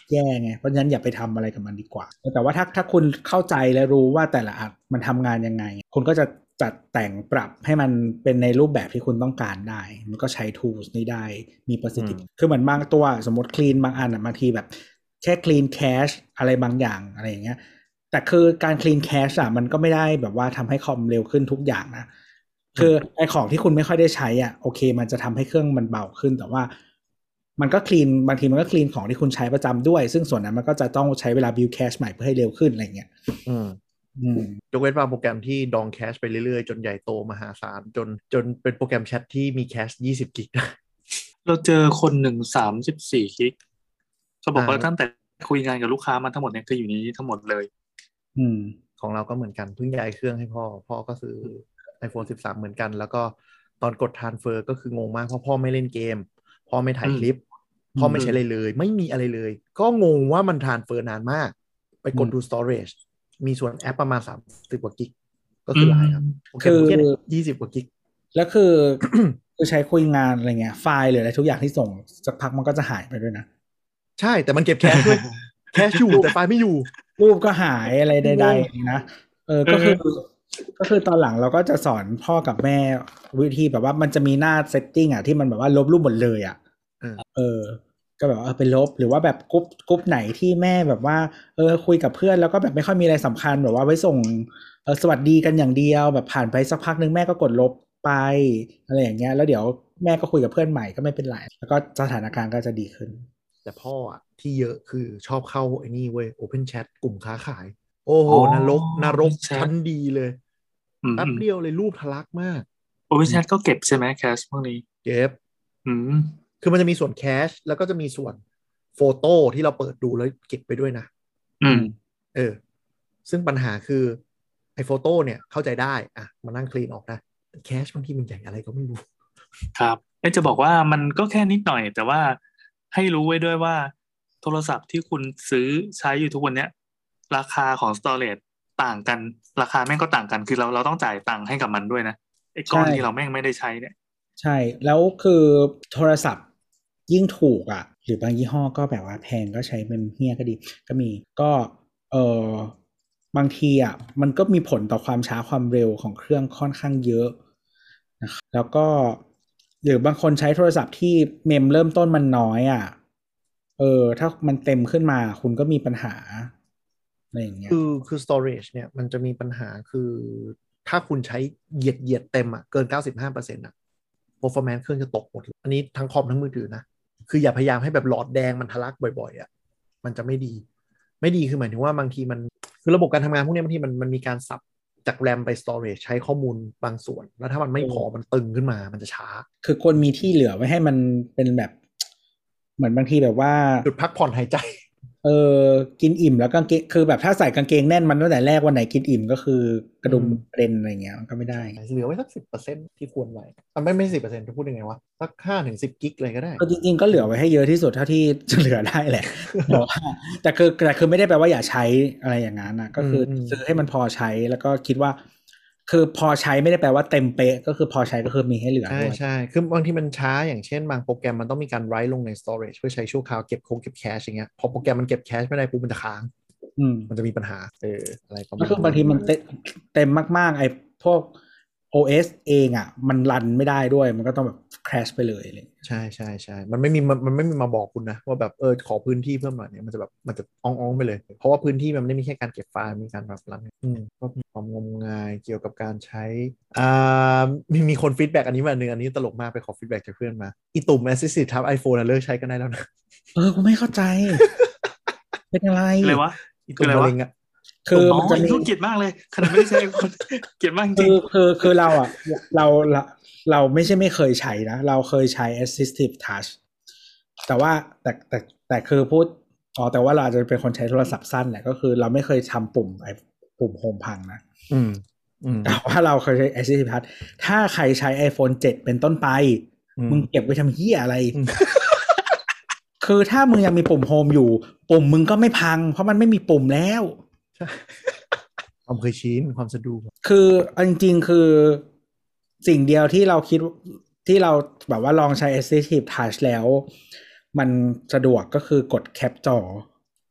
แย่ไงเพราะฉะนั้นอย่าไปทำอะไรกับมันดีกว่าแต่ว่าถ้าถ้าคุณเข้าใจและรู้ว่าแต่ละอันมันทำงานยังไงคุณก็จะจัดแต่งปรับให้มันเป็นในรูปแบบที่คุณต้องการได้มันก็ใช้ tools นี้ได้มีประสิทธิภาพคือเหมือนบางตัวสมมติ clean บางอันอ่ะบางทีแบบแค่ clean cache อะไรบางอย่างอะไรอย่างเงี้ยแต่คือการ clean cache อ่ะมันก็ไม่ได้แบบว่าทำให้คอมเร็วขึ้นทุกอย่างนะคือไอของที่คุณไม่ค่อยได้ใช้อ่ะโอเคมันจะทำให้เครื่องมันเบาขึ้นแต่ว่ามันก็ clean บางทีมันก็ clean ของที่คุณใช้ประจำด้วยซึ่งส่วนนั้นมันก็จะต้องใช้เวลา build cache ใหม่เพื่อให้เร็วขึ้นอะไรเงี้ยยกเว้นบางโปรแกรมที่ดองแคชไปเรื่อยๆจนใหญ่โตมหาศาลจนจนเป็นโปรแกรมแชทที่มีแคชยี่สิบกิกเราเจอคนหนึ่งสามสิบสี่กิกเขาบอกว่าตั้งแต่คุยงานกับลูกค้ามาทั้งหมดเนี่ยคืออยู่ในนี้ทั้งหมดเลยอืมของเราก็เหมือนกันเพิ่งย้ายเครื่องให้พ่อพ่อก็ซื้อ iPhone สิบสามเหมือนกันแล้วก็ตอนกด transfer ก็คืองงมากเพราะพ่อไม่เล่นเกมพ่อไม่ถ่ายคลิปพ่อไม่ใช้อะไรเลยไม่มีอะไรเลยก็งงว่ามัน transfer นานมากไปกดดู storage มีส่วนแอปประมาณสามสิบกว่ากิกก็คือหลายครับคือยี่สิบกว่ากิกแล้วคือ คือใช้คุยงานอะไรเงี้ยไฟล์หรืออะไรทุกอย่างที่ส่งสักพักมันก็จะหายไปด้วยนะใช่แต่มันเก็บแคชด้วยแคชอยู่แต่ไฟล์ไม่อยู่รูปก็หายอะไรใดๆนะเออก็คือก็คือตอนหลังเราก็จะสอนพ่อกับแม่วิธีแบบว่ามันจะมีหน้าเซตติ้งอ่ะที่มันแบบว่าลบรูปหมดเลยอ่ะเออก็แบบว่าไปลบหรือว่าแบบกรุ๊ปกรุ๊ปไหนที่แม่แบบว่าเออคุยกับเพื่อนแล้วก็แบบไม่ค่อยมีอะไรสำคัญแบบว่าไว้ส่งเออสวัสดีกันอย่างเดียวแบบผ่านไปสักพักนึงแม่ก็กดลบไปอะไรอย่างเงี้ยแล้วเดี๋ยวแม่ก็คุยกับเพื่อนใหม่ก็ไม่เป็นไรแล้วก็สถานการณ์ก็จะดีขึ้นแต่พ่ออ่ะที่เยอะคือชอบเข้าไอ้นี่เว้ย Open Chat กลุ่มค้าขายโอ้โหนรกนรกชั้นดีเลยแป๊บเดียวเลยรูปทะลักมาก Open Chat ก็เก็บใช่ไหมแคชพวกนี้เก็บอืมคือมันจะมีส่วนแคชแล้วก็จะมีส่วนโฟโต้ที่เราเปิดดูแล้วเก็บไปด้วยนะอืมเออซึ่งปัญหาคือไอ้โฟโต้เนี่ยเข้าใจได้อ่ะมานั่งคลีนออกนะแคชบางทีมันใหญ่อะไรก็ไม่รู้ครับจะบอกว่ามันก็แค่นิดหน่อยแต่ว่าให้รู้ไว้ด้วยว่าโทรศัพท์ที่คุณซื้อใช้อยู่ทุกวันเนี้ยราคาของ storage ต่างกันราคาแม่งก็ต่างกันคือเราเราต้องจ่ายตังค์ให้กับมันด้วยนะไอ้ก้อนที่เราแม่งไม่ได้ใช้เนี่ยใช่แล้วคือโทรศัพท์ยิ่งถูกอ่ะหรือบางยี่ห้อก็แบบว่าแพงก็ใช้เป็นเฮี้ยก็ดีก็มีก็เออบางทีอ่ะมันก็มีผลต่อความช้าความเร็วของเครื่องค่อนข้างเยอะนะครับแล้วก็หรือบางคนใช้โทรศัพท์ที่เมมเริ่มต้นมันน้อยอ่ะเออถ้ามันเต็มขึ้นมาคุณก็มีปัญหาอะไรอย่างเงี้ยคือคือ storage เนี่ยมันจะมีปัญหาคือถ้าคุณใช้เหยียดเหยียดเต็มอ่ะเกิน เก้าสิบห้าเปอร์เซ็นต์ อ่ะ performance เครื่องจะตกหมดอันนี้ทั้งคอมทั้งมือถือนะคืออย่าพยายามให้แบบหลอดแดงมันทะลักบ่อยๆอ่ะมันจะไม่ดีไม่ดีคือหมายถึงว่าบางทีมันคือระบบการทำงานพวกนี้บางทีมันมันมีการสับจากแรมไป storage ใช้ข้อมูลบางส่วนแล้วถ้ามันไม่พอมันตึงขึ้นมามันจะช้าคือคนมีที่เหลือไว้ให้มันเป็นแบบเหมือนบางทีแบบว่าจุดพักผ่อนหายใจเออกินอิ่มแล้วกางเกงคือแบบถ้าใส่กางเกงแน่นมันตั้งแต่แรกวันไหนกินอิ่มก็คือกระดุมเรนอะไรเงี้ยมันก็ไม่ได้เหลือไว้สักสิบเปอร์เซ็นต์ที่ควรไว้อ่ะไม่ไม่สิบเปอร์เซ็นต์จะพูดยังไงวะสักห้าถึงสิบกิกเลยก็ได้ก็จริงๆก็เหลือไว้ให้เยอะที่สุดเท่าที่จะเหลือได้แหละแต่คือแต่คือไม่ได้แปลว่าอย่าใช้อะไรอย่างนั้นนะก็คือซื้อให้มันพอใช้แล้วก็คิดว่าคือพอใช้ไม่ได้แปลว่าเต็มเป๊ะก็คือพอใช้ก็คือมีให้เหลือใช่ใช่คือบางทีมันช้าอย่างเช่นบางโปรแกรมมันต้องมีการไรท์ลงใน storage เพื่อใช้ชั่วคราวเก็บคงเก็บแคชอย่างเงี้ยพอโปรแกรมมันเก็บแคชไม่ได้ปุ๊บมันจะค้างมันจะมีปัญหาเอออะไรประมาณก็คือบางทีมันเต็มมากๆไอ้พวก โอ เอส เองอ่ะมันรันไม่ได้ด้วยมันก็ต้องแบบแครชไปเลยอะไรใช่ใช่ใช่มันไม่มีมันไม่มีมาบอกคุณนะว่าแบบเออขอพื้นที่เพิ่มหน่อยเนี่ยมันจะแบบมันจะอ่องๆไปเลยเพราะว่าพื้นที่มันไม่ได้มีแค่การเก็บไฟล์มีการแบบรันอืมก็มีความงมงายเกี่ยวกับการใช้อ่ามีมีคนฟีดแบ็กอันนี้มาหนึ่งอันนี้ตลกมากไปขอฟีดแบ็กจากเพื่อนมาอีตุ่ม Assistive Tab iPhone นะเลิกใช้กันได้แล้วนะเออกูไม่เข้าใจเป็นอะไรอะไรวะอีตุ่มมะเร็งอะคือมันจะมีเกลียดมากเลยขนาดไม่ได้ใช้คนเกลียดมากจริงคือคือคือเราอ่ะเราเราเราไม่ใช่ไม่เคยใช้นะเราเคยใช้ Assistive Touch แต่ว่าแต่แต่แต่คือพูดอ๋อแต่ว่าเราอาจจะเป็นคนใช้โทรศัพท์สั้นแหละก็คือเราไม่เคยทำปุ่มไอ้ปุ่มโฮมพังนะอืมแต่ว่าเราเคยใช้ Assistive Touch ถ้าใครใช้ iPhone เจ็ดเป็นต้นไปมึงเก็บไว้ทำเหี้ยอะไรคือถ้ามึงยังมีปุ่มโฮมอยู่ปุ่มมึงก็ไม่พังเพราะมันไม่มีปุ่มแล้วความเคยชินความสะดวกคือจริงๆคือสิ่งเดียวที่เราคิดที่เราแบบว่าลองใช้ Assistive Touch แล้วมันสะดวกก็คือกดแคปจอ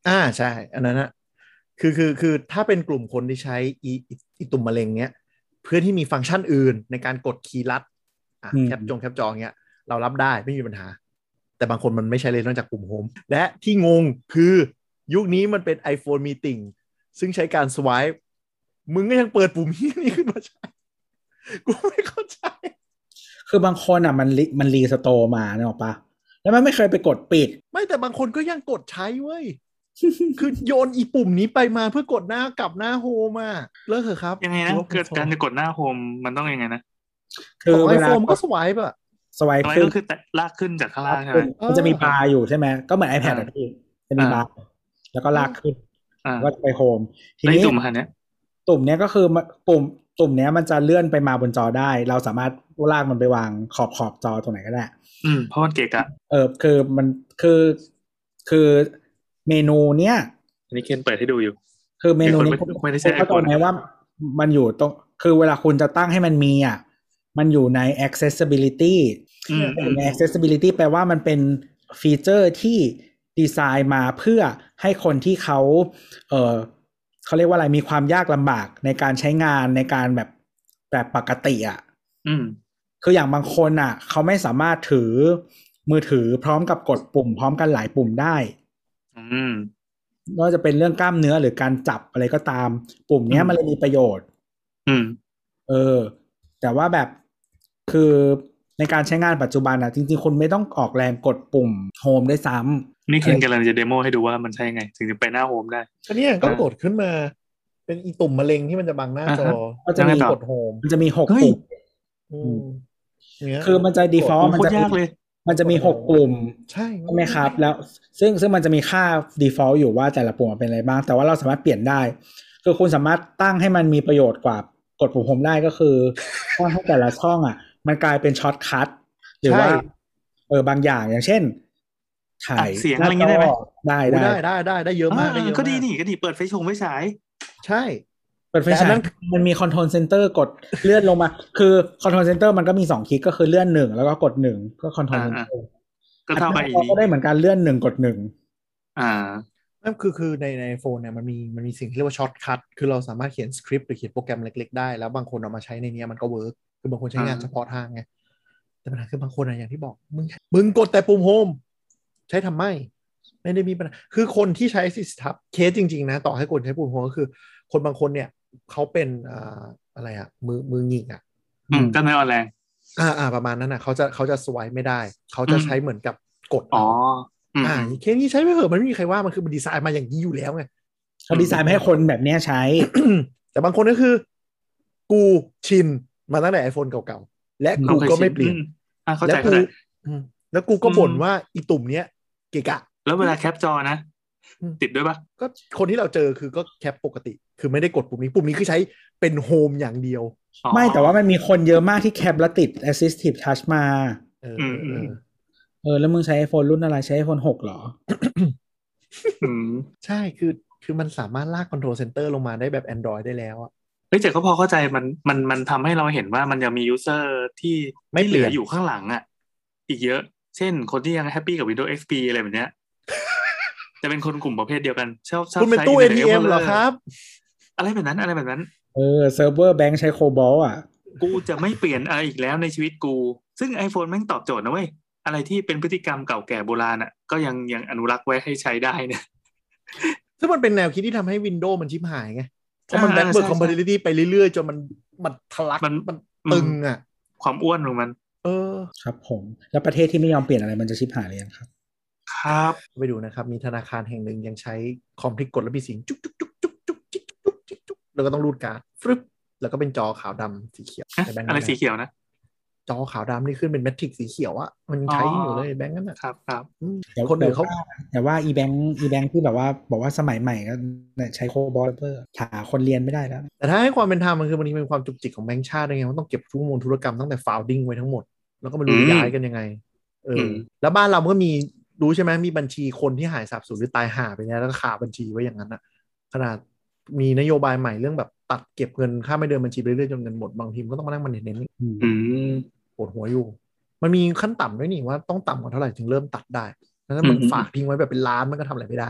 อ่าใช่อันนั้นนะคือคือคือถ้าเป็นกลุ่มคนที่ใช้อีอีอีตุ่มมะเร็งเนี้ยเพื่อที่มีฟังก์ชันอื่นในการกดคีย์ลัดอ่ะอืมแคปจงแคปจอเงี้ยเรารับได้ไม่มีปัญหาแต่บางคนมันไม่ใช่เลยนอกจากปุ่มโฮมและที่งงคือยุคนี้มันเป็น iPhone Meeting ซึ่งใช้การสวายมึงก็ยังเปิดปุ่มนี้ขึ้นมาใช้กูไม่เข้าใจคือบางคนอ่ะมันรีมันรีสโตร์มาเนี่ยหรอปะแล้วมันไม่เคยไปกดปิดไม่แต่บางคนก็ยังกดใช้เว้ย คือโยนอีปุ่มนี้ไปมาเพื่อกดหน้ากลับหน้าโฮมอ่ะเลิกเถอะครับยังไงนะเกิดการจะกดหน้าโฮมมันต้องยังไงนะคืขอองเวไอลาโฟนก็สวายป่ะสวายทำไมขึ้นก็คือแตะลากขึ้นจากข้างล่างใช่ไหมมันจะมีบาร์อยู่ใช่ไหมก็เหมือน iPad อ่าอะพี่จะมีบาร์แล้วก็ลากขึ้นอ่าก็ไปโฮมทีแล้วไอ้นี้ตุ่มอันเนี้ยตุ่มเนี้ยก็คือมันปุ่มตุ่มเนี้ยมันจะเลื่อนไปมาบนจอได้ เราสามารถลากมันไปวางขอบขอบจอตรงไหนก็ได้อืมเพราะมันเกะกะเออคือมันคือคือเมนูเนี้ยอันนี้เคนเปิดให้ดูอยู่คือเมนูนี้ไอ้คนไม่ไม่ได้ใช้เข้าใจ iPhone ไหมว่ามันอยู่ตรงคือเวลาคุณจะตั้งให้มันมีอ่ะมันอยู่ใน accessibility อืมใน accessibility แปลว่ามันเป็นฟีเจอร์ที่ดีไซน์มาเพื่อให้คนที่เขาเออเขาเรียกว่าอะไรมีความยากลำบากในการใช้งานในการแบบแบบปกติอ่ะอืมคืออย่างบางคนอ่ะเขาไม่สามารถถือมือถือพร้อมกับกดปุ่มพร้อมกันหลายปุ่มได้อืมไม่ว่าจะเป็นเรื่องกล้ามเนื้อหรือการจับอะไรก็ตามปุ่มเนี้ยมันเลยมีประโยชน์อืมเออ แต่ว่าแบบคือในการใช้งานปัจจุบันอ่ะจริงๆคุณไม่ต้องออกแรงกดปุ่มโฮมได้ซ้ำนี่เคนกำลังจะเดโมให้ดูว่ามันใช่ไง ถึงจะไปหน้าโฮมได้ก็เนี่ยก็กดขึ้นมา เป็นอีตุ่มมะเร็งที่มันจะบังหน้าจอก็จะมีกดโฮมมันจะมีหกเฮ้ยปุ่มอืมเนี่ยคือมันจะ default มันโคตจะรยากเลยมันจะมีหกปุ่มใช่ใช่ไหมครับ แล้วซึ่งซึ่งมันจะมีค่า default อยู่ว่าแต่ละปุ่มเป็นอะไรบ้าง แต่ว่าเราสามารถเปลี่ยนได้ คือคุณสามารถตั้งให้มันมีประโยชน์กว่ากดปุ่มโฮมได้ก็คือตั้งให้แต่ละช่องอ่ะ มันกลายเป็นช็อตคัทหรือว่าเออบางอย่างอย่างเช่นถ่ายเสียงอะไรอย่างงี้ได้ไหมได้ได้ได้ได้ได้ได้เยอะมากได้เยอะมากก็ดีนี่ก็ดีเปิดไฟชงไฟฉายใช่เปิดไฟแต่อัฉาน ยนั้นมันมีคอนโทรลเซนเตอร์กดเลื่อนลงมา คือคอนโทรลเซนเตอร์มันก็มีสองคลิกก็คือเลื่อนหนึ่งแล้วก็กดหนึ่งก็คอนโทรลเซนเตอร์ก็เท่ากับอีก็ได้เหมือนกันเลื่อนหนึ่งกดหนึ่งอ่านั่นคือคือในในโฟนเนี่ยมันมีมันมีสิ่งที่เรียกว่าช็อตคัทคือเราสามารถเขียนสคริปต์หรือเขียนโปรแกรมเล็กๆได้แล้วบางคนเอามาใช้ในนี้มันก็เวิร์กคือบางคนใช้งานอ่าเฉพาะทางไงแต่ปัญหาคือบางคนอะอย่างที่บอกมึงมึงกดแต่ปุ่มโฮมใช้ทำไมไม่ได้มีปัญหาคือคนที่ใช้ซิสทับเคสจริงๆนะต่อให้คนใช้ปุ่มโฮมก็คือคนบางคนเนี่ยเขาเป็นอ่าอะไรอะมือมือหงิกอะอืมก็ไม่อ่อนแรงอ่าอ่าประมาณนั้นนะเขาจะเขาจะสวายไม่ได้เขาจะใช้เหมือนกับกดอ๋อเอาอืมอ่าเคสนี้ใช้ไม่เหอะมันไม่มีใครว่ามันคือมันดีไซน์มาอย่างนี้อยู่แล้วไงเขาดีไซน์มาให้คนแบบเนี้ยใช้แต่บางคนก็คือ กูชินมาตั้งแต่ iPhone เก่าๆ และกูก็ไม่เปลี่ยนอ่าเข้าแล้ใจวกูเข้าใจอืมแล้วกูก็บ่นอืมว่าอีตุ่มเนี้ยเกะกะแล้วเวลาแคปจอนะอืมติดด้วยปะก็คนที่เราเจอคือก็แคปปกติ คือไม่ได้กดปุ่มนี้ ปุ่มนี้คือใช้เป็นโฮมอย่างเดียวอ๋อไม่แต่ว่ามันมีคนเยอะมากที่แคปแล้วติด assistive touch มาเอออืมเออเออแล้วมึงใช้ iPhone รุ่นอะไรใช้ iPhone หกเหรออืมใช่คือคือมันสามารถลากคอนโทรลเซ็นเตอร์ลงมาได้แบบ Android ได้แล้วอะเฮ้ยแต่ก็พอเข้าใจมันมันมันทำให้เราเห็นว่ามันยังมียูเซอร์ที่ไม่ที่เปเหลี่ลืยนออยู่ข้างหลังอ่ะ อีกเยอะ เช่นคนที่ยังแฮปปี้กับ Windows เอ็กซ์ พี อะไรแบบเนี้ย จะเป็นคนกลุ่มประเภทเดียวกันชอบชอบคุณเป็นใช้ตู้ Internet เอ ที เอ็ม Explorer เหรอครับอะไรแบบนั้นอะไรแบบนั้นเออเซิร์ฟเวอร์แบงค์ใช้โคบอลอ่ะกูจะไม่เปลี่ยนอะไรอีกแล้วในชีวิตกู ซึ่ง iPhone แม่งตอบโจทย์นะเว้ย อะไรที่เป็นพฤติกรรมเก่าแก่โบราณอ่ะ ก็ยังยังอนุรักษ์ไว้ให้ใช้ได้เนี่ยซึ่งมันเป็นแนวคิดที่ทำให้ Windows มันชิบหายไง เพราะมันอ่า backward ใช่ compatibility ไปเรื่อยๆ จนมันมันทะลักมันมันตึงอ่ะความอ้วนของมันเออครับผม แล้วประเทศที่ไม่ยอมเปลี่ยนอะไรมันจะชิบหายเลยงครับครับไปดูนะครับ มีธนาคารแห่งหนึ่งยังใช้คอมที่กดแล้วมีเสียงจุ๊กจุ๊กจุ๊กจุ๊กจุ๊กจิ๊กจุ๊กจิ๊กจุ๊กแล้วก็ต้องรูดการ์ดฟรึบแล้วก็เป็นจอขาวดำสีเขียวอะในแบงค์อะไรนั้นสีเขียวนะจอขาวดำนี่ขึ้นเป็นแมทริกสีเขียวอะมันยังใช้อยู่เลยแบงค์นั้นอะครับครับอืมแต่คนอื่นเขาแต่ว่าอีแบงค์อีแบงค์ที่แบบว่าบอกว่าสมัยใหม่ก็ใช้โคบอลเพื่อหาคนเรียนไม่ได้แล้วแต่ถ้าให้ความเป็นธรรมมันคือมันเป็นความจุกจิกของแบงค์ชาติด้วยไงมันต้องเก็บทุกมูลธุรกรรมตั้งแต่ founding ไว้ทั้งหมด แล้วก็มาดูอืมย้ายกันยังไงเอออมแล้วบ้านเราก็มีรู้ใช่ไหมมีบัญชีคนที่หายสาบสูญหรือตายห่าไปเนี่ยแล้วก็ขาบัญชีไว้อย่างนั้นอะขนาดมีนโยบายใหม่เรื่องแบบตัดเก็บเงินค่าไม่เดินบัญชีไปเรื่อยๆจนเงินหมดบางทีมก็ต้องมานั่งมันเน้นอืมอืมปวดหัวอยู่มันมีขั้นต่ำด้วยนี่ว่าต้องต่ำกว่าเท่าไหร่ถึงเริ่มตัดได้แล้วถ้ามันอืมฝากทิ้งไว้แบบเป็นล้านมันก็ทำอะไรไม่ได้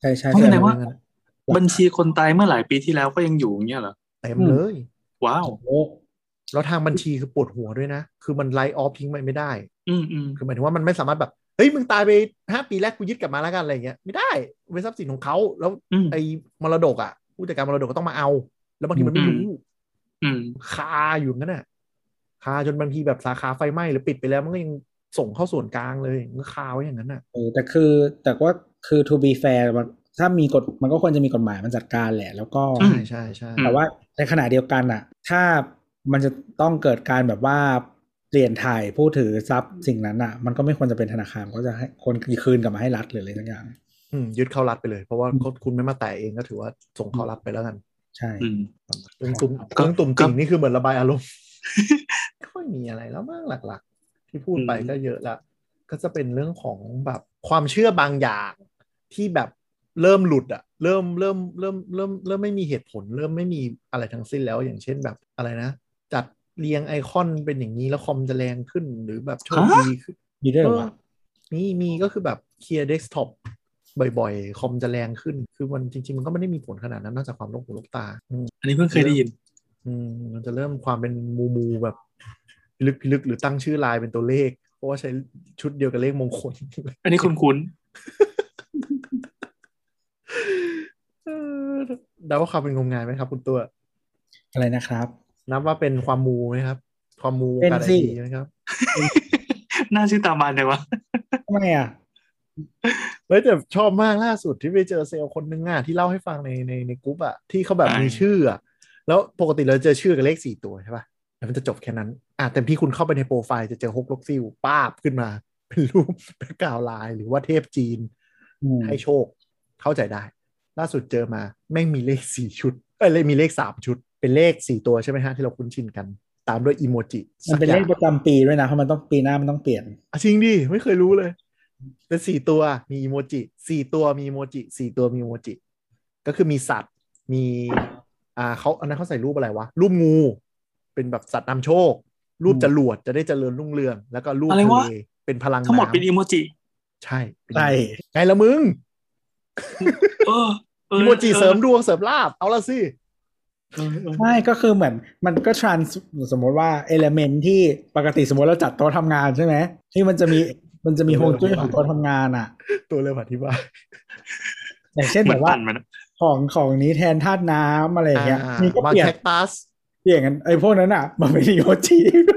ช่ใช่เพราะใช่แสดงว่าเงินบัญชีคนตายเมื่อหลายปีที่แล้วก็ยังอยู่อย่างเงี้ยเหรอเต็มเลยว้าวโอ้แล้วทางบัญชีคือปวดหัวด้วยนะ คือมันไลท์ออฟทิ้งไปไม่ได้อืมอืมคือหมายถึงว่ามันไม่สามารถแบบเฮ้ยมึงตายไปห้าปีแรกกูยึดกลับมาแล้วกันอะไรเงี้ยไม่ได้เป็นทรัพย์สินของเขาแล้วอืมไอ้มรดกอ่ะผู้จัดการมรดกก็ต้องมาเอา แล้วบางทีมันไม่รู้อืมคาอยู่งั้นน่ะคาจนบางทีแบบสาขาไฟไหม้หรือปิดไปแล้วมันก็ยังส่งเข้าส่วนกลางเลยมันก็คาไว้อย่างนั้นน่ะเออแต่คือแต่ว่าคือ to be fair มันถ้ามีกฎมันก็ควรจะมีกฎหมายมันจัดการแหละ แล้วก็ใช่ใช่ใช่แต่ว่าในขณะเดียวกันอ่ะ ถ้ามันจะต้องเกิดการแบบว่าเปลี่ยนถ่ายผู้ถือทรัพย์สิ่งนั้นอ่ะ มันก็ไม่ควรจะเป็นธนาคารก็จะให้คนคืนกลับมาให้รัฐหรืออะไรสักอย่างอืมยึดเข้ารัฐไปเลยเพราะว่าคุณไม่มาแตะเองก็ถือว่าส่งเข้ารัฐไปแล้วกันใช่อืมเรื่องตุ่มก็เรื่องตุ่มก็ติ่งนี่คือเหมือนระบายอารมณ์ ไม่ค่อยมีอะไรแล้วมากหลักๆ ที่พูดไปก็เยอะละก็จะเป็นเรื่องของแบบความเชื่อบางอย่างที่แบบเริ่มหลุดอะเริ่มเริ่มเริ่มเริ่มเริ่มไม่มีเหตุผล เริ่มไม่มีอะไรทั้งสิ้นแล้วอย่างเช่นแบบอะไรนะ จัดเรียงไอคอนเป็นอย่างนี้แล้วคอมจะแรงขึ้นหรือแบบโชคดีขึ้นมีด้วยเหรอวะมีมีก็คือแบบเคลียร์เดสก์ท็อปบ่อยๆ คอมจะแรงขึ้น คือมันจริงๆ มันก็ไม่ได้มีผลขนาดนั้นนอกจากความโรคหูโรคตาอันนี้เพิ่งเคยได้ยินอืมมันจะเริ่มความเป็นมูมูแบบพิลึกพิลึกหรือตั้งชื่อลายเป็นตัวเลข เพราะว่าใช้ชุดเดียวกับเลขมงคลอันนี้คุ้นเออเดาว่าความเป็นงมงายไหมครับคุณตัวอะไรนะครับนับว่าเป็นความมูไหมครับ ความมูวงเป็นการไอสิทีไหมครับๆ หน้าชื่อตามบานเลยวะทำไมอ่ะเฮ้ยแต่ชอบมากล่าสุดที่ไปเจอเซลล์คนนึงอ่ะที่เล่าให้ฟังในในในกลุ่มอ่ะที่เขาแบบอ่ามีมีชื่ออ่ะแล้วปกติเราเจอชื่อกับเลขสี่ตัวใช่ป่ะแล้วมันจะจบแค่นั้นอ่ะแต่ที่คุณเข้าไปในโปรไฟล์จะเจอฮกลกซิลป้าบขึ้นมาเป็นรูปเป็นกาวลายหรือว่าเทพจีนอืมให้โชคเข้าใจได้ ล่าสุดเจอมาแม่งมีเลขสี่ชุดเอ้ยเลยมีเลขสามชุดเป็นเลขสี่ตัวใช่ไหมฮะที่เราคุ้นชินกันตามด้วยอีโมจิมันเป็นเลขประจำปีด้วยนะเพราะมันต้องปีหน้ามันต้องเปลี่ยนอ่ะจริงดิไม่เคยรู้เลยเป็นสี่ตัวมีอีโมจิสี่ตัวมีอีโมจิสี่ตัวมีอีโมจิก็คือมีสัตว์มีอ่าเขาอันนั้นเขาใส่รูปอะไรวะรูปงูเป็นแบบสัตว์นำโชค รูปจรวดจะได้เจริญรุ่งเรืองแล้วก็รูปอะไรทะวะเลเป็นพลังทั้งหมดน้ำเป็นอีโมจิใช่เป็นใช่ไงละมึงเออเอออีโมจิเสริมดวงเสริมลาภเอาละสิเออเออใช่ก็คือเหมือนมันก็ trans สมมติว่าเอลเมนที่ปกติสมมติเราจัดโต๊ะทำงานใช่ไหมที่มันจะมีมันจะมีฮวงจุ้ยของโต๊ะทำงานอ่ะตัวเริ่มอธิบายอย่างเช่นเหมืแบอนบว่าปั่นมันของของนี้แทนธาตุน้ำอะไรอย่างเงี้ยอ่านี่ก็มาเปลี่ยนแคคตัสเปลี่ยนกันไอ้พวกนั้นอ่ะมันเป็นอีโมจิ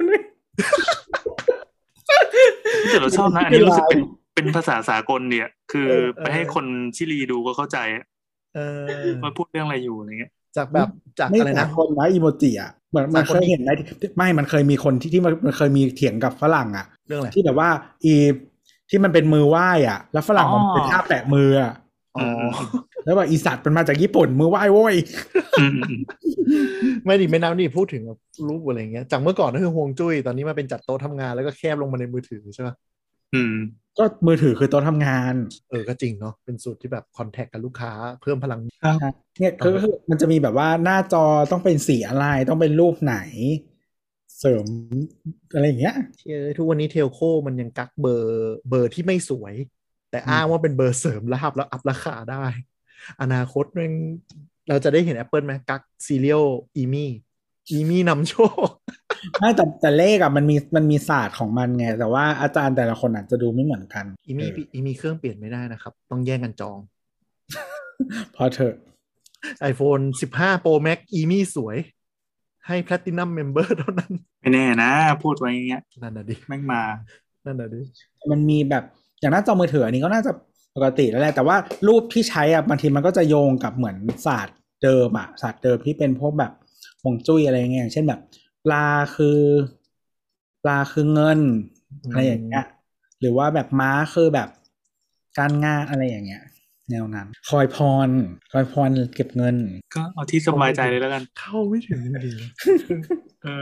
แต่เราชอบนะ อันนี้รู้สึกเป็นเป็นภาษาสากลเนี่ยคือไปให้คนชิลีดูก็เข้าใจเออว่าพูดเรื่องอะไรอยู่อะไรเงี้ยจากแบบจากไม่อะไรสานะคนนะอีโมจิอ่ะเหมือนมันเคยเห็นไหมไม่มันเคยมีคนที่ที่มันมันเคยมีเถียงกับฝรั่งอ่ะเรื่องอะไรที่แบบว่าอีที่มันเป็นมือไหว้อ่ะ แล้วฝรั่งอ๋อมันเป็นท่าแปะมืออ่ะอ๋อแล้วแบบอีสัตว์มันมาจากญี่ปุ่นมือไหว้โว้ยอืมอืมไม่ดิไม่นับดิพูดถึงแบบรูปอะไรเงี้ยจากเมื่อก่อนก็คือฮวงจุ้ยตอนนี้มาเป็นจัดโต๊ะทำงานแล้วก็แคบลงมาในมือถือใช่ไหมอืมก็มือถือคือโต๊ะทำงานเออก็จริงเนาะเป็นสูตรที่แบบคอนแทคกับลูกค้าเพิ่มพลังเนี่ยคือคือมันจะมีแบบว่าหน้าจอต้องเป็นสีอะไรต้องเป็นรูปไหน เสริมอะไรอย่างเงี้ยเออทุกวันนี้เทลโคมันยังกักเบอร์เบอร์ที่ไม่สวย แต่อ้างว่าเป็นเบอร์เสริมลาบแล้วอัพราคาได้ อนาคตมันเราจะได้เห็น Apple ไหมกักซีเรียลอีมี่อีมี่นำโชคไม่แต่แต่เลขอ่ะมันมีมันมีศาสตร์ของมันไง แต่ว่าอาจารย์แต่ละคนอาจจะดูไม่เหมือนกันอีมี่อีมี่เครื่องเปลี่ยนไม่ได้นะครับ ต้องแย่งกันจองพอเถอะ iPhone สิบห้า Pro Max อีมี่สวย ให้ Platinum Member เท่านั้นไม่แน่นะ พูดไว้อย่างเงี้ยนั่นน่ะดิแม่งมานั่นน่ะดิมันมีแบบอย่างหน้าจอมือถืออันนี้ก็น่าจะปกติแล้วแหละแต่ว่ารูปที่ใช้อ่ะบางทีมันก็จะโยงกับเหมือนศาสตร์เดิมอ่ะศาสตร์เดิมที่เป็นพวกแบบฮวงจุ้ยอะไรเงี้ยอย่างเช่นแบบปลาคือปลาคือเงินอะไรอย่างเงี้ยหรือว่าแบบม้าคือแบบการงานอะไรอย่างเงี้ยแนวนั้นคอยพรคอยพรเก็บเงินก็เอาที่สบายใจเลยแล้วกันเข้าไม่ถึงจริงเออ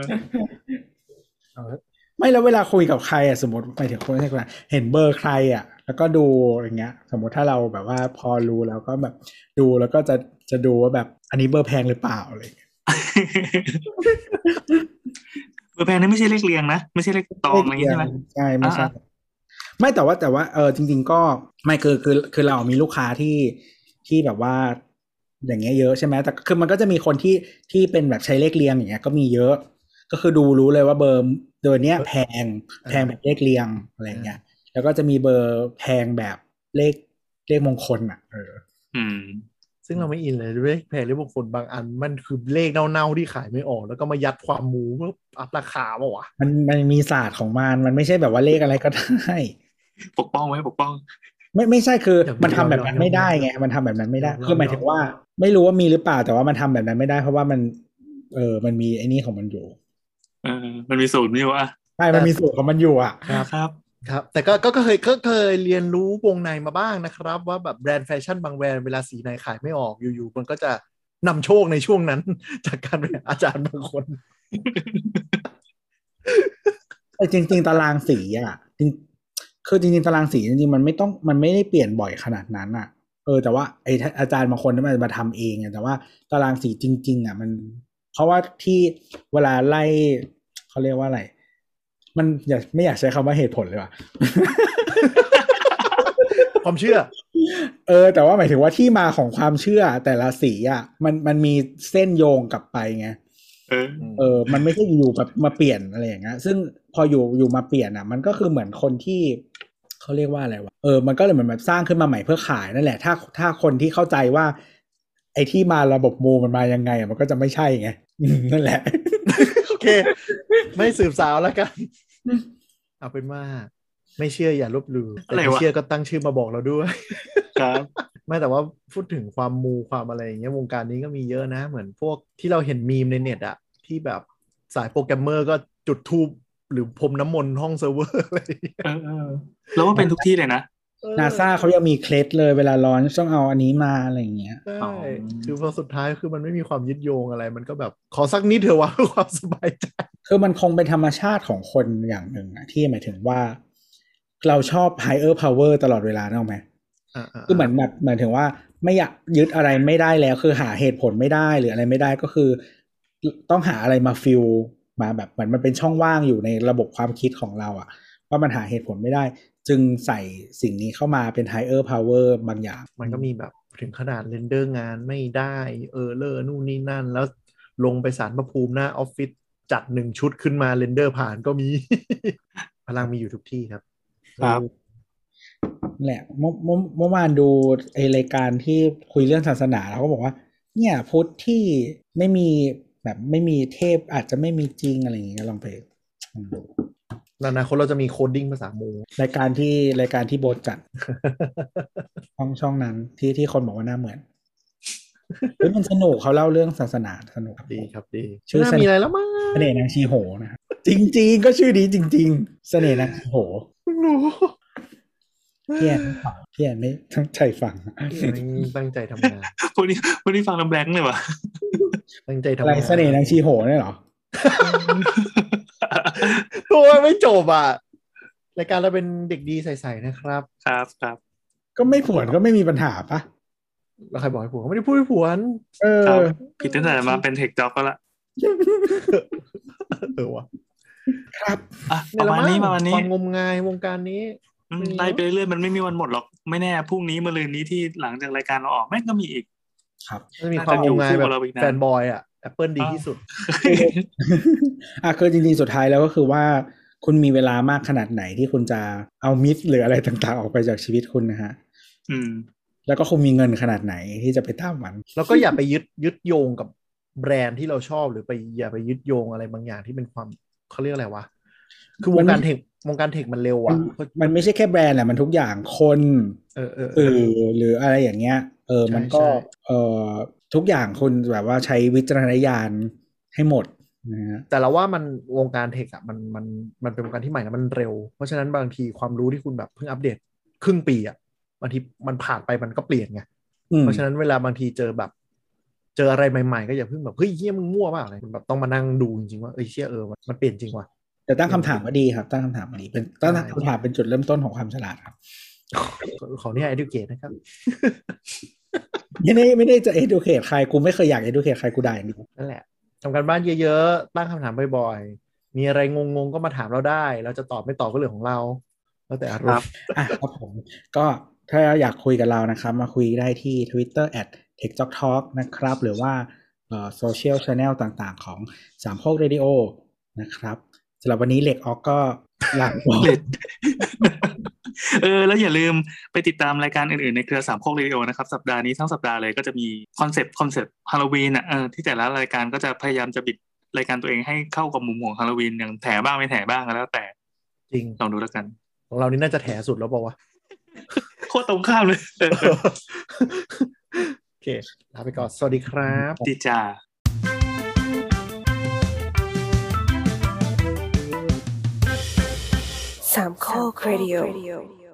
ไม่แล้วเวลาคุยกับใครอ่ะสมมติไปถึงคนที่คนเห็นเบอร์ใครอ่ะแล้วก็ดูอย่างเงี้ยสมมติถ้าเราแบบว่าพอรู้แล้วก็แบบดูแล้วก็จะจะดูว่าแบบอันนี้เบอร์แพงหรือเปล่าอะไรอย่างเงี้ยเบอร์แพงนี่ไม่ใช่เลขเรียงนะไม่ใช่เลขตองอะไรอย่างงี้ใช่ไหมใช่ไม่ใช่อ่าไม่แต่ว่าแต่ว่าเออจริงๆก็ไม่คือคือคือเรามีลูกค้าที่ที่แบบว่าอย่างเงี้ยเยอะใช่ไหมแต่คือมันก็จะมีคนที่ที่เป็นแบบใช้เลขเรียงอย่างเงี้ยก็มีเยอะก็คือดูรู้เลยว่าเบอร์เบอร์เนี้ยแพงแพงแบบเลขเรียงอะไรเงี้ยแล้วก็จะมีเบอร์แพงแบบเลขเลขมงคลอ่ะเอออืมซึ่งเราไม่อินเลยเลขแพงเลขบางคนบางอันมันคือเลขเน่าๆที่ขายไม่ออกแล้วก็มายัดความมูเพื่ออัพราคาเปล่าวะมันมันมีศาสตร์ของมันมันไม่ใช่แบบว่าเลขอะไรก็ได้ปกป้องไว้ปกป้องไม่ไม่ใช่คือหยอกๆมันทำแบบนั้นไม่ได้ไงมันทำแบบนั้นไม่ได้คือหมายถึงว่าไม่รู้ว่ามีหรือเปล่าแต่ว่ามันทำแบบนั้นไม่ได้เพราะว่ามันเออมันมีไอ้นี่ของมันอยู่เออมันมีสูตรนี่วะใช่มันมีสูตรของมันอยู่อ่ะครับครับครับแต่ก็ก็ก็เคยก็เคยเรียนรู้วงในมาบ้างนะครับว่าแบบแบรนด์แฟชั่นบางแบรนด์เวลาสีในขายไม่ออกอยู่ๆมันก็จะนำโชคในช่วงนั้น จากการเป็นอาจารย์บางคนแต่จริงๆตารางสีอ่ะจริงคือจริงๆตารางสีจริงๆมันไม่ต้องมันไม่ได้เปลี่ยนบ่อยขนาดนั้นอ่ะเออแต่ว่าไออาจารย์บางคนที่มันมาทำเองอ่ะแต่ว่าตารางสีจริงๆอ่ะมันเพราะว่าที่เวลาไล่เขาเรียกว่าอะไรมันอยากไม่อยากใช้คำว่าเหตุผลเลยว่ะความเชื่อเออแต่ว่าหมายถึงว่าที่มาของความเชื่อแต่ละสีอ่ะมันมันมีเส้นโยงกลับไปไงเออเออมันไม่ใช่อยู่แบบมาเปลี่ยนอะไรอย่างเงี้ยซึ่งพออยู่อยู่มาเปลี่ยนอ่ะมันก็คือเหมือนคนที่เขาเรียกว่าอะไรวะเออมันก็เลยเหมือนแบบสร้างขึ้นมาใหม่เพื่อขายนั่นแหละถ้าถ้าคนที่เข้าใจว่าไอ้ที่มาระบบมูมันมายังไงอ่ะมันก็จะไม่ใช่ไงนั่นแหละโอเคไม่สืบสาวแล้วกันเอาเป็นว่าไม่เชื่ออย่าลบหลู่แต่ถ้าเชื่อก็ตั้งชื่อมาบอกเราด้วยครับไม่แต่ว่าพูดถึงความมูความอะไรอย่างเงี้ยวงการนี้ก็มีเยอะนะเหมือนพวกที่เราเห็นมีมในเน็ตอะที่แบบสายโปรแกรมเมอร์ก็จุดธูปหรือพรมน้ำมนต์ห้องเซิร์ฟเวอร์อะไรอย่างเงี้ยเออเออแล้วว่าเป็นทุกที่เลยนะนาซาเขายังมีเคล็ดเลยเวลาร้อนต้องเอาอันนี้มาอะไรอย่างเงี้ยใช่อ๋อคือพอสุดท้ายคือมันไม่มีความยึดโยงอะไรมันก็แบบขอสักนิดเถอะวะเพื่อความสบายใจคือมันคงเป็นธรรมชาติของคนอย่างหนึ่งอะที่หมายถึงว่าเราชอบ higher power ตลอดเวลานะไหมคือเหมือนแบบหมายถึงว่าไม่อยากยึดอะไรไม่ได้แล้วคือหาเหตุผลไม่ได้หรืออะไรไม่ได้ก็คือต้องหาอะไรมาฟิลมาแบบเหมือนมันเป็นช่องว่างอยู่ในระบบความคิดของเราอะว่ามันหาเหตุผลไม่ได้จึงใส่สิ่งนี้เข้ามาเป็น higher power บางอย่างมันก็มีแบบถึงขนาดเรนเดอร์งานไม่ได้เออเลอร์นู่นนี่นั่นแล้วลงไปสารพระภูมิหน้าออฟฟิศจัดหนึ่งชุดขึ้นมาเรนเดอร์ผ่านก็มี พลังมีอยู่ทุกที่ครับครับแหละเมื่อเมื่อเมื่อวานดูไอรายการที่คุยเรื่องศาสนาแล้วก็บอกว่าเนี่ยพุทธที่ไม่มีแบบไม่มีเทพอาจจะไม่มีจริงอะไรอย่างเงี้ยลองไปดูนานาคนเราจะมีโคดดิ้งภาษาโมรายการที่รายการที่โบสจัด ช่องช่องนั้นที่ที่คนบอกว่าหน้าเหมือนเฮ้ยมันสนุกเขาเล่าเรื่องศาสนาสนุกดีครับดีชื่อน่ามีอะไรแล้วมั้งเสน่ห์นางชีโหนะครับจริงๆก็ชื่อดีจริงๆเสน่ห์นางชีโหเพิ่งรู้พี่แอนพี่แอนไม่ตั้งใจฟังตั้งใจทำงานวันนี้วันนี้ฟังน้ำแบงค์เลยวะตั้งใจทำอะไรงานเสน่ห์นางชีโหเนี่ยเหรอตัวไม่จบอ่ะรายการเราเป็นเด็กดีใสๆนะครับครับครับก็ไม่ผวนก็ไม่มีปัญหาปะแล้วใครบอกให้ผวนเขาไม่ได้พูดให้ผวนเออผิดตั้งแต่มาเป็นเทคจ็อกก็ละเออวะครับอ่ะประมาณนี้ประมาณนี้ความงมงายวงการนี้ไล่ไปเรื่อยมันไม่มีวันหมดหรอกไม่แน่พรุ่งนี้มะรืนนี้ที่หลังจากรายการเราออกแม่งก็มีอีกครับจะมีความงมงายแบบแฟนบอยอ่ะ Apple ดีที่สุดอ่ะคือจริงๆสุดท้ายแล้วก็คือว่าคุณมีเวลามากขนาดไหนที่คุณจะเอามิตรหรืออะไรต่างๆออกไปจากชีวิตคุณนะฮะอืมแล้วก็คุณมีเงินขนาดไหนที่จะไปตามมันแล้วก็อย่าไปยึดยึดโยงกับแบรนด์ที่เราชอบหรือไปอย่าไปยึดโยงอะไรบางอย่างที่เป็นความเขาเรียกอะไรวะคือวงการเทควงการเทคมันเร็วอ่ะมันไม่ใช่แค่แบรนด์แหละมันทุกอย่างคนเออเออเออหรืออะไรอย่างเงี้ยเออมันก็เออทุกอย่างคุณแบบว่าใช้วิจารณญาณให้หมดนะฮะแต่เราว่ามันวงการเทคอ่ะมันมันมันเป็นวงการที่ใหม่แล้วมันเร็วเพราะฉะนั้นบางทีความรู้ที่คุณแบบเพิ่งอัปเดตครึ่งปีอ่ะบางทีมันผ่านไปมันก็เปลี่ยนไงเพราะฉะนั้นเวลาบางทีเจอแบบเจออะไรใหม่ๆก็อย่าเพิ่งแบบเฮ้ยเฮี้ยมึงมั่วป่ะอะไรคุณแบบต้องมานั่งดูจริงๆว่าเอ้ยเชี่ยเออมันเปลี่ยนจริงว่ะแต่ตั้งคำถามก็ดีครับตั้งคำถามก็ดีเป็นตั้งคำถามเป็นจุดเริ่มต้นของความฉลาดครับของนี่ educate นะครับไม่ได้ไม่ได้จะ educate ใครกูไม่เคยอยาก educate ใครกูได้อย่างเดียวนั่นแหละทำการบ้านเยอะๆตั้งคำถามบ่อยๆมีอะไรงงๆก็มาถามเราได้เราจะตอบไม่ตอบก็เรื่องของเราแล้วแต่อารมณ์อ่ะครับผมก็ถ้าอยากคุยกับเรานะครับมาคุยได้ที่ Twitterแอท เทค จ็อก ทอล์ก นะครับหรือว่าเอ่อโซเชียล channel ต่างๆของสามโคกเรดิโอนะครับสำหรับวันนี้เหล็กออกก็ลาไปก่อนเล็ด เออแล้วอย่าลืมไปติดตามรายการอื่นๆในเครือสามโคกเรดิโอนะครับสัปดาห์นี้ทั้งสัปดาห์เลยก็จะมีคอนเซปต์คอนเซปต์ฮาโลวีนอ่ะเออที่แต่ละรายการก็จะพยายามจะบิดรายการตัวเองให้เข้ากับมุมของฮาโลวีนอย่างแถบ้างไม่แถบ้างก็แล้วแต่จริงลองดูแล้วกันของเรานี่น่าจะแถสุดแล้วเปล่าวะโคตรตรงข้ามเลยโอเคลาไปก่อนสวัสดีครับดีจ้าสามข้อ Radio